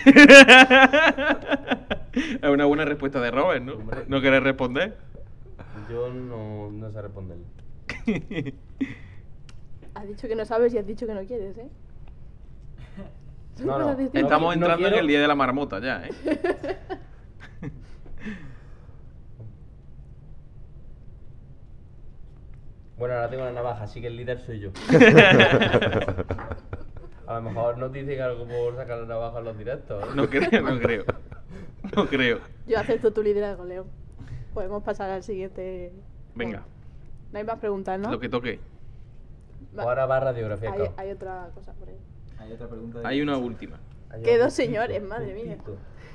Es una buena respuesta de Robert, ¿no? Hombre. ¿No quieres responder? Yo no, no sé responderla. Has dicho que no sabes y has dicho que no quieres, ¿eh? Son No, no. cosas distintas. Estamos no entrando quiero- en el día de la marmota ya, ¿eh? Bueno, ahora tengo la navaja, así que el líder soy yo. A lo mejor nos dicen algo por sacar la navaja en los directos. ¿eh? No creo, no creo. No creo. Yo acepto tu liderazgo, León. Podemos pasar al siguiente. Venga, No hay más preguntas, ¿no? lo que toque. Va- Ahora va radiografía. hay, cabrón. hay otra cosa por ahí. Hay otra pregunta de Hay una última. Hay Qué un dos puntito, señores, madre mía. puntito.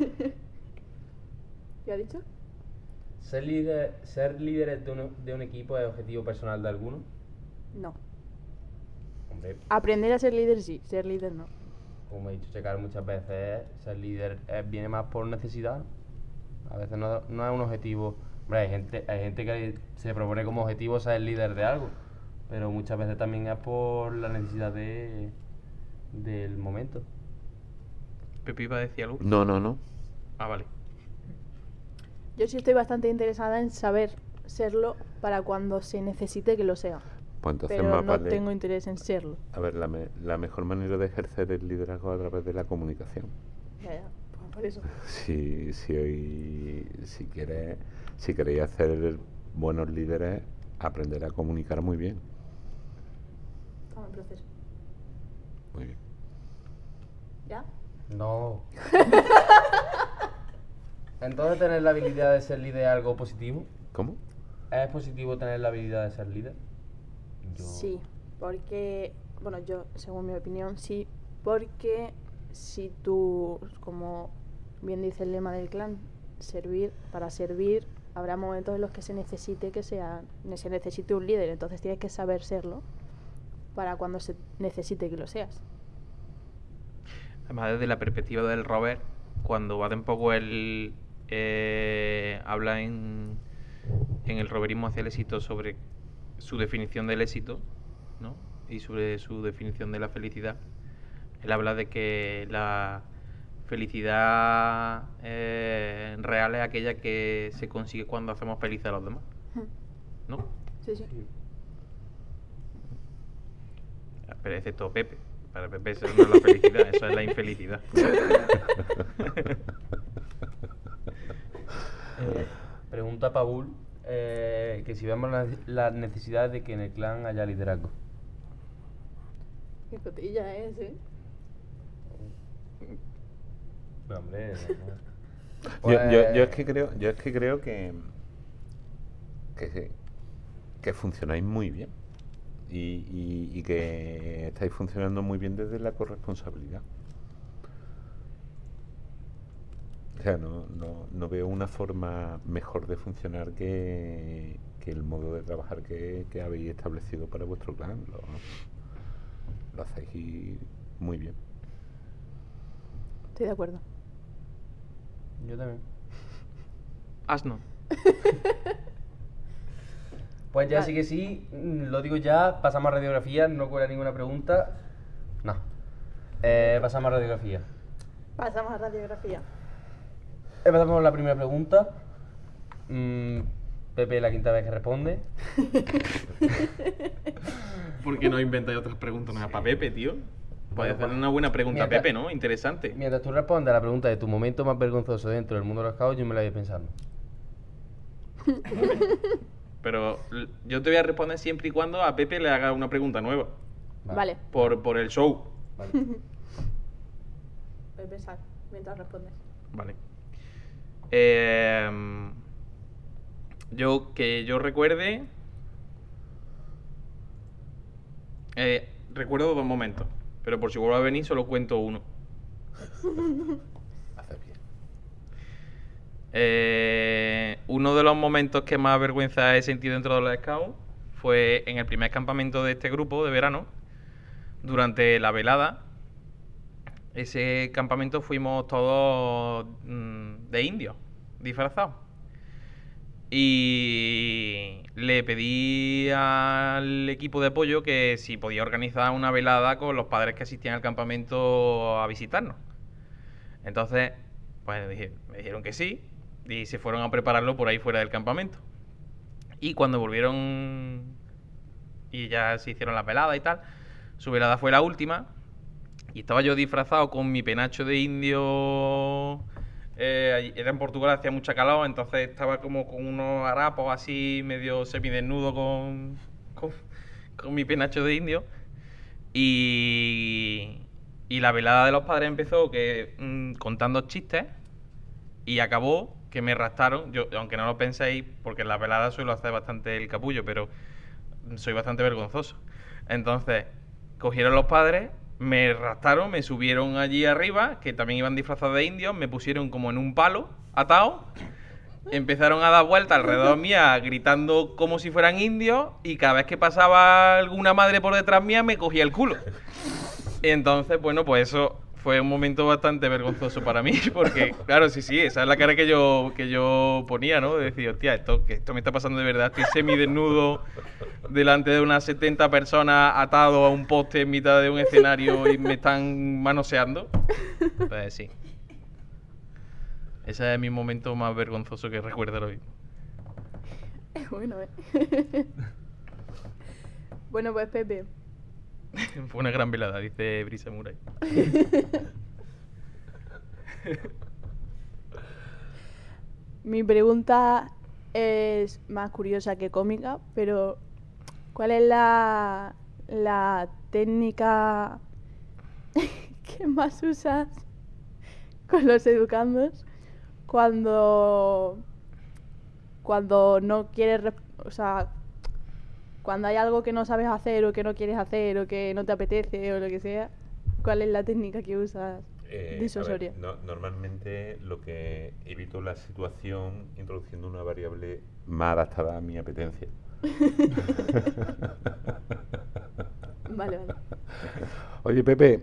¿Qué ha dicho? ¿Ser líder, ser líderes de un, de un equipo es objetivo personal de alguno? No. Hombre, Aprender a ser líder sí, ser líder no. como he dicho Checar muchas veces, ser líder eh, viene más por necesidad. A veces no, no es un objetivo. Hombre, hay gente, hay gente que se propone como objetivo ser líder de algo, pero muchas veces también es por la necesidad de, del momento. ¿Pepe iba a decir algo? No, no, no. Ah, vale. Yo sí estoy bastante interesada en saber serlo para cuando se necesite que lo sea. Pues entonces Pero más no vale. tengo interés en serlo. A ver, la, me- la mejor manera de ejercer el liderazgo es a través de la comunicación. Ya, ya, pues por eso. Si, si, hoy- si, quieres, si queréis hacer buenos líderes, aprender a comunicar muy bien. Estamos en proceso. Muy bien. ¿Ya? No. Entonces, tener la habilidad de ser líder es algo positivo. ¿Cómo? ¿Es positivo tener la habilidad de ser líder? Yo- Sí, porque, bueno, yo, según mi opinión, sí, porque si tú, como bien dice el lema del clan, servir, para servir, habrá momentos en los que se necesite que sea, se necesite un líder, entonces tienes que saber serlo para cuando se necesite que lo seas. Además, desde la perspectiva del Robert, cuando va de un poco él eh, habla en, en el roberismo hacia el éxito sobre su definición del éxito, ¿no? Y sobre su definición de la felicidad. Él habla de que la felicidad eh, real es aquella que se consigue cuando hacemos felices a los demás, ¿no? Sí, sí. Sí. Pero excepto Pepe. Para Pepe eso no es la felicidad, eso es la infelicidad. Eh, pregunta Paul eh, que si vemos la, la necesidad de que en el clan haya liderazgo. Qué cotilla es, ¿eh? No, hombre, no, no. Yo, yo, yo es Pues- que creo, yo es que creo que, que, que funcionáis muy bien y, y- y que estáis funcionando muy bien desde la corresponsabilidad. O sea, no, no, no veo una forma mejor de funcionar que, que el modo de trabajar que, que habéis establecido para vuestro clan. Lo, lo hacéis muy bien. Estoy de acuerdo. Yo también. Asno. Pues ya Vale. sí que sí, mm, lo digo ya, pasamos a radiografía, no cuela ninguna pregunta. No. Eh, pasamos a radiografía. Pasamos a radiografía. Empezamos con la primera pregunta. Mm, Pepe la quinta vez que responde. ¿Por qué no inventáis otras preguntas nuevas para Pepe, tío? Puede Bueno, hacer una buena pregunta a mientras- Pepe, ¿no? Interesante. Mientras tú respondes a la pregunta de tu momento más vergonzoso dentro del mundo de los caos, yo me la voy pensando. Pero l- yo te voy a responder siempre y cuando a Pepe le haga una pregunta nueva. Vale. Por, por el show. Vale. Voy a pensar mientras respondes. Vale. Eh, yo, que yo recuerde... eh, recuerdo dos momentos. Pero por si vuelvo a venir, solo cuento uno. Haces bien. Eh, uno de los momentos que más vergüenza he sentido dentro de los Scouts fue en el primer campamento de este grupo de verano, durante la velada. Ese campamento fuimos todos mmm, de indios, disfrazados. Y le pedí al equipo de apoyo que si podía organizar una velada con los padres que asistían al campamento a visitarnos. Entonces, pues dije, me dijeron que sí y se fueron a prepararlo por ahí fuera del campamento. Y cuando volvieron y ya se hicieron las veladas y tal, su velada fue la última y estaba yo disfrazado con mi penacho de indio. Eh, era en Portugal, hacía mucha calor, entonces estaba como con unos harapos así medio semidesnudo con, con, con mi penacho de indio. Y, y la velada de los padres empezó que mmm, contando chistes y acabó que me raptaron. Yo, aunque no lo penséis, porque en las veladas suelo hacer bastante el capullo, pero soy bastante vergonzoso. Entonces cogieron los padres, me raptaron, me subieron allí arriba, que también iban disfrazados de indios, me pusieron como en un palo, atado, empezaron a dar vueltas alrededor mía, gritando como si fueran indios, y cada vez que pasaba alguna madre por detrás mía, me cogía el culo. Entonces, bueno, pues eso fue un momento bastante vergonzoso para mí, porque, claro, sí, sí, esa es la cara que yo, que yo ponía, ¿no? De decir, hostia, esto, que esto me está pasando de verdad, estoy semidesnudo delante de unas setenta personas atado a un poste en mitad de un escenario y me están manoseando. Pues sí. Ese es mi momento más vergonzoso que recuerdo hoy. Es bueno, ¿eh? Bueno, pues Pepe. Fue una gran velada, dice Brisa Muray. Mi pregunta es más curiosa que cómica, pero ¿cuál es la, la técnica que más usas con los educandos cuando, cuando no quieres, o sea, cuando hay algo que no sabes hacer o que no quieres hacer o que no te apetece o lo que sea? ¿Cuál es la técnica que usas Eh, disuasoria? a ver, no- normalmente lo que evito la situación introduciendo una variable más adaptada a mi apetencia. Vale, vale. Oye, Pepe,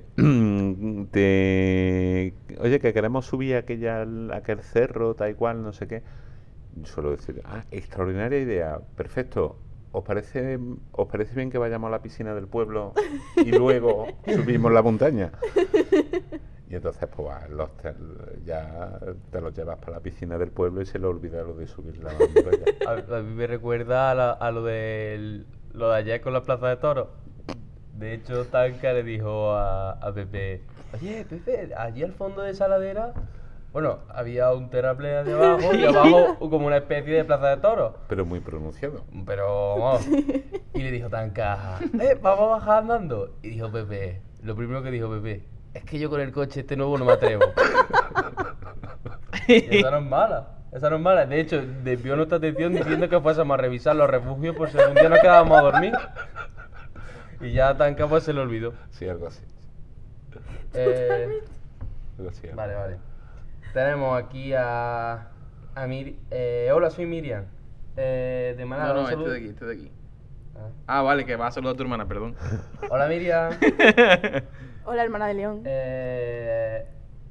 te... oye, que queremos subir aquella, aquel cerro, tal y cual, no sé qué. Suelo decir, ah, extraordinaria idea, perfecto. ¿Os parece, ¿Os parece bien que vayamos a la piscina del pueblo y luego subimos la montaña? Y entonces, pues, va, los te- ya te los llevas para la piscina del pueblo y se le olvida lo de subir la montaña. A, a mí me recuerda a, la- a lo, de lo de ayer con la plaza de toros. De hecho, Tanca le dijo a, a Pepe, oye, Pepe, allí al fondo de esa ladera, bueno, había un terraplén de abajo y abajo como una especie de plaza de toros. Pero muy pronunciado. Pero, vamos. Y le dijo Tanca, eh, vamos a bajar andando. Y dijo Pepe, lo primero que dijo Pepe, es que yo con el coche este nuevo no me atrevo. Y esa no es mala, esa no es mala. De hecho, desvió nuestra atención diciendo que fuésemos a revisar los refugios por si algún día nos quedábamos a dormir. Y ya Tanca pues se le olvidó. Sí, algo así. Eh, Algo así. vale, vale. Tenemos aquí a, a Mir eh, hola, soy Miriam. Eh, de Málaga. No, no, un este saludo. de aquí, este de aquí. Ah. Ah, vale, que va a saludar a tu hermana, perdón. Hola, Miriam. Hola, hermana de León. Eh,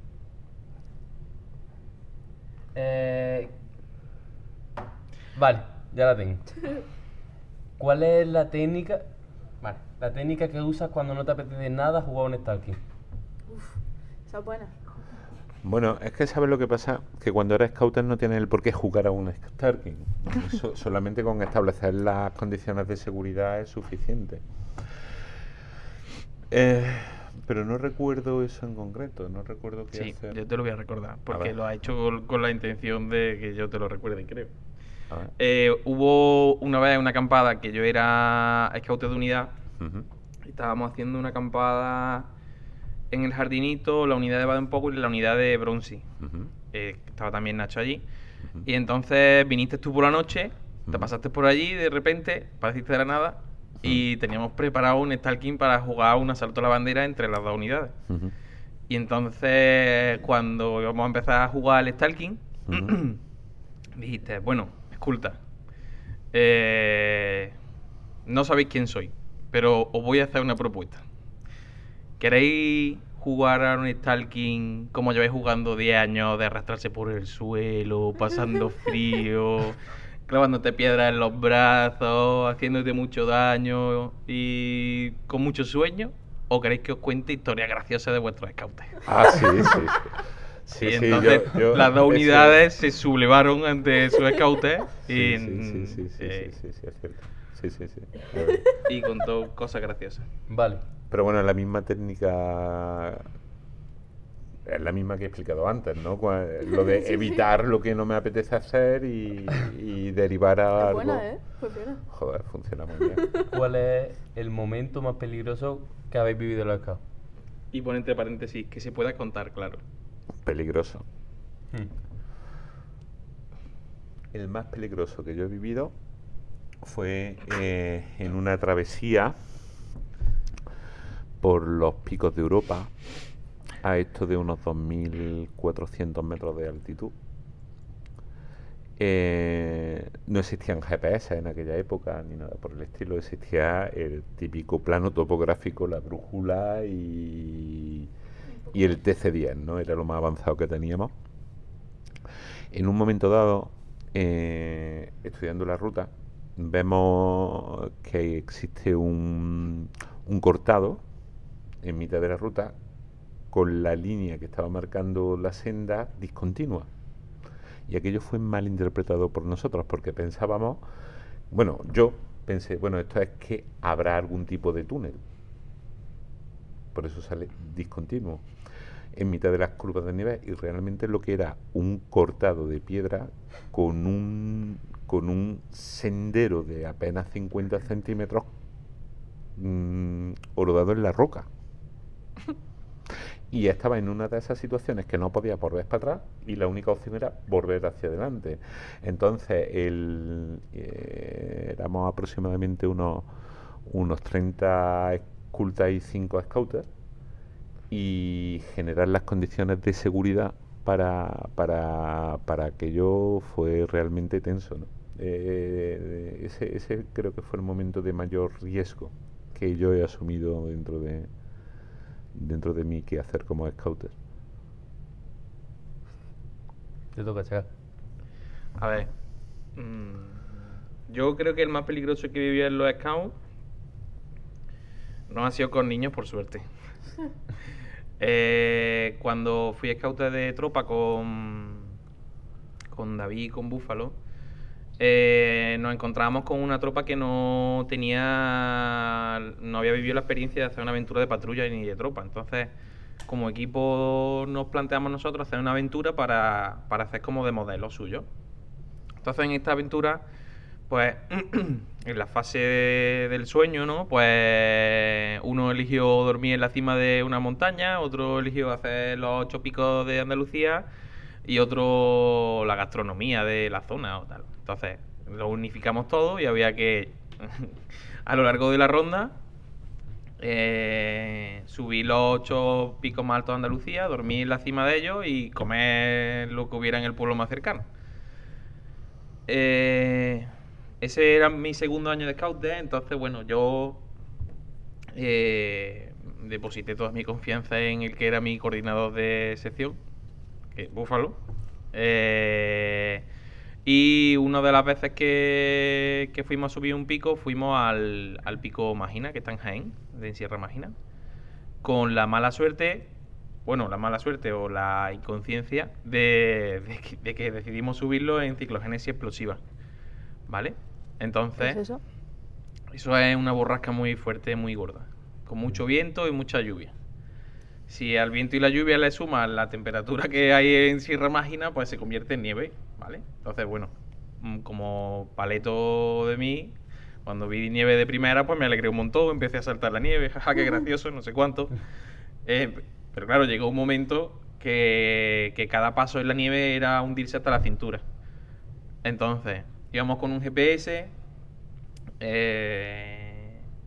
eh, vale, ya la tengo. ¿Cuál es la técnica? Vale, la técnica que usas cuando no te apetece nada jugar un Stalking. Esa es buena. Bueno, es que sabes lo que pasa, que cuando eres scouter no tienes el por qué jugar a un Starking. So- solamente con establecer las condiciones de seguridad es suficiente. Eh, pero no recuerdo eso en concreto, no recuerdo qué Sí, hacer. yo te lo voy a recordar, porque ver. lo ha hecho con, con la intención de que yo te lo recuerde, creo. A ver. Eh, hubo una vez una acampada que yo era scout de unidad. Ujú. Estábamos haciendo una acampada en el jardinito, la unidad de Baden-Powell y la unidad de Bronzy. Ujú. Eh, estaba también Nacho allí. Ujú. Y entonces viniste tú por la noche, te Ujú. pasaste por allí y de repente, pareciste de la nada, y teníamos preparado un stalking para jugar un asalto a la bandera entre las dos unidades. Ujú. Y entonces, cuando íbamos a empezar a jugar al stalking, Ujú. dijiste, bueno, esculta, eh, no sabéis quién soy, pero os voy a hacer una propuesta. ¿Queréis jugar a un stalking como lleváis jugando diez años, de arrastrarse por el suelo, pasando frío, clavándote piedras en los brazos, haciéndote mucho daño y con mucho sueño? ¿O queréis que os cuente historias graciosas de vuestros scouts? Ah, sí, sí. Sí, sí, Y sí, entonces yo- yo- las dos eso- unidades se sublevaron ante sus scouts y, Sí, sí, sí, sí, sí, eh, sí, sí, sí, es cierto. Sí, sí, sí. es verdad. y contó cosas graciosas. Vale. Pero bueno, la misma técnica es la misma que he explicado antes, ¿no? Cua- Lo de evitar lo que no me apetece hacer y, y derivar a Es algo. buena, ¿eh? Funciona. Joder, funciona muy bien. ¿Cuál es el momento más peligroso que habéis vivido en los scouts? Y pone entre paréntesis, que se pueda contar, claro. Peligroso. Hmm. El más peligroso que yo he vivido fue eh, en una travesía por los picos de Europa a esto de unos dos mil cuatrocientos metros de altitud. Eh, no existían G P S en aquella época ni nada por el estilo, existía el típico plano topográfico, la brújula y, y el T C diez, ¿no? Era lo más avanzado que teníamos. En un momento dado, eh, estudiando la ruta, vemos que existe un, un cortado en mitad de la ruta con la línea que estaba marcando la senda discontinua. Y aquello fue mal interpretado por nosotros porque pensábamos, bueno, yo pensé, bueno, esto es que habrá algún tipo de túnel. Por eso sale discontinuo en mitad de las curvas de nivel, y realmente lo que era un cortado de piedra con un con un sendero de apenas cincuenta centímetros mmm, horadado en la roca. Y estaba en una de esas situaciones que no podía volver para atrás y la única opción era volver hacia adelante. Entonces, el, eh, éramos aproximadamente unos, unos treinta escoltas y cinco scouters, y generar las condiciones de seguridad para, para, para aquello fue realmente tenso, ¿no? Eh, ese, ese creo que fue el momento de mayor riesgo que yo he asumido dentro de dentro de mi quehacer como scouter. Te toca, chaval. A ver, mmm, yo creo que el más peligroso que vivía en los scouts no ha sido con niños, por suerte. eh, cuando fui scout de tropa con, con David y con Búfalo, eh, nos encontrábamos con una tropa que no tenía, no había vivido la experiencia de hacer una aventura de patrulla ni de tropa. Entonces, como equipo nos planteamos nosotros hacer una aventura para, para hacer como de modelo suyo. Entonces, en esta aventura, pues, en la fase de- del sueño, ¿no? Pues uno eligió dormir en la cima de una montaña, otro eligió hacer los ocho picos de Andalucía y otro la gastronomía de la zona o tal. Entonces, lo unificamos todo y había que, a lo largo de la ronda, eh, subir los ocho picos más altos de Andalucía, dormir en la cima de ellos y comer lo que hubiera en el pueblo más cercano. Eh, ese era mi segundo año de scout, ¿eh? Entonces, bueno, yo eh, deposité toda mi confianza en el que era mi coordinador de sección, que es Búfalo. Eh, y una de las veces que, que fuimos a subir un pico, fuimos al, al pico Mágina, que está en Jaén, de Sierra Mágina, con la mala suerte, bueno, la mala suerte o la inconsciencia de, de que, de que decidimos subirlo en ciclogénesis explosiva, ¿vale? Entonces, ¿Qué es eso? eso es una borrasca muy fuerte, muy gorda, con mucho viento y mucha lluvia. Si al viento y la lluvia le sumas la temperatura que hay en Sierra Mágina, pues se convierte en nieve, ¿vale? Entonces, bueno, mm, como paleto de mí, cuando vi nieve de primera, pues me alegré un montón, empecé a saltar la nieve, jaja, qué gracioso, no sé cuánto. Eh, pero claro, llegó un momento que, que cada paso en la nieve era hundirse hasta la cintura. Entonces, íbamos con un G P S, eh,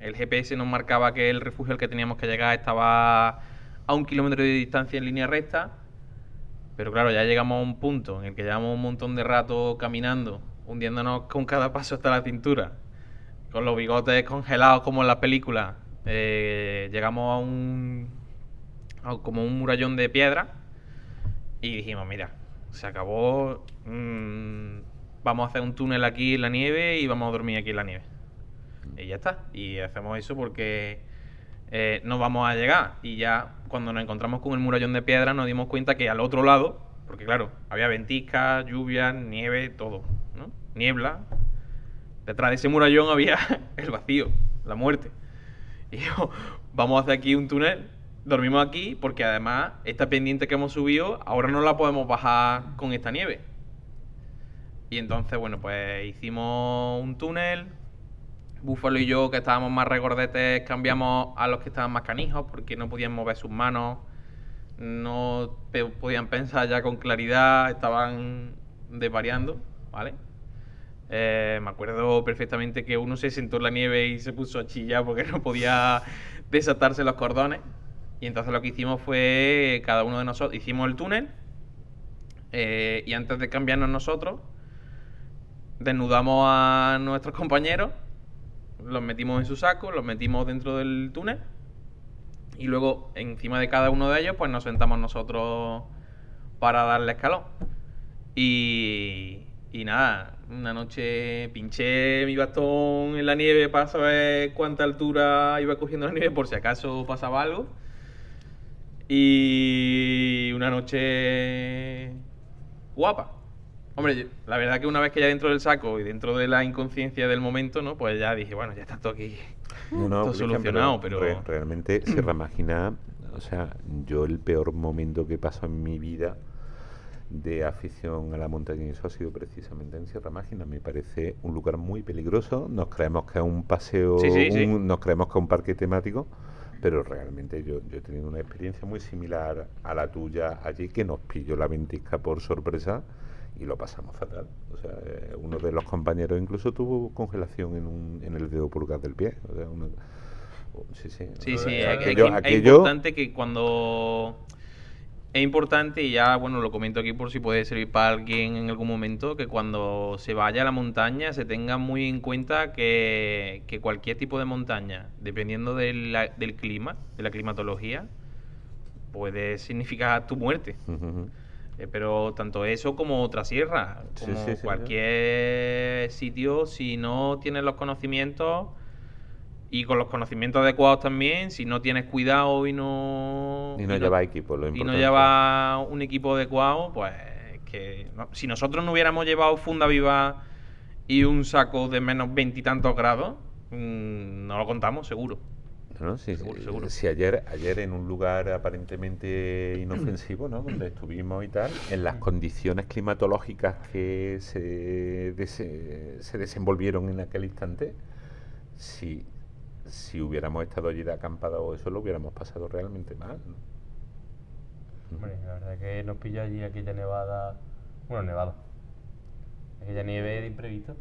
el G P S nos marcaba que el refugio al que teníamos que llegar estaba a un kilómetro de distancia en línea recta, pero claro, ya llegamos a un punto en el que llevamos un montón de rato caminando, hundiéndonos con cada paso hasta la cintura, con los bigotes congelados como en las películas. Eh, llegamos a un a como un murallón de piedra y dijimos, mira, se acabó, mmm, vamos a hacer un túnel aquí en la nieve y vamos a dormir aquí en la nieve. Y ya está. Y hacemos eso porque eh, no vamos a llegar. Y ya cuando nos encontramos con el murallón de piedra nos dimos cuenta que al otro lado, porque claro, había ventiscas, lluvia, nieve, todo, ¿no? Niebla. Detrás de ese murallón había el vacío, la muerte. Y yo, vamos a hacer aquí un túnel, dormimos aquí, porque además esta pendiente que hemos subido, ahora no la podemos bajar con esta nieve. Y entonces, bueno, pues hicimos un túnel. Búfalo y yo, que estábamos más regordetes, cambiamos a los que estaban más canijos porque no podían mover sus manos, no pe- podían pensar ya con claridad, estaban desvariando, ¿vale? Eh, me acuerdo perfectamente que uno se sentó en la nieve y se puso a chillar porque no podía desatarse los cordones. Y entonces lo que hicimos fue, cada uno de nosotros, hicimos el túnel eh, y antes de cambiarnos nosotros, desnudamos a nuestros compañeros, los metimos en su saco, los metimos dentro del túnel y luego encima de cada uno de ellos pues nos sentamos nosotros para darle escalón. Y, y nada, una noche pinché mi bastón en la nieve para saber cuánta altura iba cogiendo la nieve por si acaso pasaba algo. Y una noche guapa. Hombre, yo- la verdad que una vez que ya dentro del saco y dentro de la inconsciencia del momento, ¿no? Pues ya dije, bueno, ya está todo aquí. No, no, Todo Cristian, solucionado, pero- re- realmente Sierra Mágina, o sea, yo el peor momento que pasó en mi vida de afición a la montaña y eso ha sido precisamente en Sierra Mágina. Me parece un lugar muy peligroso. Nos creemos que es un paseo, Sí, sí, sí. un- nos creemos que es un parque temático, pero realmente yo, yo he tenido una experiencia muy similar a la tuya allí, que nos pilló la ventisca por sorpresa y lo pasamos fatal. O sea, eh, uno de los compañeros incluso tuvo congelación en, un, en el dedo pulgar del pie. O sea, uno- oh, sí, sí. Sí, O sí, sea, es, que- aquello- es que es aquello- importante que cuando... Es importante, y ya, bueno, lo comento aquí por si puede servir para alguien en algún momento, que cuando se vaya a la montaña se tenga muy en cuenta que, que cualquier tipo de montaña, dependiendo de la- del clima, de la climatología, puede significar tu muerte. Ujú, ujú. Eh, pero tanto eso como otra sierra, Sí, como sí, sí, cualquier sitio, si no tienes los conocimientos y con los conocimientos adecuados también, si no tienes cuidado y no... Y no lleva equipo, lo y no importante. lleva un equipo adecuado, pues que no- si nosotros no hubiéramos llevado funda viva y un saco de menos veintitantos grados, mm, no lo contamos, seguro. ¿No? Si, Seguro, seguro. si ayer, ayer en un lugar aparentemente inofensivo, ¿no? Donde estuvimos y tal, en las condiciones climatológicas que se, dese- se desenvolvieron en aquel instante, si, si hubiéramos estado allí de acampada o eso, lo hubiéramos pasado realmente mal, ¿no? Hombre, la verdad que nos pilló allí aquella nevada, bueno, nevada, aquella nieve de imprevisto.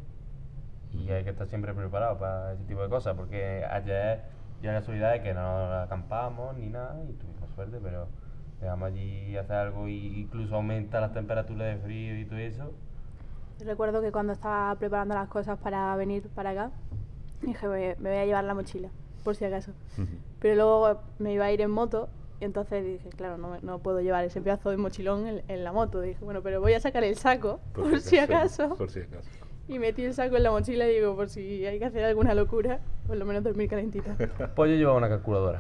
Y hay que estar siempre preparado para ese tipo de cosas, porque ayer dio la casualidad de que no acampamos ni nada y tuvimos suerte, pero llegamos allí a hacer algo y incluso aumenta las temperaturas de frío y todo eso. Recuerdo que cuando estaba preparando las cosas para venir para acá, dije, me, me voy a llevar la mochila, por si acaso. Pero luego me iba a ir en moto y entonces dije, claro, no, no puedo llevar ese pedazo de mochilón en, en la moto. Dije, bueno, pero voy a sacar el saco, por, si acaso. Por si acaso. Y metí el saco en la mochila y digo, por si hay que hacer alguna locura, por lo menos dormir calentita. Pues yo llevaba una calculadora.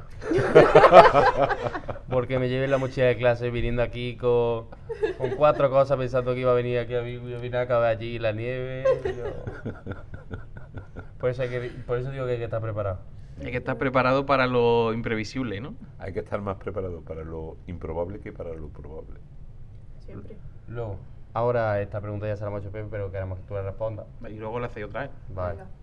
Porque me llevé la mochila de clase viniendo aquí con, con cuatro cosas pensando que iba a venir aquí a Vigo y al final acabé allí la nieve. y yo- Por, eso hay que, por eso digo que hay que estar preparado. Hay que estar preparado para lo imprevisible, ¿no? Hay que estar más preparado para lo improbable que para lo probable. Siempre. Luego, ahora esta pregunta ya se la hemos hecho Pepe, pero queremos que tú la respondas. Y luego la hacéis otra vez. Vale. Venga.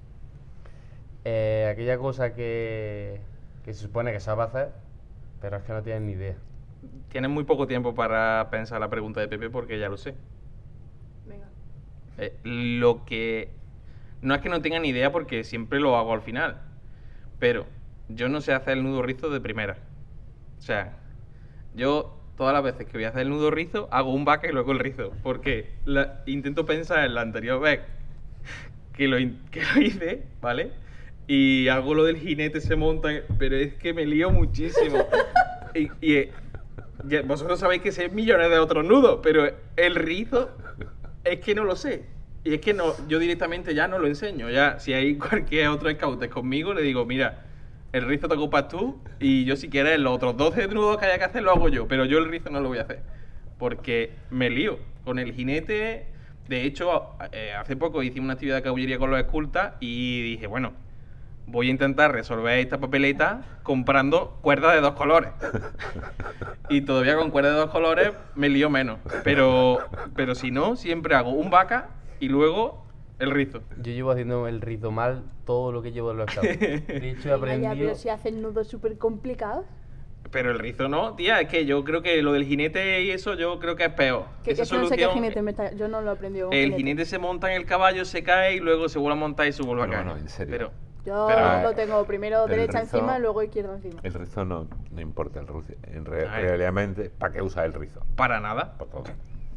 Eh, aquella cosa que, que se supone que sabes hacer, pero es que no tienes ni idea. Tienes muy poco tiempo para pensar la pregunta de Pepe porque ya lo sé. Venga. Eh, lo que... No es que no tenga ni idea porque siempre lo hago al final. pero yo no sé hacer el nudo rizo de primera. O sea, yo todas las veces que voy a hacer el nudo rizo, hago un vaca y luego el rizo. Porque la, intento pensar en la anterior vez que lo, in- que lo hice, ¿vale? Y hago lo del jinete se monta, pero es que me lío muchísimo. Y, y, eh, ya, vosotros sabéis que sé millones de otros nudos, pero el rizo es que no lo sé. Y es que no, yo directamente ya no lo enseño. Ya, si hay cualquier otro scout conmigo, le digo, mira, el rizo te ocupas tú y yo si quieres los otros doce nudos que haya que hacer lo hago yo, pero yo el rizo no lo voy a hacer. Porque me lío. Con el jinete, de hecho, eh, hace poco hice una actividad de caballería con los escultas y dije, bueno, voy a intentar resolver esta papeleta comprando cuerdas de dos colores. Y todavía con cuerdas de dos colores me lío menos. Pero, pero si no, siempre hago un vaca y luego el rizo. Yo llevo haciendo el rizo mal todo lo que llevo en los scouts. De hecho, he Vaya, aprendido... pero si hacen nudos súper complicados. Pero el rizo no, tía, es que yo creo que lo del jinete y eso yo creo que es peor. Que, Esa es que no sé qué solución- jinete me está... Yo no lo he aprendido con El jinete. jinete se monta en el caballo, se cae y luego se vuelve a montar y se vuelve a No, caer. no, en serio. Pero, Yo pero- lo tengo primero El derecha rizo- encima y luego izquierda encima. El rizo no, no importa el rizo. En re- Ay. realmente, ¿para qué usar el rizo? para nada. Por todo.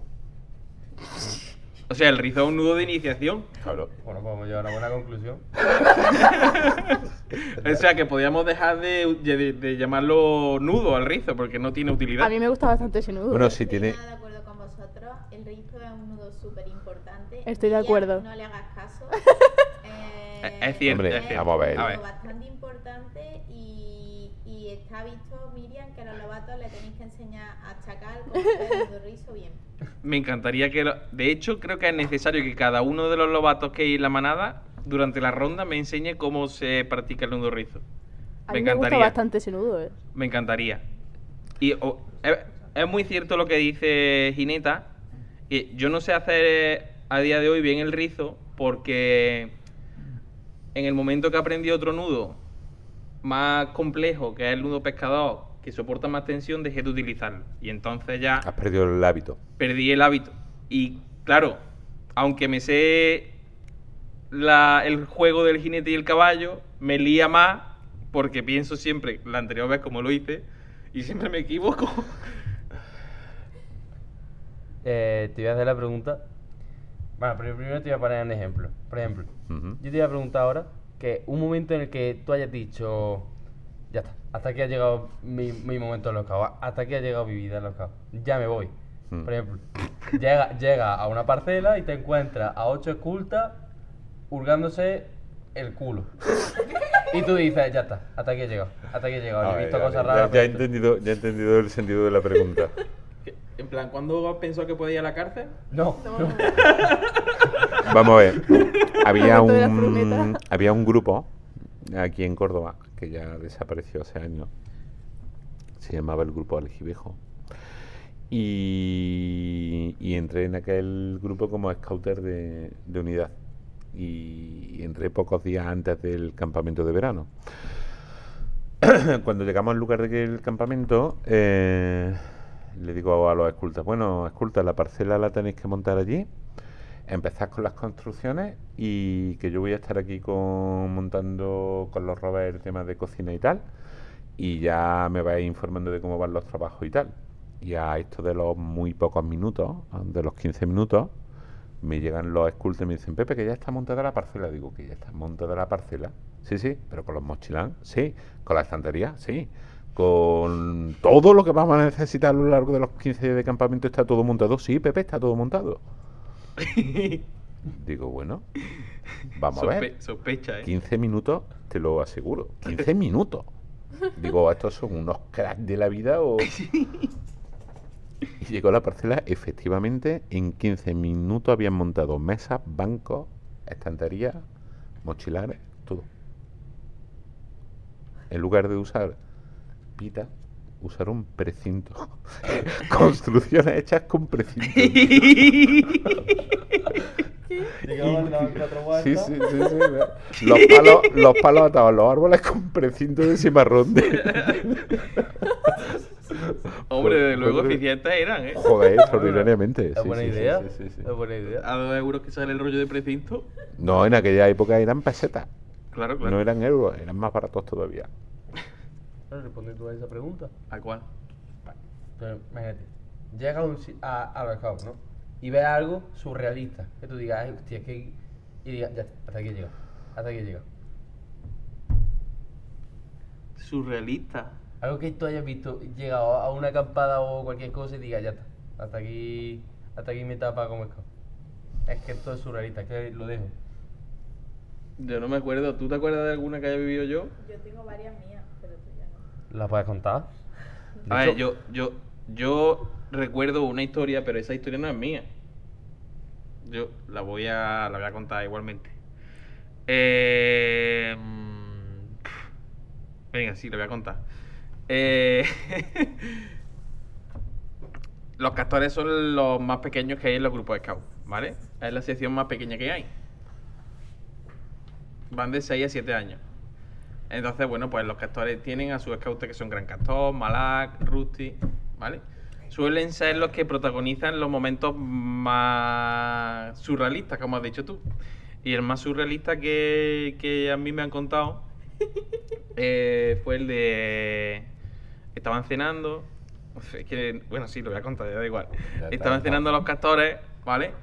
O sea, el rizo es un nudo de iniciación. Claro. Bueno, podemos llegar a una buena conclusión. O sea, que podíamos dejar de, de- de llamarlo nudo al rizo porque no tiene utilidad. A mí me gusta bastante ese nudo. Bueno, ¿eh? si Estoy tiene... nada de acuerdo con vosotros. El rizo es un nudo súper importante. Estoy de Miriam, acuerdo. No le hagas caso. Eh, Es cierto, Hombre, es cierto. vamos a ver. un A nudo ver. bastante importante y, y está visto, Miriam, que a los lobatos le tenéis que enseñar a achacar con el nudo rizo bien. Me encantaría que... lo- De hecho, creo que es necesario que cada uno de los lobatos que hay en la manada, durante la ronda, me enseñe cómo se practica el nudo rizo. A Me mí me gusta encantaría. bastante ese nudo, ¿eh? Me encantaría. Y o- es, es muy cierto lo que dice Gineta, que yo no sé hacer a día de hoy bien el rizo porque en el momento que aprendí otro nudo más complejo, que es el nudo pescador, que soporta más tensión, dejé de utilizarlo. Y entonces ya Has perdido el hábito. perdí el hábito. Y claro, aunque me sé la- el juego del jinete y el caballo, me lía más porque pienso siempre la anterior vez como lo hice y siempre me equivoco. Eh, te voy a hacer la pregunta. Bueno, pero primero te voy a poner un ejemplo. Por ejemplo, Ujú. yo te voy a preguntar ahora que un momento en el que tú hayas dicho, ya está, hasta aquí ha llegado mi, mi momento en los cabos, hasta aquí ha llegado mi vida en los cabos, ya me voy. Mm. Por ejemplo, llega, llega a una parcela y te encuentras a ocho escultas hurgándose el culo. Y tú dices, ya está, hasta aquí he llegado, hasta aquí he llegado, A he ver, visto a ver, cosas ya- raras. Ya, he pero esto- entendido, ya he entendido el sentido de la pregunta. En plan, ¿cuándo has pensado que podía ir a la cárcel? No, No, no. no. Vamos a ver. Había Momento de la un, furgoneta. había un grupo aquí en Córdoba que ya desapareció hace años. Se llamaba el Grupo Aljibejo. Y, y entré en aquel grupo como scouter de, de unidad. Y entré pocos días antes del campamento de verano. Cuando llegamos al lugar del campamento, eh, le digo a los escultas, bueno, escultas, la parcela la tenéis que montar allí, empezad con las construcciones y que yo voy a estar aquí con, montando con los rovers el tema de cocina y tal, y ya me vais informando de cómo van los trabajos y tal. Y a esto de los muy pocos minutos, de los quince minutos, me llegan los escultas y me dicen, Pepe, que ya está montada la parcela. Digo, que ya está montada la parcela. Sí, sí, pero con los mochilán, sí. Con la estantería, sí. Con todo lo que vamos a necesitar a lo largo de los quince días de campamento está todo montado. Sí, Pepe, está todo montado. Digo, bueno, vamos a ver. Sospe- sospecha, ¿eh? quince minutos, te lo aseguro. quince minutos. Digo, ¿estos son unos cracks de la vida o...? Y llegó a la parcela, efectivamente, en quince minutos habían montado mesas, bancos, estanterías, mochilares, todo. En lugar de usar pita, usaron precinto. Construcciones hechas con precinto. Llegamos, le daban cuatro Sí, vueltas. sí, sí, sí. Los palos, los palos atados a los árboles con precinto de cimarrón. De... Hombre, de Joder, luego joder. eficientes eran, ¿eh? Joder, extraordinariamente. Es sí, buena sí, sí, idea. sí, sí, sí. Es buena idea. A dos euros que sale el rollo de precinto. No, en aquella época eran pesetas. Claro, claro. No eran euros, eran más baratos todavía. Bueno, responde tú a esa pregunta. ¿A cuál? Pero, imagínate, llegas a, un, si- a, a los scouts, ¿no? Y ves algo surrealista, que tú digas, ay, hostia, es que... Y digas, ya, hasta aquí he llegado, hasta aquí he llegado. Surrealista. Algo que tú hayas visto, llegado a una acampada o cualquier cosa y digas, ya está, hasta aquí, hasta aquí mi etapa como scout. Es que esto es surrealista, es que lo dejo. Yo no me acuerdo. ¿Tú te acuerdas de alguna que haya vivido yo? Yo tengo varias mías, pero tú ya no. ¿La puedes contar? De A ver, hecho- yo, yo, yo recuerdo una historia, pero esa historia no es mía. Yo la voy a, la voy a contar igualmente. Eh, mm, venga, sí, la voy a contar. Eh, los castores son los más pequeños que hay en los grupos de scout, ¿vale? Es la sección más pequeña que hay. Van de seis a siete años. Entonces, bueno, pues los castores tienen a sus scouts que son Gran Castor, Malak, Rusty, ¿vale? Suelen ser los que protagonizan los momentos más surrealistas, como has dicho tú. Y el más surrealista que, que a mí me han contado eh, fue el de... Estaban cenando... Uf, es que, bueno, sí, lo voy a contar, ya da igual. Ya está, Estaban no. cenando los castores, ¿vale?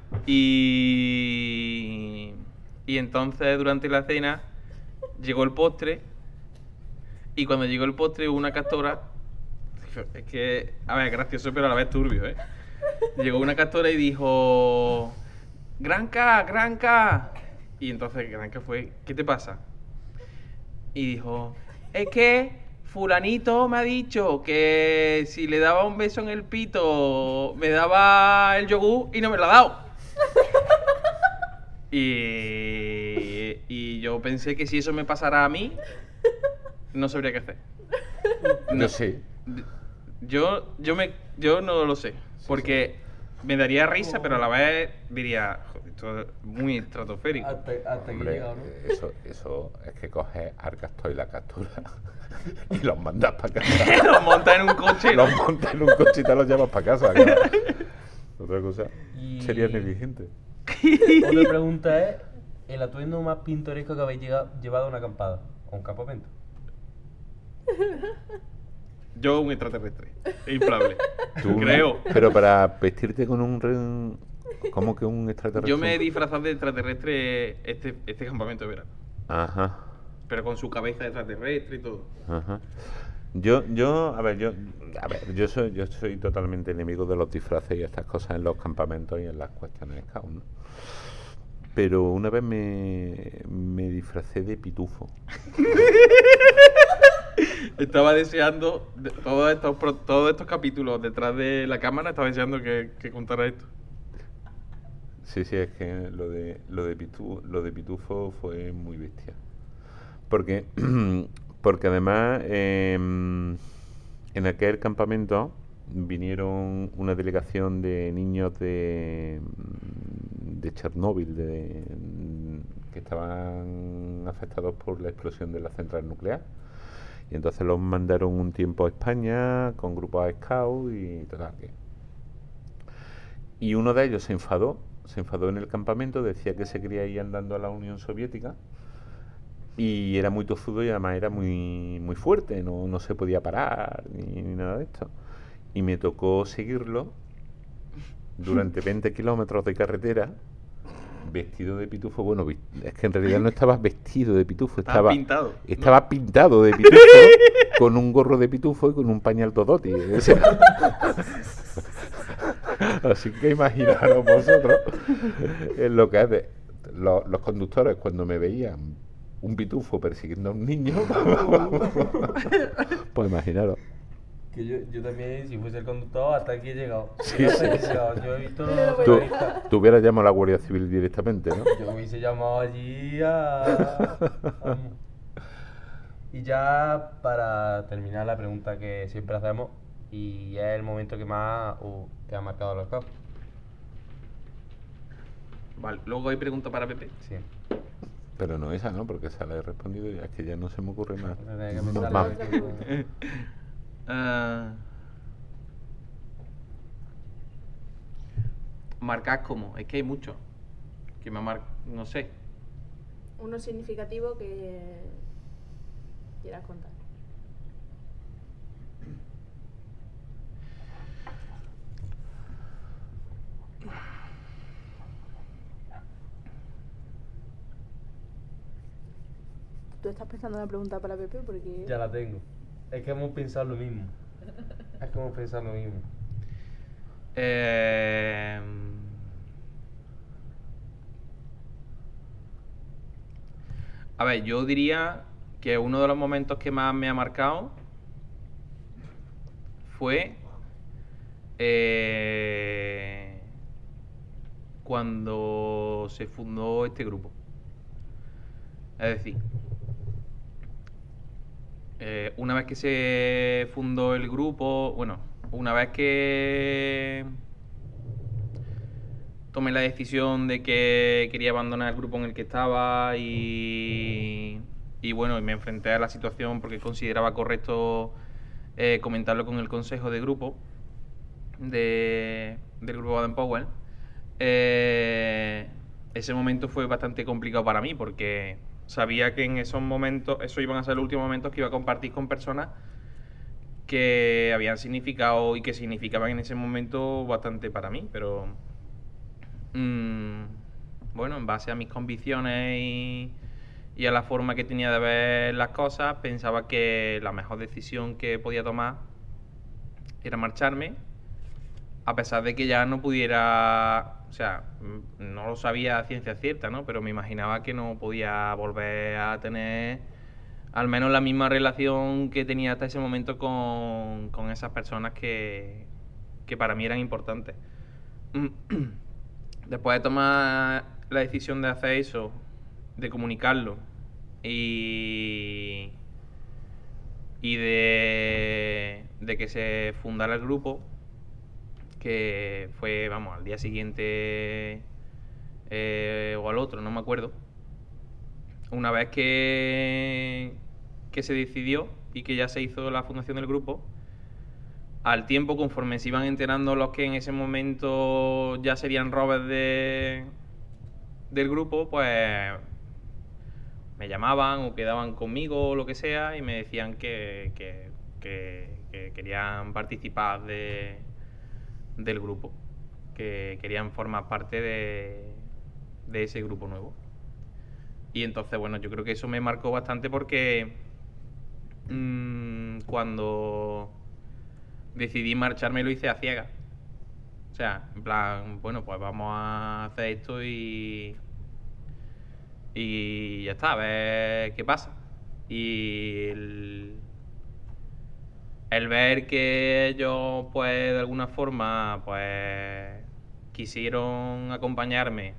Y... Y entonces, durante la cena, llegó el postre. Y cuando llegó el postre, hubo una castora. Es que, a ver, gracioso, pero a la vez turbio, ¿eh? Llegó una castora y dijo: Granca, Granca. Y entonces Granca fue: ¿qué te pasa? Y dijo: es que fulanito me ha dicho que si le daba un beso en el pito, me daba el yogur y no me lo ha dado. Y, y yo pensé que si eso me pasara a mí, no sabría qué hacer. Yo sí. Yo, yo, me, yo no lo sé, porque me daría risa, pero a la vez diría, joder, esto es muy estratosférico. Hasta, hasta aquí he Hombre, llegado, ¿no? eh, eso, eso es que coges al castor y la captura y los mandas para casa. Lo monta en un coche. Los montas en un coche y te los llevas para casa. Claro. Otra cosa Y- sería negligente. Otra pregunta es, ¿el atuendo más pintoresco que habéis llegado- llevado a una acampada o un campamento? Yo un extraterrestre, inflable. Tú, Creo. Pero para vestirte con un... re- ¿Cómo que un extraterrestre? Yo me he disfrazado de extraterrestre este, este campamento de verano. Ajá, Pero con su cabeza de extraterrestre y todo. ajá. Yo, yo, a ver, yo, a ver, yo soy, yo soy totalmente enemigo de los disfraces y estas cosas en los campamentos y en las cuestiones scout, ¿no? Pero una vez me, me disfracé de pitufo. Estaba deseando, de- todos estos, pro- todos estos capítulos detrás de la cámara, estaba deseando que, que contara esto. Sí, sí, es que lo de lo de Pitu- lo de Pitufo fue muy bestia. Porque porque además eh, en aquel campamento vinieron una delegación de niños de de Chernóbil, de, que estaban afectados por la explosión de la central nuclear. Y entonces los mandaron un tiempo a España con grupos de scout y tal. que- Y uno de ellos se enfadó, se enfadó en el campamento, decía que se quería ir andando a la Unión Soviética y era muy tozudo y además era muy, muy fuerte, no, no se podía parar ni, ni nada de esto. Y me tocó seguirlo durante veinte kilómetros de carretera vestido de pitufo. Bueno, vis- es que en realidad no estaba vestido de pitufo, Estaba estaba pintado, ¿no? Estaba pintado de pitufo con un gorro de pitufo y con un pañal Todoti. O sea, así que imaginaros vosotros en lo que es de los, los conductores cuando me veían un pitufo persiguiendo a un niño. Pues imaginaros. Que yo, yo también, si fuese el conductor, hasta aquí he llegado. Sí, Hasta aquí sí, he llegado. Yo he visto Tú, surrealistas. tú hubieras llamado a la Guardia Civil directamente, ¿no? Yo hubiese llamado allí a... vamos. Y ya para terminar la pregunta que siempre hacemos, y es el momento que más uh, te ha marcado los scouts. Vale, luego hay pregunta para Pepe. Sí. Pero no esa, ¿no? Porque esa la he respondido y es que ya no se me ocurre más. Tendré que No, pensarla más. a ver qué- Ah, marcar como, es que hay muchos. Que me mar... no sé. Uno significativo que quieras contar. ¿Tú estás pensando en una pregunta para Pepe? Porque... Ya la tengo. Es que hemos pensado lo mismo. Es que hemos pensado lo mismo. Eh, A ver, yo diría que uno de los momentos que más me ha marcado fue eh, cuando se fundó este grupo. Es decir, eh, una vez que se fundó el grupo, bueno, una vez que tomé la decisión de que quería abandonar el grupo en el que estaba y, y bueno, me enfrenté a la situación porque consideraba correcto eh, comentarlo con el consejo de grupo de, del grupo Baden Powell. Eh, ese momento fue bastante complicado para mí porque sabía que en esos momentos, esos iban a ser los últimos momentos que iba a compartir con personas que habían significado y que significaban en ese momento bastante para mí, pero mmm, bueno, en base a mis convicciones y, y a la forma que tenía de ver las cosas, pensaba que la mejor decisión que podía tomar era marcharme, a pesar de que ya no pudiera, o sea, no lo sabía a ciencia cierta, ¿no? Pero me imaginaba que no podía volver a tener al menos la misma relación que tenía hasta ese momento con, con esas personas que, que para mí eran importantes. Después de tomar la decisión de hacer eso, de comunicarlo y, y de, de que se fundara el grupo, que fue, vamos, al día siguiente eh, o al otro, no me acuerdo. Una vez que, que se decidió y que ya se hizo la fundación del grupo, al tiempo, conforme se iban enterando los que en ese momento ya serían rovers de, del grupo, pues me llamaban o quedaban conmigo o lo que sea y me decían que, que, que, que querían participar de, del grupo, que querían formar parte de, de ese grupo nuevo. Y entonces, bueno, yo creo que eso me marcó bastante porque mmm, cuando decidí marcharme lo hice a ciegas. O sea, en plan, bueno, pues vamos a hacer esto y y ya está, a ver qué pasa. Y el, el ver que ellos, pues, de alguna forma, pues, quisieron acompañarme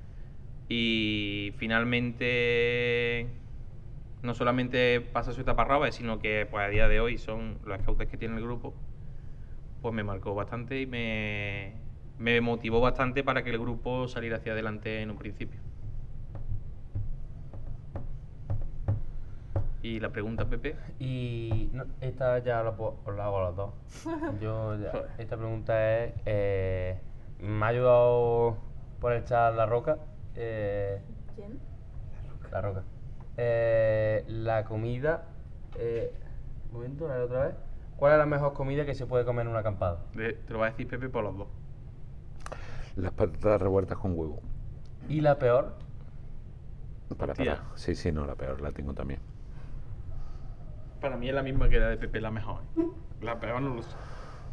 y finalmente no solamente pasa su etapa rovers, sino que, pues, a día de hoy son los scouts que tiene el grupo, pues me marcó bastante y me, me motivó bastante para que el grupo saliera hacia adelante en un principio. ¿Y la pregunta, Pepe? Y no, esta ya la, puedo- os la hago a los dos. Yo ya- esta pregunta es, eh, me ha ayudado por el chat La Roca. eh, ¿Quién? La Roca. Eh, la comida, eh, un momento, la de otra vez. ¿Cuál es la mejor comida que se puede comer en una acampada? De- te lo va a decir Pepe por los dos. Las patatas revueltas con huevo. ¿Y la peor? Para, Hostia. para. Sí, sí, no, la peor la tengo también. Para mí es la misma que la de Pepe, la mejor. ¿eh? La peor no lo sé.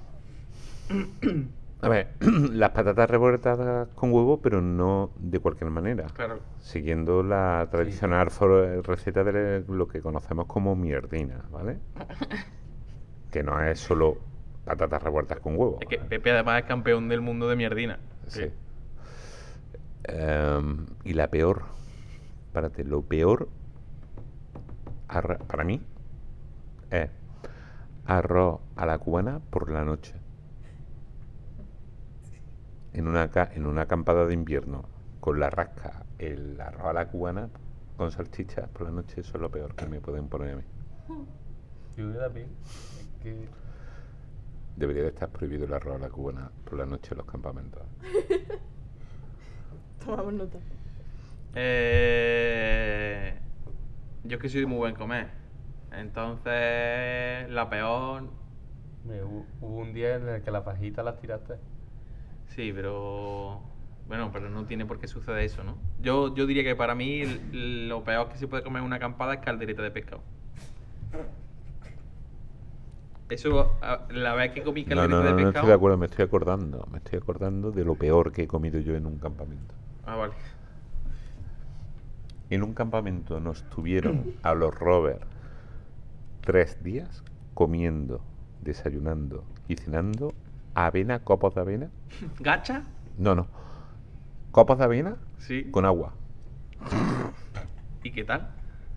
A ver, las patatas revueltas con huevo, pero no de cualquier manera. Claro. Siguiendo la tradicional for- receta de lo que conocemos como mierdina, ¿vale? Que no es solo patatas revueltas con huevo. Es que Pepe además es campeón del mundo de mierdina. Sí. Em, y la peor, párate, lo peor arra- para mí es arroz a la cubana por la noche. En una, ca- en una acampada de invierno, con la rasca, el arroz a la cubana con salchichas por la noche, eso es lo peor que me pueden poner a mí. Yo también. Es que... Debería de estar prohibido el arroz a la cubana por la noche en los campamentos. Tomamos nota. Eh... Yo es que soy muy buen comer. Entonces, la peor... Mira, hubo, hubo un día en el que la pajita las tiraste. Sí, pero... Bueno, pero no tiene por qué suceder eso, ¿no? Yo, yo diría que para mí el- lo peor que se puede comer en una acampada es caldereta de pescado. Eso, a- la vez que comí No, caldereta no, no, de no pescado... estoy de acuerdo, me estoy acordando. Me estoy acordando de lo peor que he comido yo en un campamento. Ah, vale. En un campamento nos tuvieron a los rovers tres días comiendo, desayunando y cenando avena, copos de avena. ¿Gacha? No, no. Copos de avena Sí. con agua. ¿Y qué tal?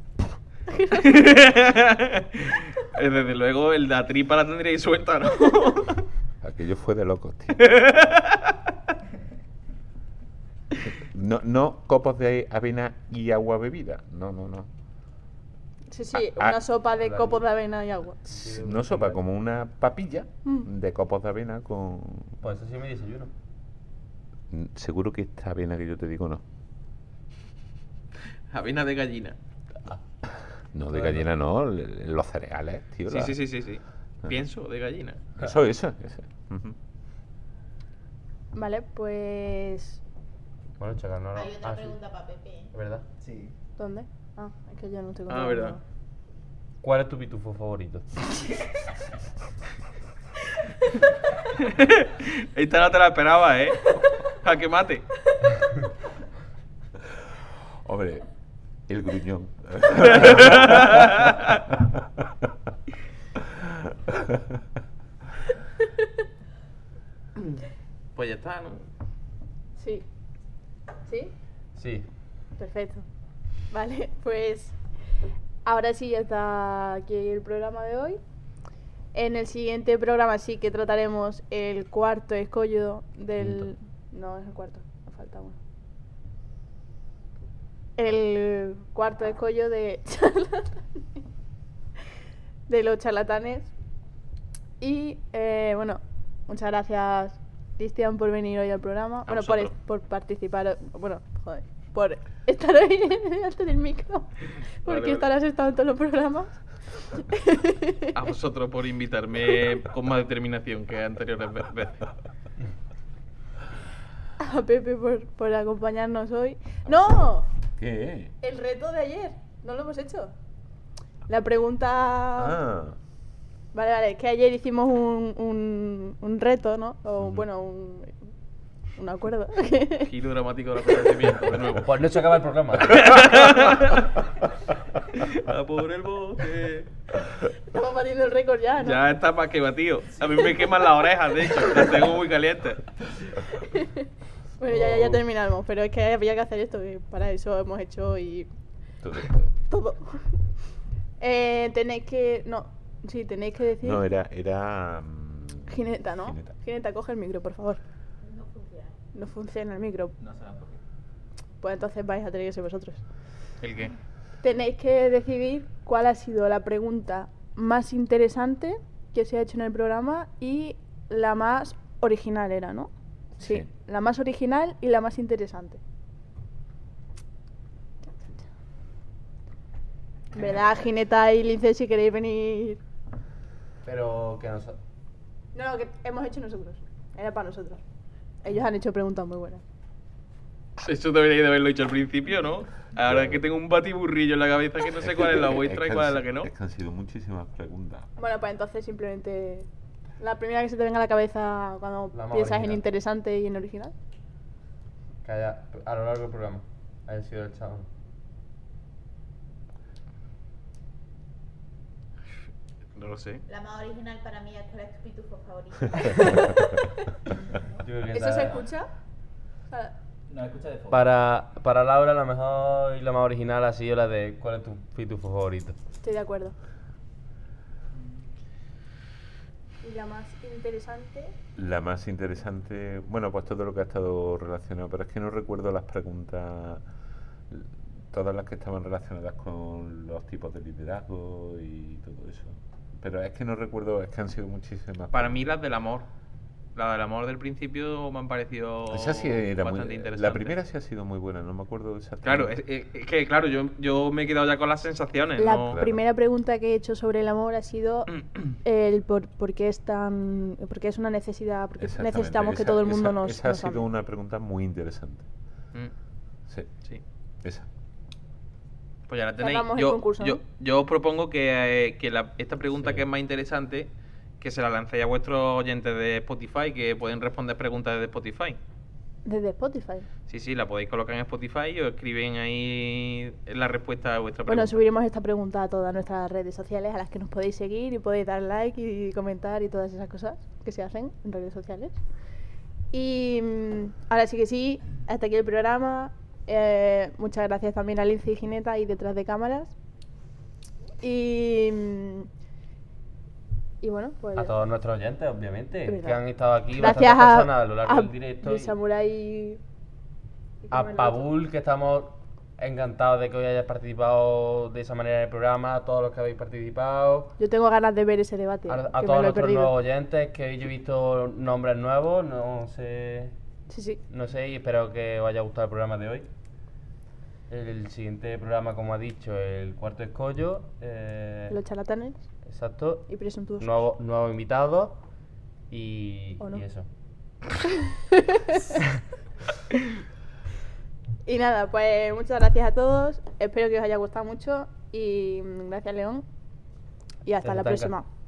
Desde luego, el de la tripa la tendríais suelta, ¿no? Aquello fue de locos, tío. No, no copos de avena y agua bebida. No, no, no. Sí, sí, Ah, una ah, sopa de la- copos de avena y agua. No sopa, como una papilla Mm. de copos de avena con... Pues eso sí me desayuno. Mm, Seguro que esta avena que yo te digo no. Avena de gallina. No, de Bueno. gallina no, l- los cereales, tío. Sí, la- sí, sí, sí, sí. Ah. Pienso de gallina. Eso, eso, eso. Ujú. Vale, pues... Bueno, chacal, no, no. Hay otra Ah, sí, pregunta para Pepe. es verdad. Sí. ¿Dónde? Ah, es que yo no estoy Ah, contando. verdad. ¿Cuál es tu pitufo favorito? Esta no te la esperaba, ¿eh? A que mate. Hombre, el gruñón. Pues ya está, ¿no? Sí. ¿Sí? Sí. Perfecto. Vale, pues ahora sí ya está aquí el programa de hoy. En el siguiente programa sí que trataremos el cuarto escollo del... No, es el cuarto, me falta uno. El cuarto escollo de charlatanes. De los charlatanes. Y eh, bueno, muchas gracias Cristian por venir hoy al programa. A bueno, por, vosotros. por participar. Bueno, joder. Por estar hoy delante del micro. Porque vale. estarás estado en todos los programas. A vosotros por invitarme con más determinación que anteriores ve- veces. A Pepe por, por acompañarnos hoy. ¡No! ¿Qué? El reto de ayer. No lo hemos hecho. La pregunta... Ah, Vale, vale, es que ayer hicimos un, un, un reto, ¿no? O Ujú. bueno, un, un acuerdo. Giro dramático del acontecimiento, de nuevo. Pues no se acaba el programa. A por el bote. Estamos batiendo el récord ya, ¿no? Ya está más que batido. A mí me queman las orejas, de hecho. Las tengo muy calientes. Bueno, ya, ya, ya terminamos, pero es que había que hacer esto, y para eso hemos hecho y todo esto. todo. Eh, tenéis que... No, sí, tenéis que decir... No, era... era mm, Gineta, ¿no? Gineta. Gineta, coge el micro, por favor. No funciona. No funciona el micro. No sabrán por qué. Pues entonces vais a tener que ser vosotros. ¿El qué? Tenéis que decidir cuál ha sido la pregunta más interesante que se ha hecho en el programa y la más original era, ¿no? Sí, Sí. la más original y la más interesante. ¿Verdad, Gineta y Lince, si queréis venir? Pero que no sa- No, no, que hemos hecho nosotros. Era para nosotros. Ellos han hecho preguntas muy buenas. Eso deberíais de haberlo dicho al principio, ¿no? Ahora que tengo un batiburrillo en la cabeza que no sé cuál es la vuestra y que cuál han es la si- que no. Es que han sido muchísimas preguntas. Bueno, pues entonces simplemente la primera que se te venga a la cabeza cuando La más piensas en original. interesante y en original. que haya, a lo largo del programa, haya sido el chabón. No lo sé. La más original para mí es cuál es tu pitufo favorito. Yo creo que ¿Eso esa- se escucha? O sea, No, escucha de fondo. Para, para Laura, la mejor y la más original ha sido la de ¿cuál es tu pitufo favorito? estoy de acuerdo. ¿Y la más interesante? La más interesante, bueno, pues todo lo que ha estado relacionado, pero es que no recuerdo las preguntas, todas las que estaban relacionadas con los tipos de liderazgo y todo eso. Pero es que no recuerdo, es que han sido muchísimas. Para mí las del amor. La del amor del principio me han parecido Esa sí era muy, bastante interesante. la primera sí ha sido muy buena, no me acuerdo exactamente. Claro, es, es- es que claro, yo, yo me he quedado ya con las sensaciones. La ¿no? Claro. primera pregunta que he hecho sobre el amor ha sido el por, por qué es tan, por qué es una necesidad, porque Exactamente, necesitamos que esa- todo el mundo esa- nos, Esa nos ha ame. sido una pregunta muy interesante. Mm, Sí, sí. esa. Pues ya la tenéis. Cerramos el Yo, concurso, yo, ¿no? yo os propongo que, eh, que la- esta pregunta Sí. que es más interesante, que se la lancéis a vuestros oyentes de Spotify, que pueden responder preguntas desde Spotify. Desde Spotify. Sí, sí, la podéis colocar en Spotify y os escriben ahí la respuesta a vuestra Bueno, pregunta. subiremos esta pregunta a todas nuestras redes sociales a las que nos podéis seguir y podéis dar like y comentar y todas esas cosas que se hacen en redes sociales. Y mm, ahora sí que sí, hasta aquí el programa. Eh, muchas gracias también a Lince y Gineta ahí detrás de cámaras. Y, mm, y bueno, pues A todos nuestros oyentes, obviamente, Es verdad. que han estado aquí gracias bastantes a, personas a lo largo a del directo. el y Samurai y- y a ¿cómo es el otro? Pabul, que estamos encantados de que hoy hayas participado de esa manera en el programa, a todos los que habéis participado. Yo tengo ganas de ver ese debate. A, a que me todos lo he nuestros perdido. nuevos oyentes, que hoy yo he visto nombres nuevos, no sé, Sí, sí. no sé, y espero que os haya gustado el programa de hoy. El, el siguiente programa, como ha dicho, el cuarto escollo. Eh, Los charlatanes exacto. y presuntuosos. Nuevo, nuevos invitados y, ¿O no? y eso. Y nada, pues muchas gracias a todos. Espero que os haya gustado mucho. Y mm, gracias, León. Y hasta Gracias, la Tanca. próxima.